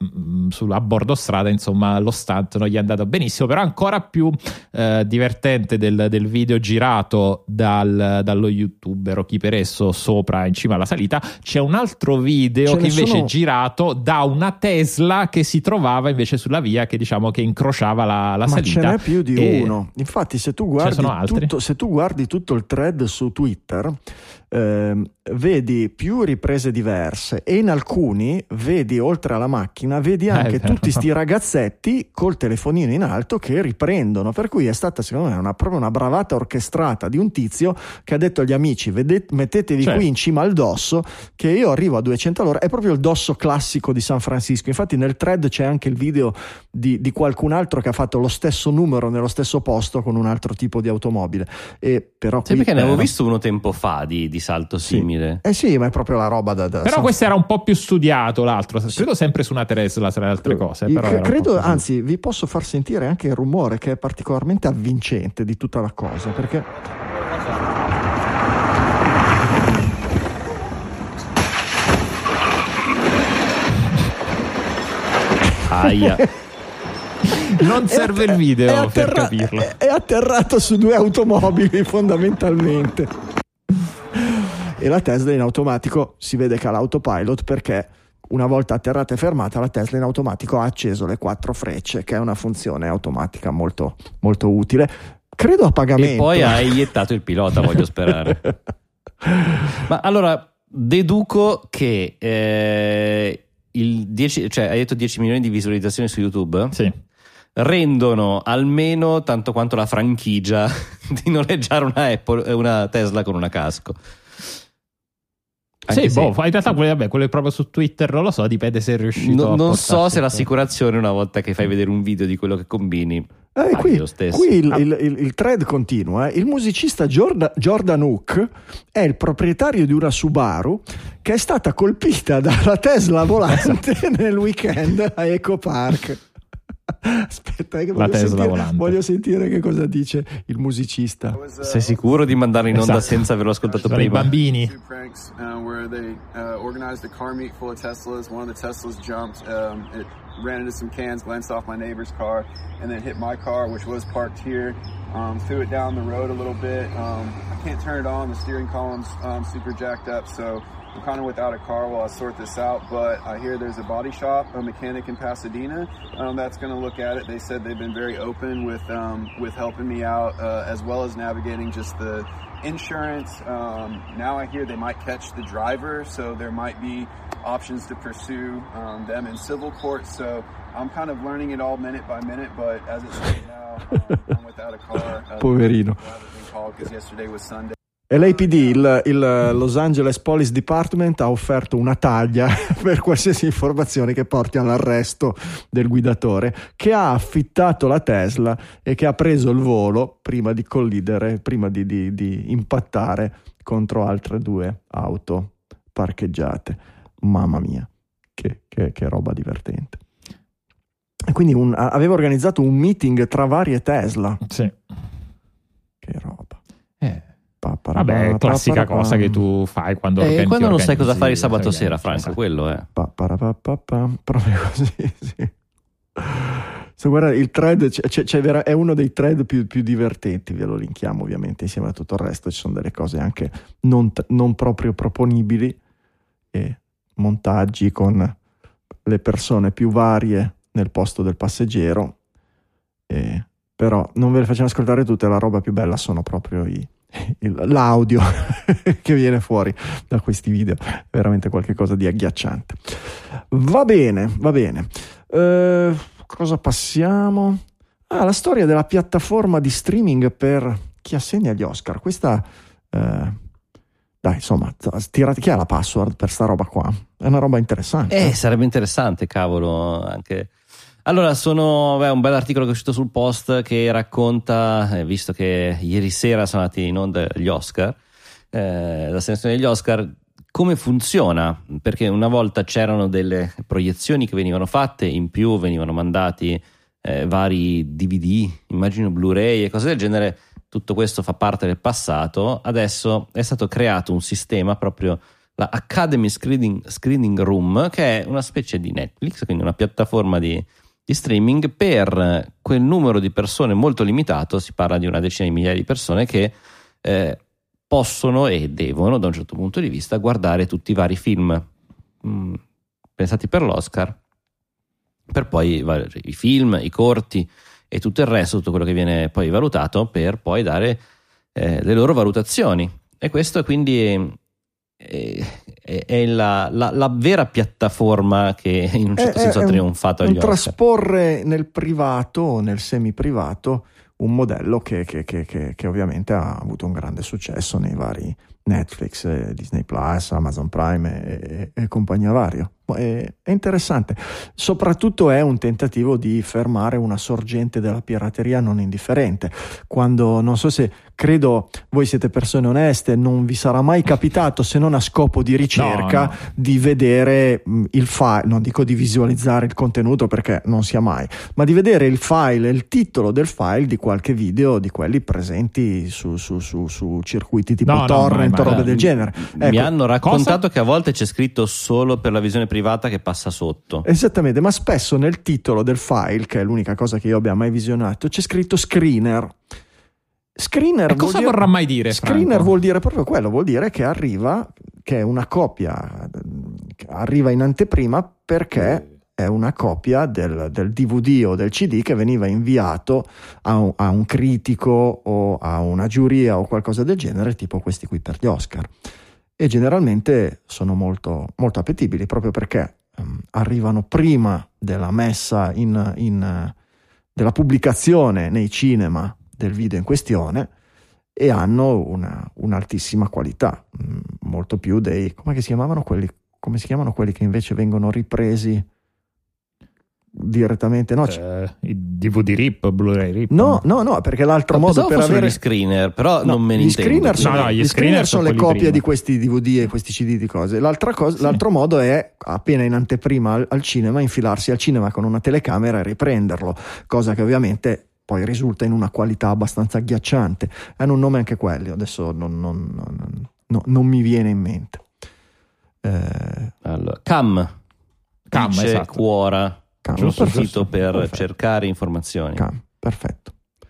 a bordo strada, insomma, lo stunt non gli è andato benissimo. Però ancora più divertente del video girato dallo youtuber o chi per esso sopra in cima alla salita, c'è un altro video che invece è girato da una Tesla che si trovava invece sulla via, che diciamo che incrociava la salita. Ma ce n'è più di uno. Infatti se tu guardi tutto il thread su Twitter, vedi più riprese diverse, e in alcuni vedi, oltre alla macchina, vedi anche tutti sti ragazzetti col telefonino in alto che riprendono, per cui è stata secondo me proprio una bravata orchestrata di un tizio che ha detto agli amici: mettetevi qui in cima al dosso che io arrivo a 200 all'ora. È proprio il dosso classico di San Francisco. Infatti nel thread c'è anche il video di qualcun altro che ha fatto lo stesso numero nello stesso posto con un altro tipo di automobile. Però qui, perché ne avevo visto uno tempo fa di salto simile. Sì, ma è proprio la roba da però questo era un po' più studiato, l'altro credo sempre su una Tesla, tra le altre cose, però credo, anzi vi posso far sentire anche il rumore che è particolarmente avvincente di tutta la cosa, perché aia. Non serve il video per capirlo. È atterrato su due automobili fondamentalmente, e la Tesla in automatico si vede che ha l'autopilot, perché una volta atterrata e fermata la Tesla in automatico ha acceso le 4 frecce, che è una funzione automatica molto, molto utile, credo a pagamento. E poi ha iniettato il pilota, voglio sperare. Ma allora deduco che hai detto 10 milioni di visualizzazioni su YouTube? Sì. Rendono almeno tanto quanto la franchigia di noleggiare una Tesla con una casco. Anche in realtà quelle proprio su Twitter non lo so, dipende se è riuscito non so se l'assicurazione, una volta che fai vedere un video di quello che combini, qui lo stesso. Qui il thread continua. Il musicista Jordan Hook è il proprietario di una Subaru che è stata colpita dalla Tesla volante nel weekend a Eco Park. Aspetta, che voglio sentire che cosa dice il musicista. Sei sicuro di mandarlo in onda senza averlo ascoltato prima? I bambini. Where they organized a car meet full of Teslas. One of the Teslas jumped. It ran into some cans, glanced off my neighbor's car, and then hit my car, which was parked here. Threw it down the road a little bit. I can't turn it on. The steering column's super jacked up, so I'm kind of without a car while I sort this out. But I hear there's a body shop, a mechanic in Pasadena, that's going to look at it. They said they've been very open with helping me out, as well as navigating just the insurance. Now I hear they might catch the driver, so there might be options to pursue them in civil court. So I'm kind of learning it all minute by minute, but as it stands now, I'm without a car. Poverino. Because yesterday was Sunday. E l'APD, il Los Angeles Police Department, ha offerto una taglia per qualsiasi informazione che porti all'arresto del guidatore, che ha affittato la Tesla e che ha preso il volo prima di collidere, prima di impattare contro altre 2 auto parcheggiate. Mamma mia, che roba divertente. E quindi aveva organizzato un meeting tra varie Tesla. Sì. Che roba. Vabbè, è classica cosa che tu fai quando non sai cosa fare il sabato sera, Franco, quello è. Proprio così, sì. Guarda, il thread è uno dei thread più divertenti, ve lo linkiamo ovviamente insieme a tutto il resto. Ci sono delle cose anche non proprio proponibili, e montaggi con le persone più varie nel posto del passeggero, però non ve le facciamo ascoltare tutte. La roba più bella sono proprio l'audio che viene fuori da questi video, veramente qualcosa di agghiacciante. Va bene. Cosa passiamo? La storia della piattaforma di streaming per chi assegna gli Oscar. Questa dai, insomma, chi ha la password per sta roba qua? È una roba interessante. Sarebbe interessante, cavolo, anche. Allora, un bel articolo che è uscito sul Post che racconta, visto che ieri sera sono andati in onda gli Oscar, la selezione degli Oscar, come funziona, perché una volta c'erano delle proiezioni che venivano fatte, in più venivano mandati vari DVD, immagino Blu-ray e cose del genere. Tutto questo fa parte del passato. Adesso è stato creato un sistema proprio la Academy Screening Room, che è una specie di Netflix, quindi una piattaforma di streaming per quel numero di persone molto limitato, si parla di una decina di migliaia di persone che possono e devono, da un certo punto di vista, guardare tutti i vari film pensati per l'Oscar, per poi i film, i corti e tutto il resto, tutto quello che viene poi valutato, per poi dare le loro valutazioni. E questo quindi è la vera piattaforma che in un certo senso ha trionfato agli Oscar. Trasporre nel privato o nel semi-privato un modello che ovviamente ha avuto un grande successo nei vari Netflix, Disney Plus, Amazon Prime e compagnia varia. È interessante, soprattutto è un tentativo di fermare una sorgente della pirateria non indifferente. Quando, non so se, credo voi siete persone oneste, non vi sarà mai capitato, se non a scopo di ricerca, di vedere il file, non dico di visualizzare il contenuto perché non sia mai, ma di vedere il file, il titolo del file di qualche video di quelli presenti su circuiti tipo torrent o robe del genere. Mi hanno raccontato che a volte c'è scritto solo per la visione privata che passa sotto. Esattamente, ma spesso nel titolo del file, che è l'unica cosa che io abbia mai visionato, c'è scritto screener. Screener cosa vorrà mai dire? Screener Franco? Vuol dire proprio quello, vuol dire che arriva, che è una copia, che arriva in anteprima perché è una copia del DVD o del CD che veniva inviato a un critico o a una giuria o qualcosa del genere, tipo questi qui per gli Oscar. E generalmente sono molto, molto appetibili proprio perché arrivano prima della messa della pubblicazione nei cinema del video in questione e hanno un'altissima qualità, molto più dei come si chiamano quelli che invece vengono ripresi direttamente, i DVD rip, Blu-ray rip. No, perché l'altro modo per avere gli screener, però non me ne intendo. Gli screener sono le copie prima di questi DVD e questi CD di cose. L'altro modo è appena in anteprima al cinema infilarsi al cinema con una telecamera e riprenderlo, cosa che ovviamente poi risulta in una qualità abbastanza agghiacciante. Hanno un nome anche quelli, adesso non mi viene in mente. Allora, Cam, esatto. Quora, giusto sito per perfetto. cercare informazioni. Perfetto.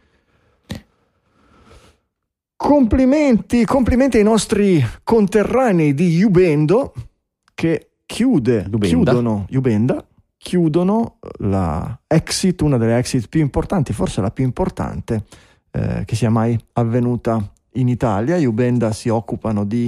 Complimenti ai nostri conterranei di Ubendo che chiudono la exit, una delle exit più importanti, forse la più importante che sia mai avvenuta in Italia. Ubenda si occupano di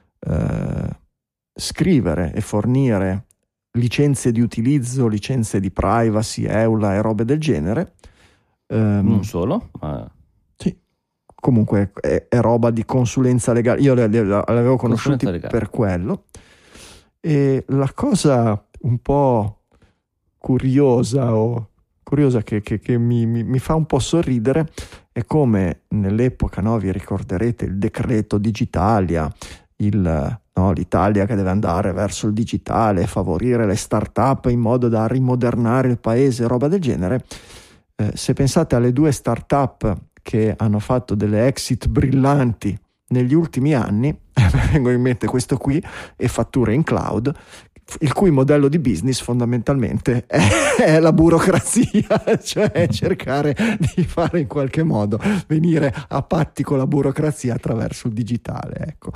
scrivere e fornire licenze di utilizzo, licenze di privacy, EULA e robe del genere. Non solo, sì, comunque è roba di consulenza legale. Io l'avevo conosciuti per quello. E la cosa un po' curiosa che mi fa un po' sorridere è come nell'epoca, vi ricorderete il decreto Digitalia, l'Italia che deve andare verso il digitale, favorire le start-up in modo da rimodernare il paese, roba del genere. Se pensate alle 2 start-up che hanno fatto delle exit brillanti negli ultimi anni, vengono in mente questo qui e Fatture in Cloud, il cui modello di business fondamentalmente è la burocrazia, cioè cercare di fare in qualche modo venire a patti con la burocrazia attraverso il digitale, ecco.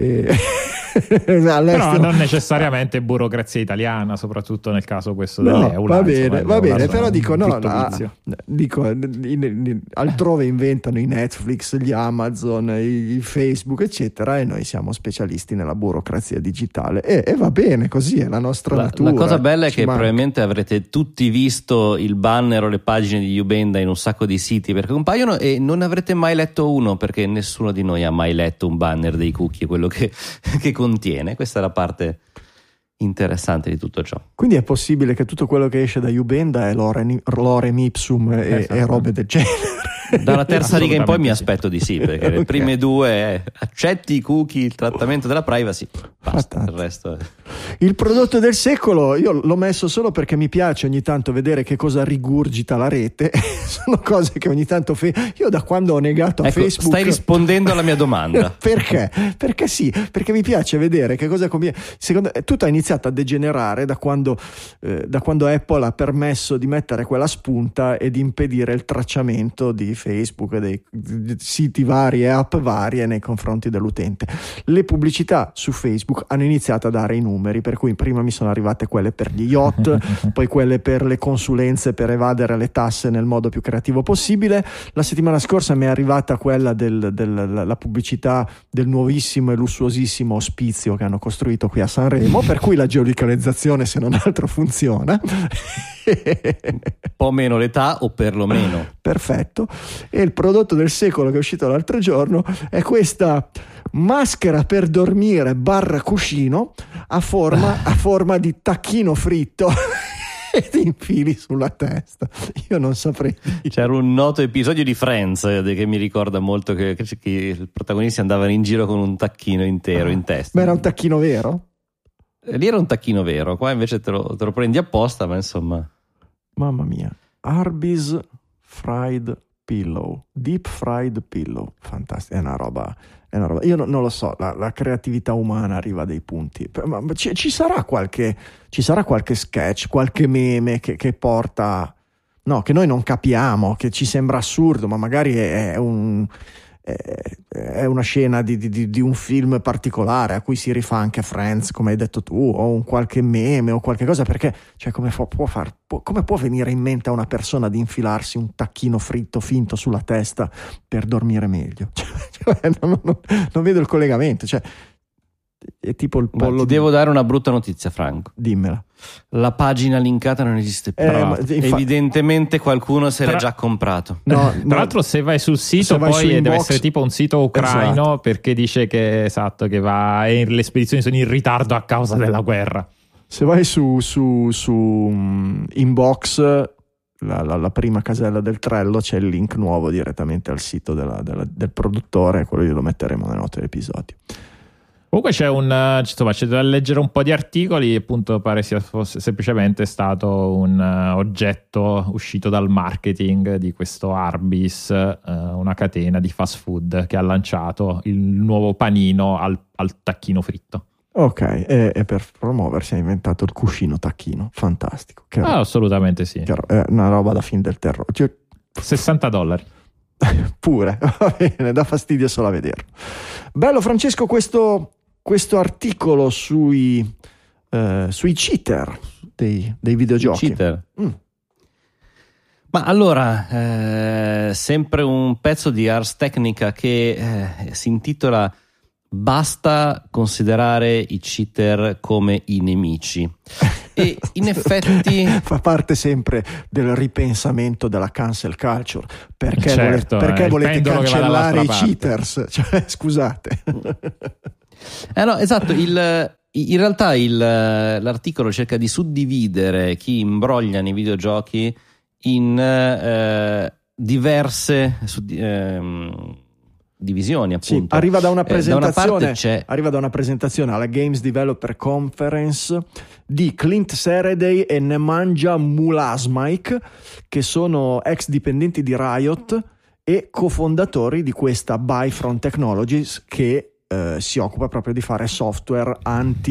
Però non necessariamente burocrazia italiana, soprattutto nel caso questo dell'EULA. Va bene, però dico altrove inventano i Netflix, gli Amazon, i Facebook eccetera, e noi siamo specialisti nella burocrazia digitale e va bene, così è la nostra natura. La cosa bella è che probabilmente avrete tutti visto il banner o le pagine di Ubenda in un sacco di siti perché compaiono e non avrete mai letto uno, perché nessuno di noi ha mai letto un banner dei cookie, quello che contiene. Questa è la parte interessante di tutto ciò. Quindi è possibile che tutto quello che esce da Ubenda è lorem ipsum e robe del genere. Dalla terza riga in poi mi aspetto di sì, perché le prime due è accetti i cookie, il trattamento della privacy, basta, il resto è... Il prodotto del secolo io l'ho messo solo perché mi piace ogni tanto vedere che cosa rigurgita la rete. Sono cose che ogni tanto io da quando ho negato a Facebook... Stai rispondendo alla mia domanda. Perché? Perché sì, perché mi piace vedere che cosa conviene. Secondo tutto è iniziato a degenerare da quando Apple ha permesso di mettere quella spunta e di impedire il tracciamento di Facebook e dei siti vari e app varie nei confronti dell'utente. Le pubblicità su Facebook hanno iniziato a dare i numeri, per cui prima mi sono arrivate quelle per gli yacht, poi quelle per le consulenze per evadere le tasse nel modo più creativo possibile. La settimana scorsa mi è arrivata quella della pubblicità del nuovissimo e lussuosissimo ospizio che hanno costruito qui a Sanremo, per cui la geolocalizzazione se non altro funziona. Un po' meno l'età, o perlomeno. Perfetto. E il prodotto del secolo che è uscito l'altro giorno è questa maschera per dormire / cuscino a forma di tacchino fritto e ti infili sulla testa. Io non saprei. C'era un noto episodio di Friends che mi ricorda molto che i protagonisti andavano in giro con un tacchino intero in testa. Ma era un tacchino vero? Lì era un tacchino vero, qua invece te lo prendi apposta, ma insomma. Mamma mia. Arby's fried pillow, deep fried pillow, fantastico, è una roba. Io non lo so, la creatività umana arriva a dei punti, ma ci sarà qualche sketch, qualche meme che porta, no, che noi non capiamo, che ci sembra assurdo, ma magari è una scena di un film particolare a cui si rifà anche Friends, come hai detto tu, o un qualche meme o qualche cosa, perché cioè come può venire in mente a una persona di infilarsi un tacchino fritto finto sulla testa per dormire meglio? Non vedo il collegamento, cioè è tipo il pollo. Ti devo dare una brutta notizia, Franco. Dimmela. La pagina linkata non esiste più. Evidentemente qualcuno se l'è già comprato. Tra l'altro, se vai sul sito, poi deve essere tipo un sito ucraino, esatto, perché dice che le spedizioni sono in ritardo a causa della guerra. Se vai su Inbox, la prima casella del Trello, c'è il link nuovo direttamente al sito del produttore, quello glielo metteremo nelle note dell'episodio. Comunque c'è da leggere un po' di articoli, appunto pare sia semplicemente stato un oggetto uscito dal marketing di questo Arby's, una catena di fast food che ha lanciato il nuovo panino al tacchino fritto. Ok, e per promuoversi ha inventato il cuscino tacchino, fantastico. Assolutamente sì. È una roba da film del terrore. $60. Pure, va bene, dà fastidio solo a vederlo. Bello, Francesco, questo articolo sui cheater dei videogiochi. Cheater. Ma allora, sempre un pezzo di Ars Technica che si intitola "Basta considerare i cheater come i nemici". E in effetti fa parte sempre del ripensamento della cancel culture. Perché volete cancellare i cheaters? Cioè, scusate. No, esatto. In realtà l'articolo cerca di suddividere chi imbroglia nei videogiochi in diverse divisioni, appunto. Sì, arriva da una presentazione alla Games Developer Conference di Clint Seredey e Nemanja Mulasmaik, che sono ex dipendenti di Riot e cofondatori di questa Bifront Technologies, che si occupa proprio di fare software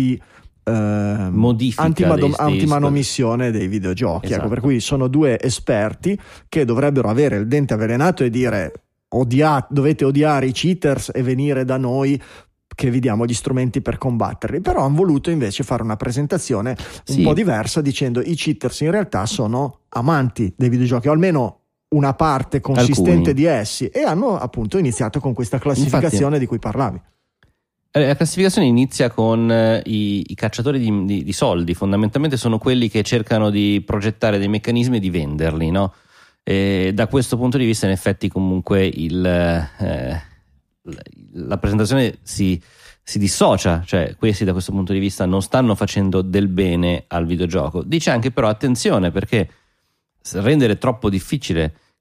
anti-manomissione dei videogiochi. Esatto. Ecco, per cui sono due esperti che dovrebbero avere il dente avvelenato e dire: dovete odiare i cheaters e venire da noi che vi diamo gli strumenti per combatterli. Però hanno voluto invece fare una presentazione un po' diversa, dicendo: i cheaters in realtà sono amanti dei videogiochi, o almeno una parte consistente di essi, e hanno appunto iniziato con questa classificazione di cui parlavi. La classificazione inizia con i cacciatori di soldi. Fondamentalmente sono quelli che cercano di progettare dei meccanismi e di venderli, no? E da questo punto di vista, in effetti, comunque la presentazione si dissocia, cioè questi da questo punto di vista non stanno facendo del bene al videogioco. Dice anche però: attenzione, perché rendere troppo difficile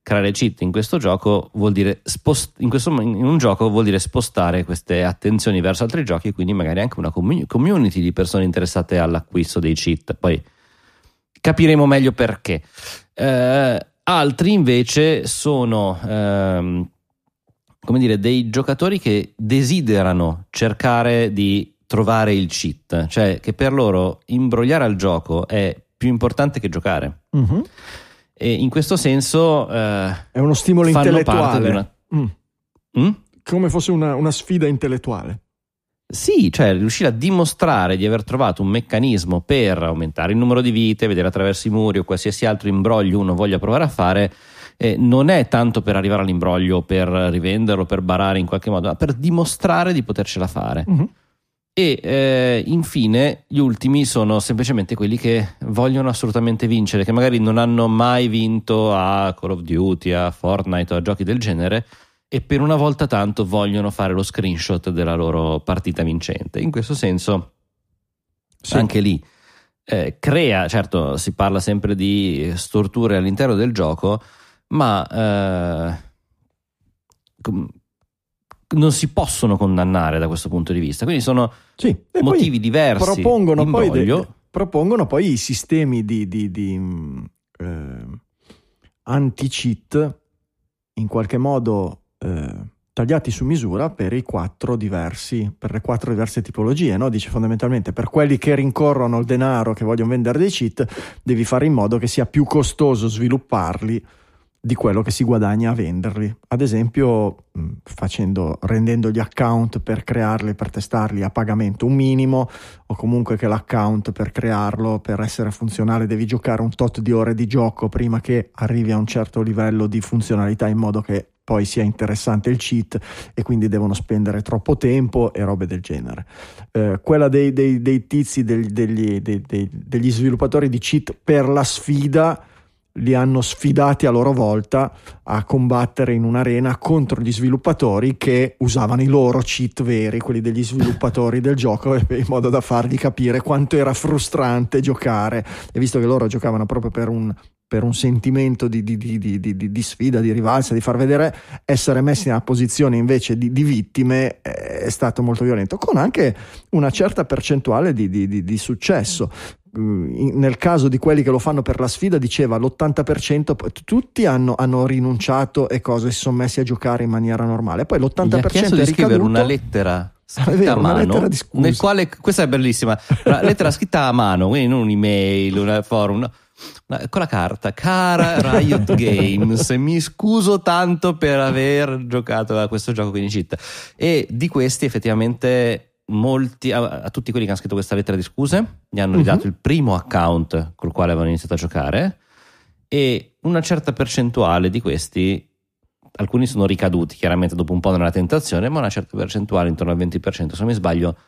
creare cheat in questo gioco vuol dire in un gioco vuol dire spostare queste attenzioni verso altri giochi, e quindi magari anche una community di persone interessate all'acquisto dei cheat. Poi capiremo meglio perché. Altri invece sono come dire, dei giocatori che desiderano cercare di trovare il cheat, cioè che per loro imbrogliare al gioco è più importante che giocare. Mm-hmm. E in questo senso è uno stimolo intellettuale, come fosse una sfida intellettuale. Sì, cioè riuscire a dimostrare di aver trovato un meccanismo per aumentare il numero di vite, vedere attraverso i muri o qualsiasi altro imbroglio uno voglia provare a fare, non è tanto per arrivare all'imbroglio, per rivenderlo, per barare in qualche modo, ma per dimostrare di potercela fare. Uh-huh. E infine gli ultimi sono semplicemente quelli che vogliono assolutamente vincere, che magari non hanno mai vinto a Call of Duty, a Fortnite o a giochi del genere, e per una volta tanto vogliono fare lo screenshot della loro partita vincente. In questo senso sì, anche lì crea, certo si parla sempre di storture all'interno del gioco, ma non si possono condannare da questo punto di vista, quindi sono motivi diversi. Propongono poi i sistemi di anti-cheat in qualche modo tagliati su misura per le quattro diverse tipologie, no? Dice fondamentalmente per quelli che rincorrono il denaro, che vogliono vendere dei cheat, devi fare in modo che sia più costoso svilupparli di quello che si guadagna a venderli. Ad esempio rendendo gli account per crearli, per testarli a pagamento un minimo, o comunque che l'account per crearlo, per essere funzionale, devi giocare un tot di ore di gioco prima che arrivi a un certo livello di funzionalità, in modo che poi sia interessante il cheat, e quindi devono spendere troppo tempo e robe del genere. Quella dei tizi degli sviluppatori di cheat per la sfida, li hanno sfidati a loro volta a combattere in un'arena contro gli sviluppatori che usavano i loro cheat veri, quelli degli sviluppatori del gioco, in modo da fargli capire quanto era frustrante giocare. E visto che loro giocavano proprio per un sentimento di sfida, di rivalsa, di far vedere, essere messi nella posizione invece di vittime è stato molto violento, con anche una certa percentuale di successo. Nel caso di quelli che lo fanno per la sfida, diceva l'80% tutti hanno rinunciato e si sono messi a giocare in maniera normale. Poi l'80% gli ha chiesto di scrivere una lettera scritta a mano, nel quale, questa è bellissima, una lettera scritta a mano, quindi non un'email, un forum, con la carta: cara Riot Games, mi scuso tanto per aver giocato a questo gioco con i cheat. E di questi effettivamente molti, a tutti quelli che hanno scritto questa lettera di scuse, gli hanno ridato il primo account col quale avevano iniziato a giocare, e una certa percentuale di questi, alcuni sono ricaduti chiaramente dopo un po' nella tentazione, ma una certa percentuale, intorno al 20%, se non mi sbaglio,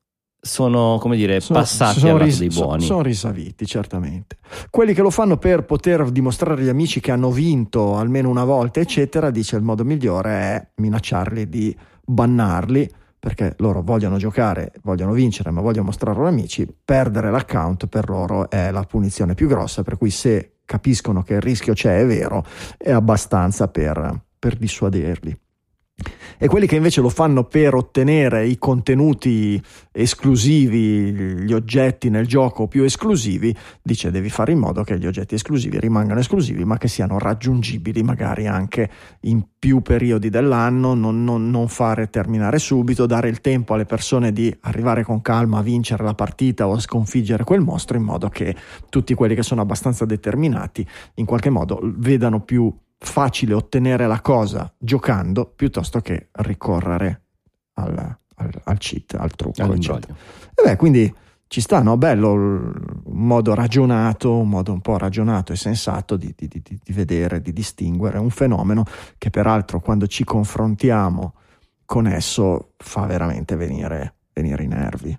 sono, come dire, passati al lato dei buoni. Sono risaviti, certamente. Quelli che lo fanno per poter dimostrare agli amici che hanno vinto almeno una volta, eccetera, dice il modo migliore è minacciarli di bannarli, perché loro vogliono giocare, vogliono vincere, ma vogliono mostrarlo agli amici. Perdere l'account per loro è la punizione più grossa, per cui se capiscono che il rischio c'è, è vero, è abbastanza per dissuaderli. E quelli che invece lo fanno per ottenere i contenuti esclusivi, gli oggetti nel gioco più esclusivi, dice devi fare in modo che gli oggetti esclusivi rimangano esclusivi, ma che siano raggiungibili magari anche in più periodi dell'anno, non fare terminare subito, dare il tempo alle persone di arrivare con calma a vincere la partita o a sconfiggere quel mostro, in modo che tutti quelli che sono abbastanza determinati in qualche modo vedano più facile ottenere la cosa giocando piuttosto che ricorrere al cheat, al trucco, eccetera. E quindi ci sta, no? Bello un modo ragionato, un modo un po' ragionato e sensato di vedere, di distinguere un fenomeno che peraltro, quando ci confrontiamo con esso, fa veramente venire i nervi.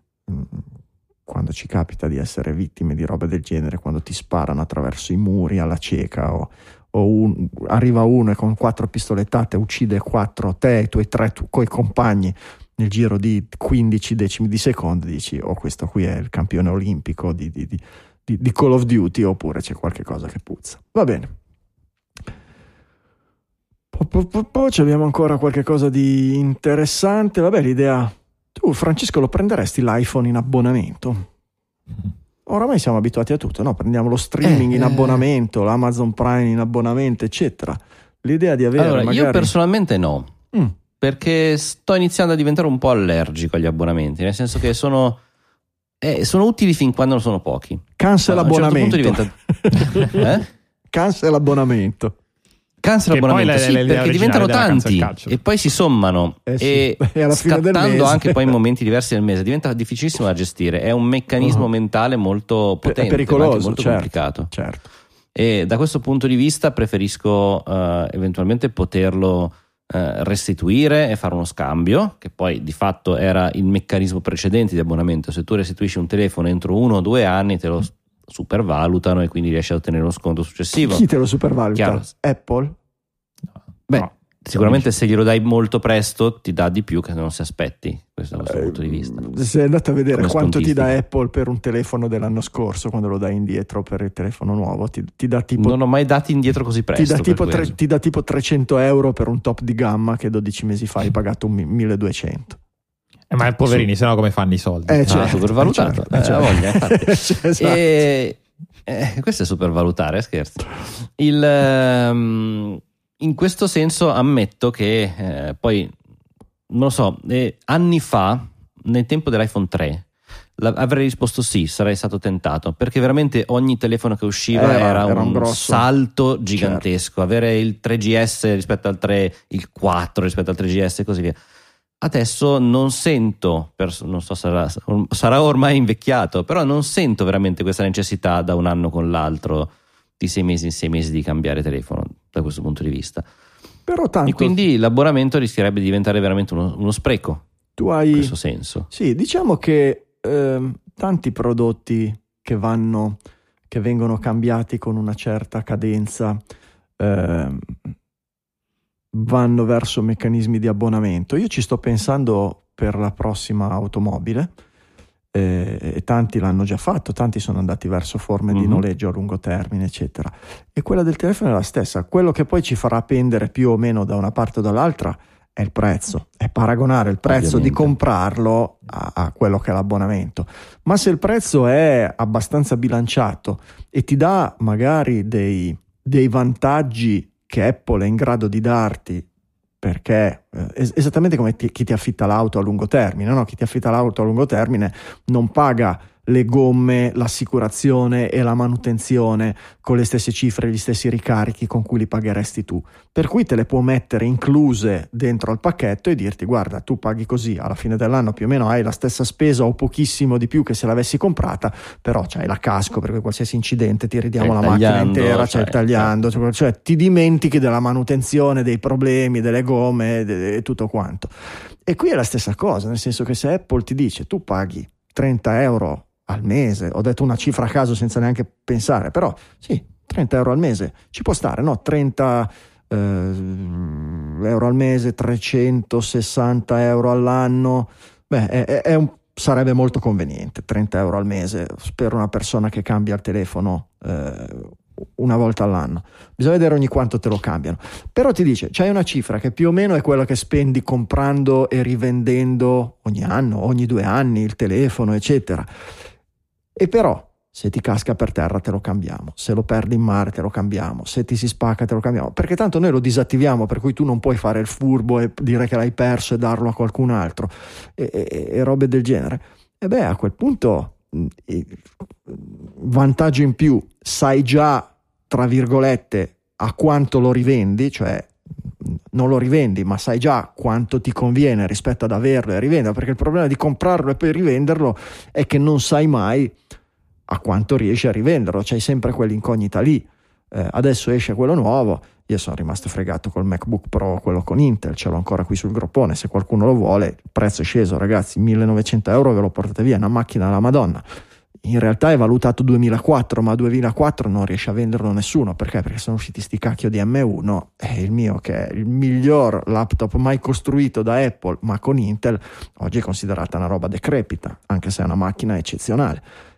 Quando ci capita di essere vittime di robe del genere, quando ti sparano attraverso i muri alla cieca, o arriva uno e con 4 pistolettate uccide 4 te e i tuoi 3 coi compagni nel giro di 15 decimi di secondo, dici questo qui è il campione olimpico di Call of Duty, oppure c'è qualche cosa che puzza. Va bene, Poi abbiamo ancora qualche cosa di interessante. Vabbè, l'idea... Tu, Francesco, lo prenderesti l'iPhone in abbonamento? Oramai siamo abituati a tutto, no? Prendiamo lo streaming in abbonamento, l'Amazon Prime in abbonamento, eccetera. L'idea di avere allora, magari... io personalmente no, perché sto iniziando a diventare un po' allergico agli abbonamenti, nel senso che sono utili fin quando non sono pochi. Cancel abbonamento. A un certo punto diventa... Cancel abbonamento. Cancel abbonamento, sì, perché diventano tanti e poi si sommano e alla fine scattando del mese, anche poi in momenti diversi del mese diventa difficilissimo da gestire. È un meccanismo mentale molto potente, pericoloso, anche molto complicato. Certo. E da questo punto di vista preferisco eventualmente poterlo restituire e fare uno scambio, che poi di fatto era il meccanismo precedente di abbonamento. Se tu restituisci un telefono entro 1 o 2 anni te lo supervalutano e quindi riesci a ottenere lo sconto successivo. Chi te lo supervaluta? Chiaro. Apple? Beh, no, sicuramente se glielo dai molto presto ti dà di più che non si aspetti, questo da questo punto di vista. Sei andato a vedere come quanto ti dà Apple per un telefono dell'anno scorso, quando lo dai indietro per il telefono nuovo, ti dà tipo... Non ho mai dati indietro così presto. Ti dà tipo 300 euro per un top di gamma che 12 mesi fa hai pagato 1200. Ma poverini, sennò come fanno i soldi? Supervalutato. Certo. Voglia, esatto. Questo è supervalutare, scherzo. In questo senso ammetto che poi, non lo so, anni fa, nel tempo dell'iPhone 3, avrei risposto sì, sarei stato tentato, perché veramente ogni telefono che usciva era un salto gigantesco. Certo. Avere il 3GS rispetto al 3, il 4 rispetto al 3GS e così via. Adesso non sento, non so, sarà ormai invecchiato, però non sento veramente questa necessità da un anno con l'altro, di 6 mesi in 6 mesi, di cambiare telefono da questo punto di vista. Però tanto... E quindi l'abbonamento rischierebbe di diventare veramente uno spreco. Tu hai... in questo senso. Sì, diciamo che tanti prodotti che vengono cambiati con una certa cadenza vanno verso meccanismi di abbonamento. Io ci sto pensando per la prossima automobile, e tanti l'hanno già fatto, tanti sono andati verso forme di noleggio a lungo termine, eccetera, e quella del telefono è la stessa. Quello che poi ci farà pendere più o meno da una parte o dall'altra è il prezzo, è paragonare il prezzo di comprarlo a quello che è l'abbonamento. Ma se il prezzo è abbastanza bilanciato e ti dà magari dei vantaggi che Apple è in grado di darti, perché esattamente come chi ti affitta l'auto a lungo termine, no? Chi ti affitta l'auto a lungo termine non paga le gomme, l'assicurazione e la manutenzione con le stesse cifre, gli stessi ricarichi con cui li pagheresti tu, per cui te le può mettere incluse dentro al pacchetto e dirti: guarda, tu paghi così, alla fine dell'anno più o meno hai la stessa spesa o pochissimo di più che se l'avessi comprata, però c'hai la casco, perché qualsiasi incidente ti ridiamo la macchina intera, c'hai il tagliando, cioè ti dimentichi della manutenzione, dei problemi, delle gomme e tutto quanto. E qui è la stessa cosa, nel senso che se Apple ti dice tu paghi 30 euro al mese, ho detto una cifra a caso senza neanche pensare, però sì, 30 euro al mese ci può stare, no? 30 euro al mese, 360 euro all'anno, sarebbe molto conveniente. 30 euro al mese per una persona che cambia il telefono una volta all'anno, bisogna vedere ogni quanto te lo cambiano, però ti dice c'hai una cifra che più o meno è quella che spendi comprando e rivendendo ogni anno, ogni 2 anni il telefono, eccetera. E però se ti casca per terra te lo cambiamo, se lo perdi in mare te lo cambiamo, se ti si spacca te lo cambiamo, perché tanto noi lo disattiviamo, per cui tu non puoi fare il furbo e dire che l'hai perso e darlo a qualcun altro e robe del genere. E beh, a quel punto vantaggio in più, sai già tra virgolette a quanto lo rivendi, cioè non lo rivendi ma sai già quanto ti conviene rispetto ad averlo e rivenderlo, perché il problema di comprarlo e poi rivenderlo è che non sai mai a quanto riesci a rivenderlo, c'hai sempre quell'incognita lì. Adesso esce quello nuovo, io sono rimasto fregato col MacBook Pro, quello con Intel, ce l'ho ancora qui sul groppone, se qualcuno lo vuole, il prezzo è sceso ragazzi, 1900 euro ve lo portate via, una macchina alla Madonna. In realtà è valutato 2004, ma 2004 non riesce a venderlo nessuno. Perché? Perché sono usciti sti cacchio di M1 e il mio, che è il miglior laptop mai costruito da Apple ma con Intel, oggi è considerata una roba decrepita, anche se è una macchina eccezionale.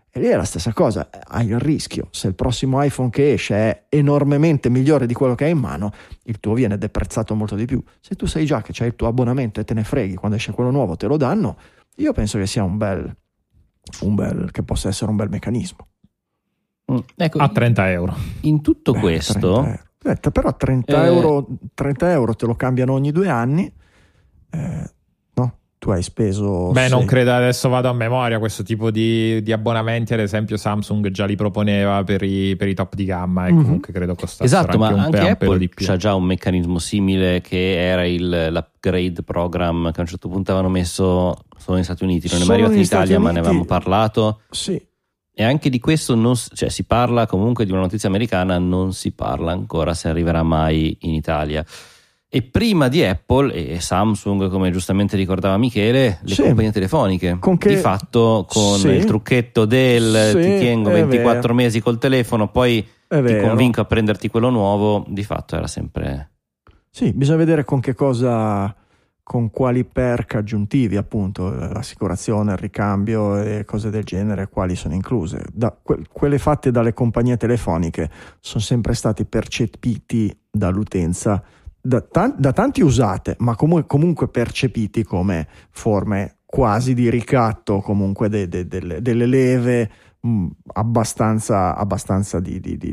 E lì è la stessa cosa, hai il rischio, se il prossimo iPhone che esce è enormemente migliore di quello che hai in mano, il tuo viene deprezzato molto di più. Se tu sai già che c'hai il tuo abbonamento e te ne freghi, quando esce quello nuovo te lo danno, io penso che sia un bel che possa essere un bel meccanismo. Ecco, a 30 euro. In tutto questo... Però 30 euro te lo cambiano ogni 2 anni, no? Tu hai speso... non credo, adesso vado a memoria, questo tipo di abbonamenti, ad esempio Samsung già li proponeva per i top di gamma e comunque credo costassero esatto, anche ma anche Apple di più. c'ha già un meccanismo simile, che era l'upgrade program che a un certo punto avevano messo solo negli Stati Uniti, non è mai arrivato in Italia, ma ne avevamo parlato. Sì. E anche di questo si parla comunque di una notizia americana, non si parla ancora se arriverà mai in Italia. E prima di Apple e Samsung, come giustamente ricordava Michele, le compagnie telefoniche, di fatto con il trucchetto ti tengo 24 mesi col telefono, poi ti convinco a prenderti quello nuovo, di fatto era sempre... Sì, bisogna vedere con che cosa, con quali perk aggiuntivi, appunto l'assicurazione, il ricambio e cose del genere, quali sono incluse. Quelle fatte dalle compagnie telefoniche sono sempre stati percepiti dall'utenza, da tanti usate, ma comunque percepiti come forme quasi di ricatto, comunque delle leve abbastanza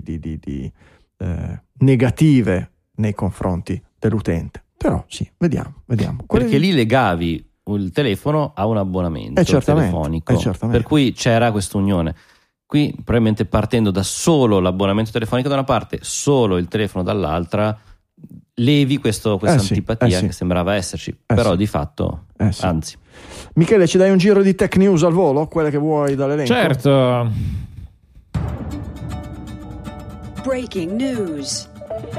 negative nei confronti dell'utente. Però sì, vediamo. Perché lì legavi il telefono a un abbonamento telefonico, per cui c'era questa unione. Qui probabilmente partendo da solo l'abbonamento telefonico da una parte, solo il telefono dall'altra, levi questa antipatia che sembrava esserci, però di fatto anzi. Michele, ci dai un giro di tech news al volo, quelle che vuoi dall'elenco? Certo. Breaking news.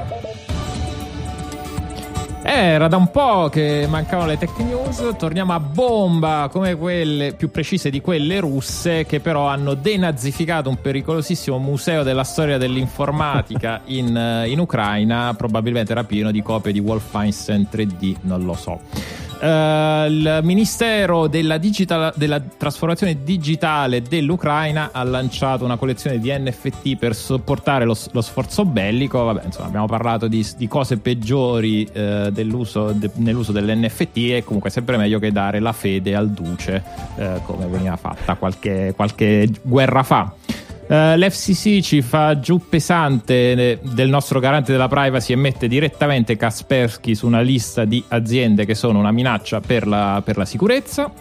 Era da un po' che mancavano le tech news, torniamo a bomba come quelle più precise di quelle russe, che però hanno denazificato un pericolosissimo museo della storia dell'informatica in Ucraina, probabilmente era pieno di copie di Wolfenstein 3D, non lo so. Il Ministero della trasformazione digitale dell'Ucraina ha lanciato una collezione di NFT per supportare lo sforzo bellico. Vabbè, insomma, abbiamo parlato di cose peggiori nell'uso dell'NFT, e comunque è sempre meglio che dare la fede al duce, come veniva fatta qualche guerra fa. L'FCC ci fa giù pesante del nostro garante della privacy e mette direttamente Kaspersky su una lista di aziende che sono una minaccia per la sicurezza.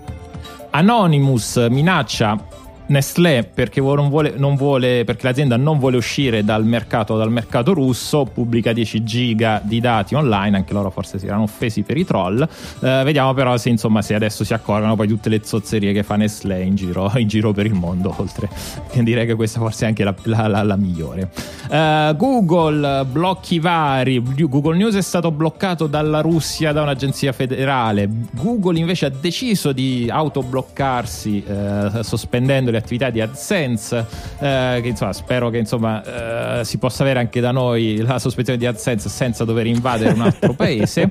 Anonymous minaccia Nestlé perché perché l'azienda non vuole uscire dal mercato russo, pubblica 10 giga di dati online, anche loro forse si erano offesi per i troll. Vediamo però se adesso si accorgono poi tutte le zozzerie che fa Nestlé in giro per il mondo, oltre che direi che questa forse è anche la migliore. Google, blocchi vari. Google News è stato bloccato dalla Russia da un'agenzia federale. Google invece ha deciso di autobloccarsi, sospendendo le attività di AdSense, che spero che si possa avere anche da noi la sospensione di AdSense senza dover invadere un altro paese.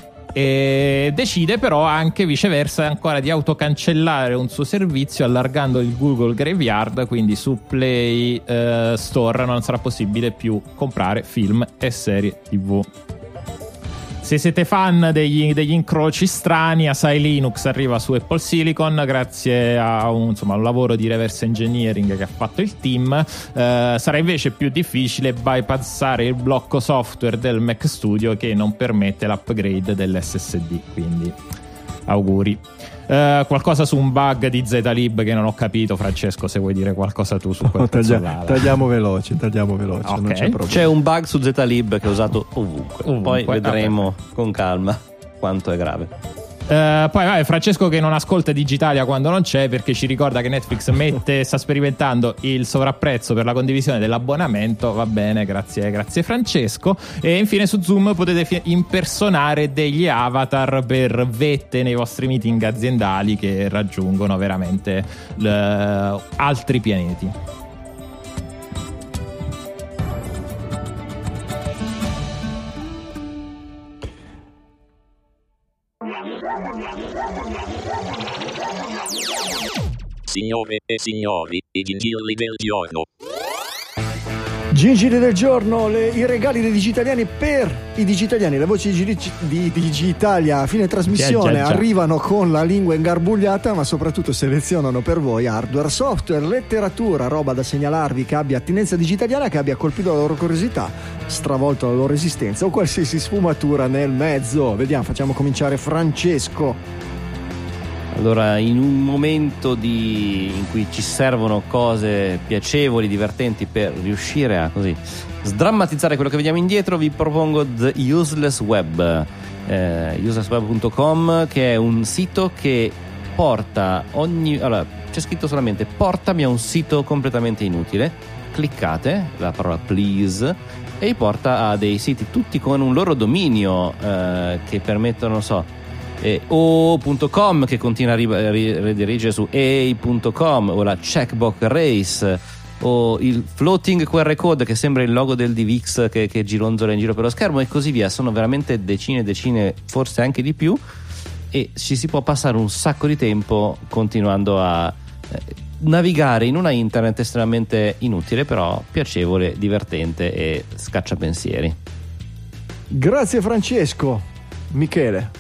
E decide però anche viceversa ancora di autocancellare un suo servizio, allargando il Google Graveyard, quindi su Play Store non sarà possibile più comprare film e serie TV. Se siete fan degli incroci strani, Asai Linux arriva su Apple Silicon grazie a un lavoro di reverse engineering che ha fatto il team. Sarà invece più difficile bypassare il blocco software del Mac Studio, che non permette l'upgrade dell'SSD, quindi auguri. Qualcosa su un bug di Zlib che non ho capito. Francesco, se vuoi dire qualcosa tu su quel tagliamo veloci, okay. Non c'è problema. C'è un bug su Zlib che è usato ovunque. Poi vedremo con calma quanto è grave. Poi Francesco che non ascolta Digitalia quando non c'è, perché ci ricorda che Netflix sta sperimentando il sovrapprezzo per la condivisione dell'abbonamento. Va bene, grazie Francesco. E infine su Zoom potete impersonare degli avatar per vette nei vostri meeting aziendali che raggiungono veramente altri pianeti. Signore e signori, i gingilli del giorno. Gingilli del giorno, i regali dei digitaliani per i digitaliani. Le voci di Digitalia a fine trasmissione arrivano con la lingua ingarbugliata, ma soprattutto selezionano per voi hardware, software, letteratura, roba da segnalarvi che abbia attinenza digitaliana, che abbia colpito la loro curiosità, stravolto la loro esistenza o qualsiasi sfumatura nel mezzo. Vediamo, facciamo cominciare Francesco. Allora, in un momento in cui ci servono cose piacevoli, divertenti per riuscire a così sdrammatizzare quello che vediamo indietro, vi propongo The Useless Web, uselessweb.com, che è un sito che porta allora, c'è scritto solamente portami a un sito completamente inutile, cliccate la parola please e vi porta a dei siti tutti con un loro dominio che permettono, non so, o.com, che continua a ridirigere su ei.com, o la checkbox race, o il floating QR code che sembra il logo del DivX che gironzola in giro per lo schermo, e così via. Sono veramente decine, forse anche di più, e ci si può passare un sacco di tempo continuando a navigare in una internet estremamente inutile, però piacevole, divertente e scacciapensieri. Grazie Francesco. Michele.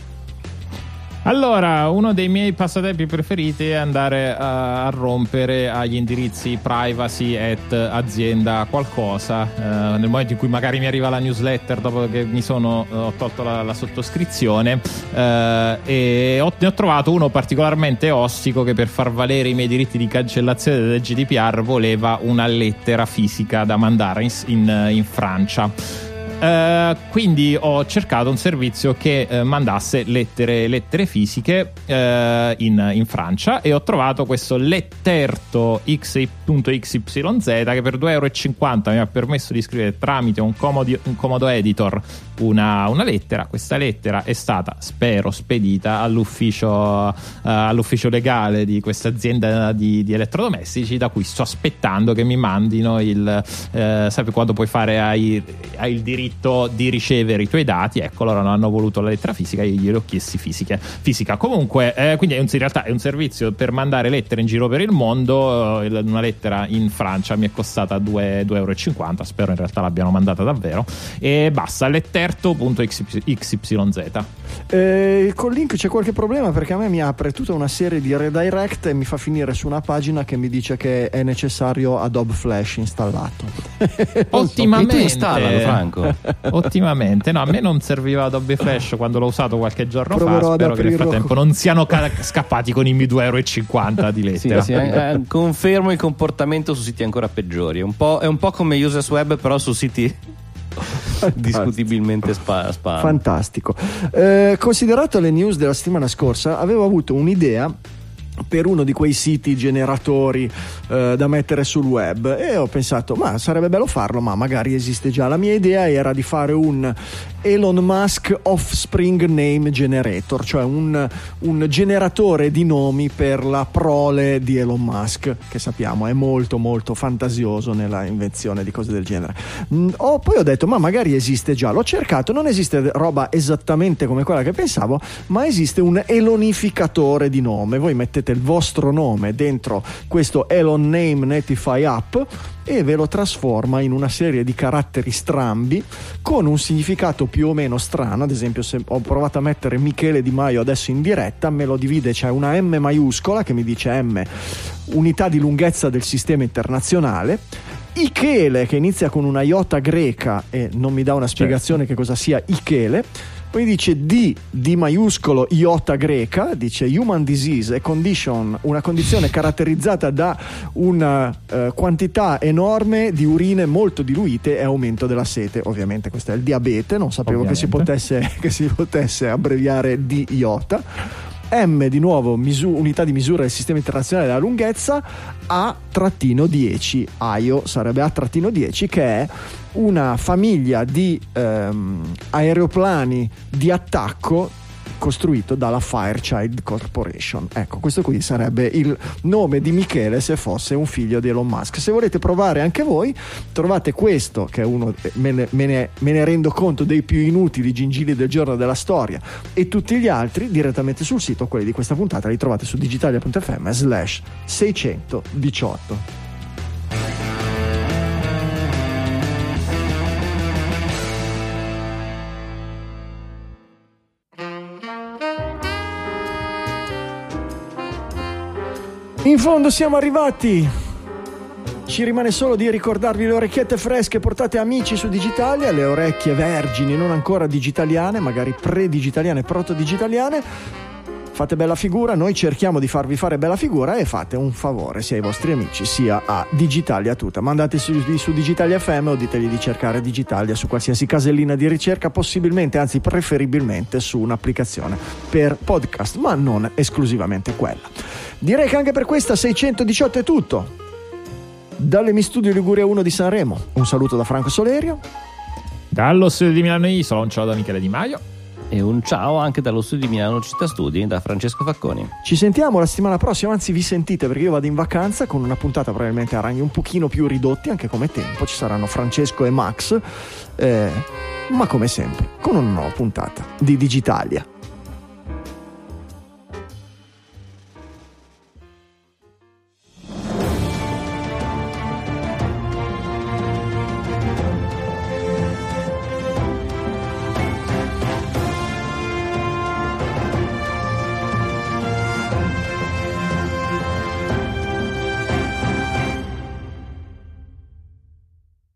Allora, uno dei miei passatempi preferiti è andare a rompere agli indirizzi privacy @azienda qualcosa, nel momento in cui magari mi arriva la newsletter dopo che ho tolto la sottoscrizione, e ne ho trovato uno particolarmente ostico che, per far valere i miei diritti di cancellazione del GDPR, voleva una lettera fisica da mandare in Francia. Quindi ho cercato un servizio che mandasse lettere fisiche in Francia, e ho trovato questo letterto.xyz che per €2,50 mi ha permesso di scrivere tramite un comodo editor una lettera. Questa lettera è stata, spero, spedita all'ufficio legale di questa azienda di elettrodomestici, da cui sto aspettando che mi mandino sai quando puoi fare hai il diritto di ricevere i tuoi dati. Ecco, loro non hanno voluto la lettera fisica, io gliel'ho chiesti fisica. Comunque, quindi in realtà è un servizio per mandare lettere in giro per il mondo. Una lettera in Francia mi è costata €2,50, spero in realtà l'abbiano mandata davvero, e basta, letterto.xyz. Col link c'è qualche problema, perché a me mi apre tutta una serie di redirect e mi fa finire su una pagina che mi dice che è necessario Adobe Flash installato. Ottimamente, installalo, Franco. Ottimamente. No, a me non serviva Adobe Flash quando l'ho usato qualche giorno fa. Spero che nel frattempo non siano scappati con i miei €2,50 di lettera. Sì, confermo il comportamento su siti ancora peggiori. È un po' come Useless Web, però su siti discutibilmente fantastico. Considerato le news della settimana scorsa, avevo avuto un'idea per uno di quei siti generatori da mettere sul web, e ho pensato, ma sarebbe bello farlo, ma magari esiste già. La mia idea era di fare un Elon Musk Offspring Name Generator, cioè un generatore di nomi per la prole di Elon Musk, che sappiamo è molto molto fantasioso nella invenzione di cose del genere. Poi ho detto, ma magari esiste già. L'ho cercato, non esiste roba esattamente come quella che pensavo, ma esiste un elonificatore di nome. Voi mettete il vostro nome dentro questo Elon Name Netify app e ve lo trasforma in una serie di caratteri strambi con un significato più o meno strano. Ad esempio, se ho provato a mettere Michele Di Maio adesso in diretta, me lo divide, c'è una M maiuscola che mi dice M, unità di lunghezza del sistema internazionale. Ichele, che inizia con una iota greca e non mi dà una spiegazione che cosa sia Ichele. Poi dice D maiuscolo iota greca, dice human disease e condition, una condizione caratterizzata da una quantità enorme di urine molto diluite e aumento della sete. Ovviamente questo è il diabete, non sapevo che si potesse abbreviare D iota. M di nuovo unità di misura del sistema internazionale della lunghezza, A-10, AIO sarebbe A-10, che è una famiglia di aeroplani di attacco costruito dalla Fairchild Corporation. Ecco, questo qui sarebbe il nome di Michele se fosse un figlio di Elon Musk. Se volete provare anche voi, trovate questo, che è uno, me ne rendo conto, dei più inutili gingilli del giorno della storia, e tutti gli altri direttamente sul sito. Quelli di questa puntata li trovate su digitalia.fm/618. In fondo siamo arrivati. Ci rimane solo di ricordarvi le orecchiette fresche. Portate amici su Digitalia, le orecchie vergini, non ancora digitaliane, magari pre-digitaliane, proto-digitaliane. Fate bella figura, noi cerchiamo di farvi fare bella figura, e fate un favore sia ai vostri amici sia a Digitalia tutta. Mandate su Digitalia FM o ditegli di cercare Digitalia su qualsiasi casellina di ricerca, possibilmente, anzi preferibilmente su un'applicazione per podcast, ma non esclusivamente quella. Direi che anche per questa 618 è tutto. Dalle Mi Studio Liguria 1 di Sanremo, un saluto da Franco Solerio. Dallo studio di Milano Isola, un ciao da Michele Di Maio. E un ciao anche dallo studio di Milano Città Studi da Francesco Facconi. Ci sentiamo la settimana prossima, anzi vi sentite, perché io vado in vacanza, con una puntata probabilmente a ragni un pochino più ridotti anche come tempo. Ci saranno Francesco e Max, ma come sempre con una nuova puntata di Digitalia.